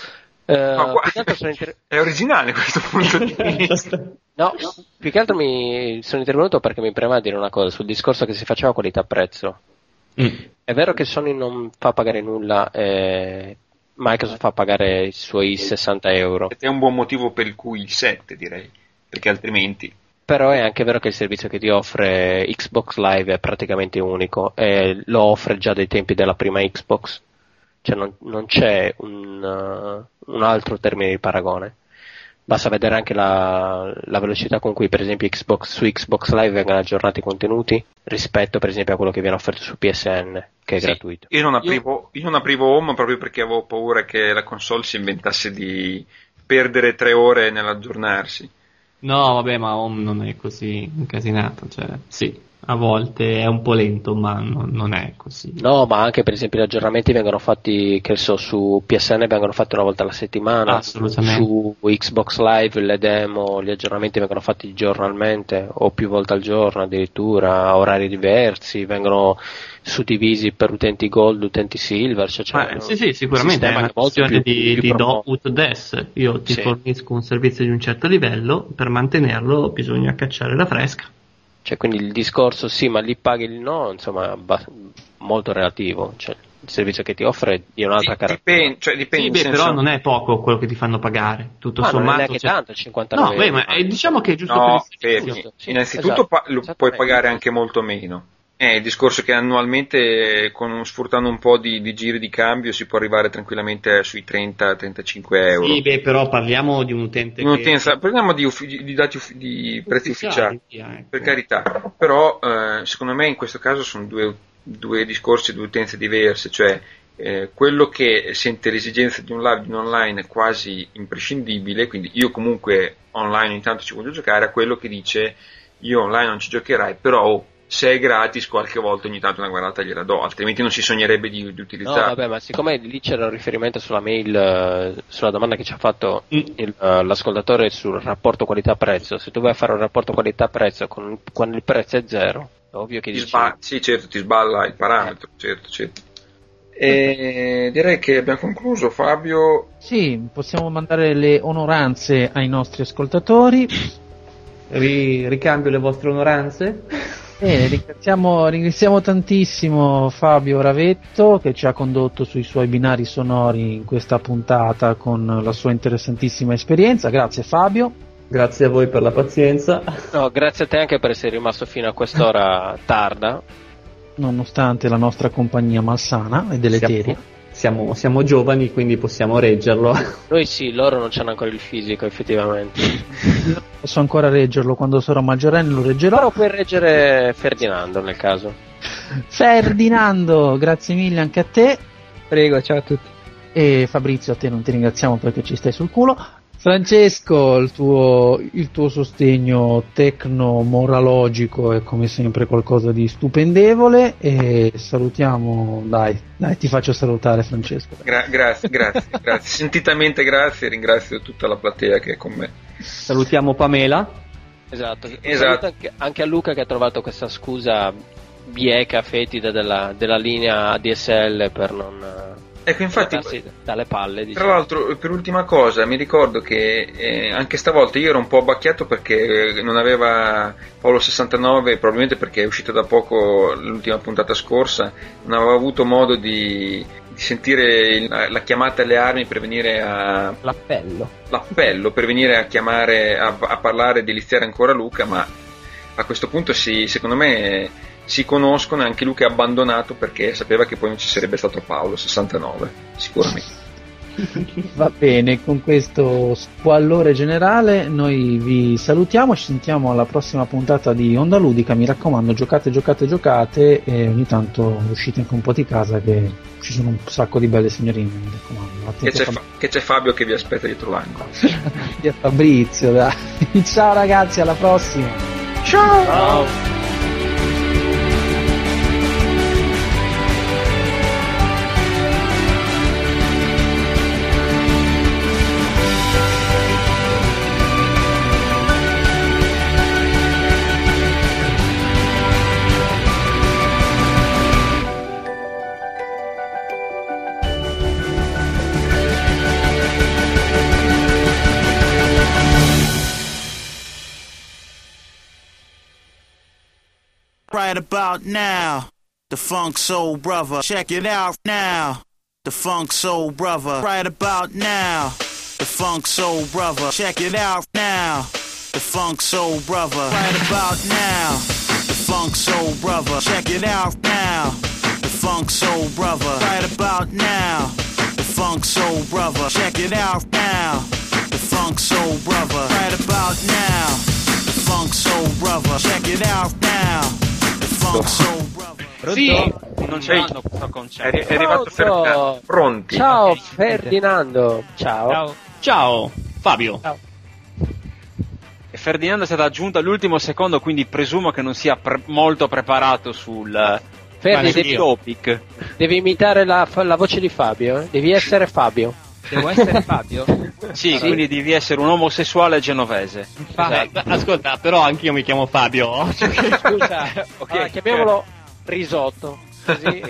Eh, Ma qua- più che altro sono inter- È originale questo punto di vista. No, più che altro mi sono intervenuto perché mi premeva dire una cosa sul discorso che si faceva qualità-prezzo. Mm. È vero che Sony non fa pagare nulla, eh, Microsoft fa pagare i suoi sessanta euro, Ed è un buon motivo per il cui il sette, direi, perché altrimenti... però è anche vero che il servizio che ti offre Xbox Live è praticamente unico e lo offre già dai tempi della prima Xbox, cioè non, non c'è un, uh, un altro termine di paragone. Basta vedere anche la, la velocità con cui per esempio Xbox, su Xbox Live vengono aggiornati i contenuti rispetto per esempio a quello che viene offerto su P S N, che è Sì, gratuito. Io non, aprivo, io non aprivo Home proprio perché avevo paura che la console si inventasse di perdere tre ore nell'aggiornarsi. No, vabbè, ma Home non è così incasinato, cioè, sì, a volte è un po' lento, ma non, non è così. No, ma anche per esempio gli aggiornamenti vengono fatti, che so, su P S N vengono fatti una volta alla settimana, Assolutamente. su Xbox Live le demo, gli aggiornamenti vengono fatti giornalmente o più volte al giorno addirittura, a orari diversi, vengono suddivisi per utenti Gold, utenti Silver, cioè c'è Ma, sì, sì, sicuramente è sistema una che è molto questione più- di, più di do profondo. ut des. Io ti Sì. fornisco un servizio di un certo livello, per mantenerlo bisogna cacciare la fresca. Cioè, quindi il discorso sì, ma lì paghi il no, insomma, ba- molto relativo. Cioè, il servizio che ti offre è di un'altra Di- caratteristica. dipende, cioè, dipende, Sì, nel beh, senso- però non è poco quello che ti fanno pagare. Tutto Ma non è sommato. neanche cioè- tanto, cinquantanove No, beh, ma euro. eh, diciamo che è giusto No, per il fermi. servizio. Sì, Innanzitutto esatto, pa- lo puoi esattamente. pagare anche molto meno. È il discorso che annualmente, con, sfruttando un po' di, di giri di cambio, si può arrivare tranquillamente sui trenta trentacinque euro. Sì, beh, però parliamo di un utente che... Un'utenza- parliamo di, uffi- di dati uffi- di prezzi ufficiali, via, ecco. per carità, però eh, secondo me in questo caso sono due, due discorsi, due utenze diverse, cioè eh, quello che sente l'esigenza di un live, di un online quasi imprescindibile, quindi io comunque online ogni tanto ci voglio giocare, a quello che dice io online non ci giocherai, però oh, se è gratis qualche volta ogni tanto una guardata gliela do, altrimenti non si sognerebbe di, di No, utilizzarla. vabbè, ma siccome lì c'era un riferimento sulla mail, eh, sulla domanda che ci ha fatto Mm. il, eh, l'ascoltatore sul rapporto qualità-prezzo, se tu vai a fare un rapporto qualità-prezzo con, quando il prezzo è zero, è ovvio che Ti dici... sba- sì, certo, ti sballa il parametro, certo, certo. E direi che abbiamo concluso, Fabio. Sì, possiamo mandare le onoranze ai nostri ascoltatori. Ri- ricambio le vostre onoranze. Bene, ringraziamo, ringraziamo tantissimo Fabio Ravetto che ci ha condotto sui suoi binari sonori in questa puntata con la sua interessantissima esperienza. Grazie Fabio. Grazie a voi per la pazienza. No, grazie a te anche per essere rimasto fino a quest'ora tarda. Nonostante la nostra compagnia malsana e deleteria. Siamo, siamo giovani, quindi possiamo reggerlo. Noi sì, loro non c'hanno ancora il fisico, effettivamente. Posso ancora reggerlo, quando sarò maggiorenne lo reggerò. Però puoi reggere Ferdinando nel caso. Ferdinando, grazie mille anche a te. Prego, ciao a tutti. E Fabrizio, a te non ti ringraziamo perché ci stai sul culo. Francesco, il tuo, il tuo sostegno tecno-moralogico è come sempre qualcosa di stupendevole e salutiamo, dai, dai ti faccio salutare Francesco. Gra- grazie, grazie, grazie. Sentitamente grazie e ringrazio tutta la platea che è con me. Salutiamo Pamela. Esatto. Esatto. Saluto Anche, anche a Luca che ha trovato questa scusa bieca, fetida della, della linea A D S L per non... Ecco, infatti, Sì, dalle palle, tra diciamo. l'altro, per ultima cosa, mi ricordo che eh, anche stavolta io ero un po' abbacchiato perché non aveva Paolo sessantanove, probabilmente perché è uscito da poco l'ultima puntata scorsa, non aveva avuto modo di, di sentire il- la, la chiamata alle armi per venire a... L'appello. l'appello, per venire a chiamare, a, a parlare di liziare ancora Luca, ma a questo punto si, secondo me si conoscono e anche Luca è abbandonato perché sapeva che poi non ci sarebbe stato Paolo sessantanove, sicuramente. Va bene, con questo squallore generale noi vi salutiamo, ci sentiamo alla prossima puntata di Onda Ludica, mi raccomando giocate, giocate, giocate e ogni tanto uscite anche un po' di casa che ci sono un sacco di belle signorine, mi raccomando. Che c'è, Attento Fa- che c'è Fabio che vi aspetta dietro l'angolo. a Fabrizio, dai. Ciao ragazzi, alla prossima. Ciao. right about now. The Funk Soul Brother, check it out now. The Funk Soul Brother, right about now. The Funk Soul Brother, check it out now. The Funk Soul Brother, right about now. The Funk Soul Brother, check it out now. The Funk Soul Brother, right about now. The Funk Soul Brother, check it out now. The Funk Soul Brother, right about now. The Funk Soul Brother, check it out now. The Funk Soul Brother. Sì, non ce l'hanno questo concetto. È, è arrivato Ferdinando. Pronti? Ciao Ferdinando. Ciao. Ciao. Ciao, Fabio. Ciao. E Ferdinando è stato aggiunto all'ultimo secondo, quindi presumo che non sia pre- molto preparato sul, Ferdi, sul devi, topic. Devi imitare la, la voce di Fabio, eh? Devi essere Fabio. Devo essere Fabio? Sì, Sì. quindi devi essere un omosessuale genovese. Infatti. Eh, ascolta, però anch'io mi chiamo Fabio. Scusa, Ok, allora, chiamiamolo risotto. Così.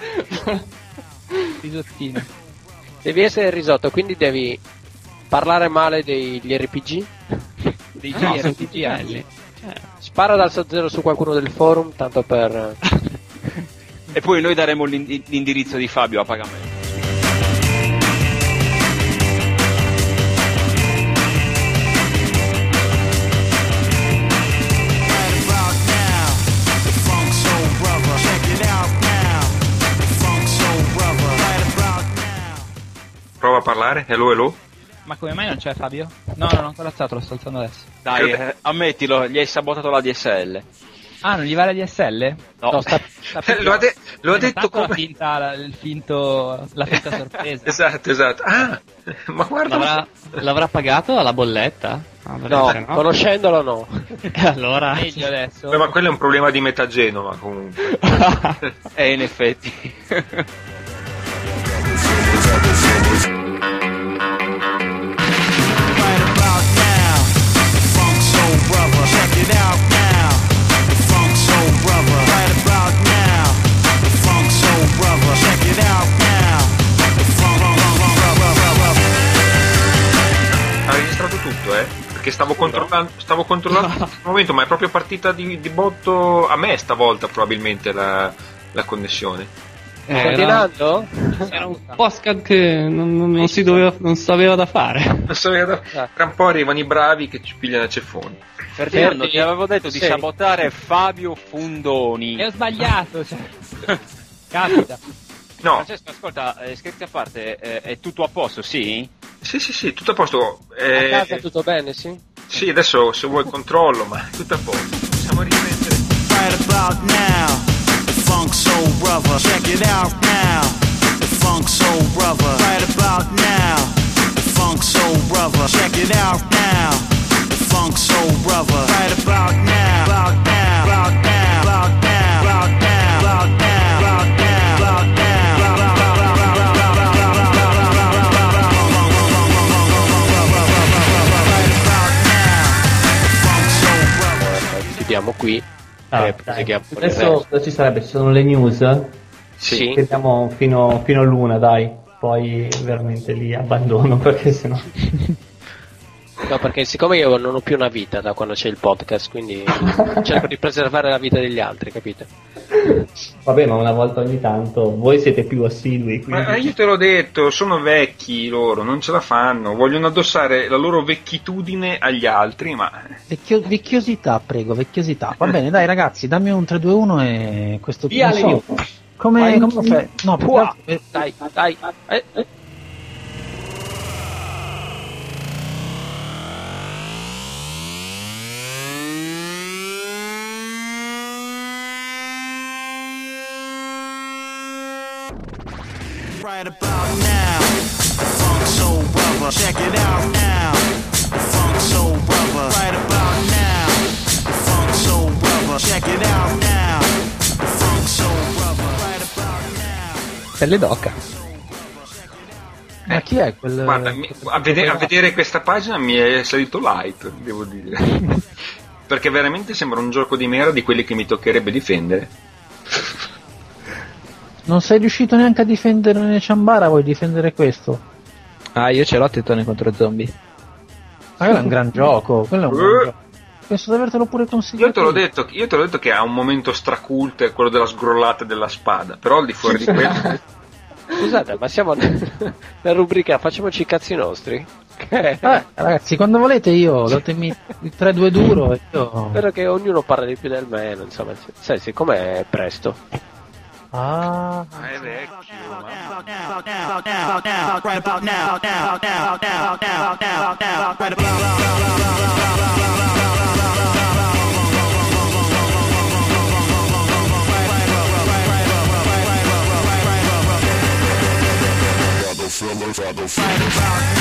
Risottino. Devi essere risotto, quindi devi parlare male degli R P G. Dei No, G sono R P G tutti belli. Spara dal Sub-Zero su qualcuno del forum, tanto per... E poi noi daremo l'indi- l'indirizzo di Fabio a pagamento. Prova a parlare, hello hello. Ma come mai non c'è Fabio? No, non ho ancora alzato, lo sto alzando adesso. Dai, eh, ammettilo, gli hai sabotato la D S L. Ah, non gli va la D S L? No, No, sta, sta Eh, lo ha, de- lo ha Hai detto notato la come... finta, la, il finto, la finta sorpresa. Esatto, esatto. Ah, ma guarda... L'avrà, l'avrà pagato alla bolletta? Ah, No, veramente no. conoscendolo no. E allora... Meglio adesso. Beh, ma quello è un problema di metà Genova comunque. eh, in effetti. Right about now, the Funk Soul Brother, check it out now. The Funk Soul Brother, right about now. The Funk Soul Brother, check it out now. The Funk Brother. Ha registrato tutto, eh? Perché stavo controllando, stavo controllando in questo momento, ma è proprio partita di, di botto a me stavolta probabilmente la, la connessione. Era, Ferdinando? era un podcast che non, non, non si doveva, non sapeva da fare. Non so, da- tra un po' arrivano i bravi che ci pigliano a ceffoni. Ferdinando, Ferdi, ti avevo detto di sì. sabotare Fabio Fundoni. E ho sbagliato, cioè. Capita. No, Francesco, ascolta, eh, scherzi a parte, eh, è tutto a posto, sì? sì, sì, sì, tutto a posto. A Eh, casa tutto bene, sì? sì, adesso se vuoi controllo, ma tutto a posto. Possiamo riprendere. Right about now, the Funk Soul Brother, check it out now. The Funk Soul Brother, right about now. The Funk Soul Brother, check it out now. The Funk Soul Brother, right about now. About now, about now, about now, about now, about now, about now, about now. Chiudiamo qui. Ah, Eh, dai. proseguiamo con il Adesso resto. cosa ci sarebbe? Ci sono le news? Sì. Vediamo fino, fino all'una, dai. Poi veramente lì abbandono perché sennò. No, perché siccome io non ho più una vita da quando c'è il podcast, quindi cerco di preservare la vita degli altri, capite? Vabbè, ma una volta ogni tanto voi siete più assidui. Quindi... Ma io te l'ho detto, sono vecchi loro, non ce la fanno, vogliono addossare la loro vecchitudine agli altri, ma... Vecchio- vecchiosità, prego, vecchiosità. Va bene, dai ragazzi, dammi un tre due uno e questo Via non le so, news. come, Vai. come lo fai? No, più che Pua! altro- eh, Dai, dai. Eh, eh. Right about now, the Funk Soul Brother, check it out now. The Funk Soul Brother, right about now. The Funk Soul Brother, check it out now. The Funk Soul Brother, right about now. Pelle d'oca. ma chi è quel... Guarda, mi- a, vede- a vedere questa pagina mi è salito light, devo dire. Perché veramente sembra un gioco di merda di quelli che mi toccherebbe difendere. Non sei riuscito neanche a difendere Ciambara, vuoi difendere questo? Ah, io ce l'ho Tettone contro zombie. Ma quello è un gran gioco, quello è un gran Uh. gioco. penso di avertelo pure consigliato. Io te l'ho detto, io te l'ho detto che ha un momento straculto, è quello della sgrollata della spada, però al di fuori di quello... Scusate, ma siamo nella rubrica facciamoci i cazzi nostri? Eh, ragazzi, quando volete io, datemi il tre due duro e io... Spero che ognuno parli di più del meno, insomma, sai, siccome è presto. Ah, è vecchio, Father, father, father.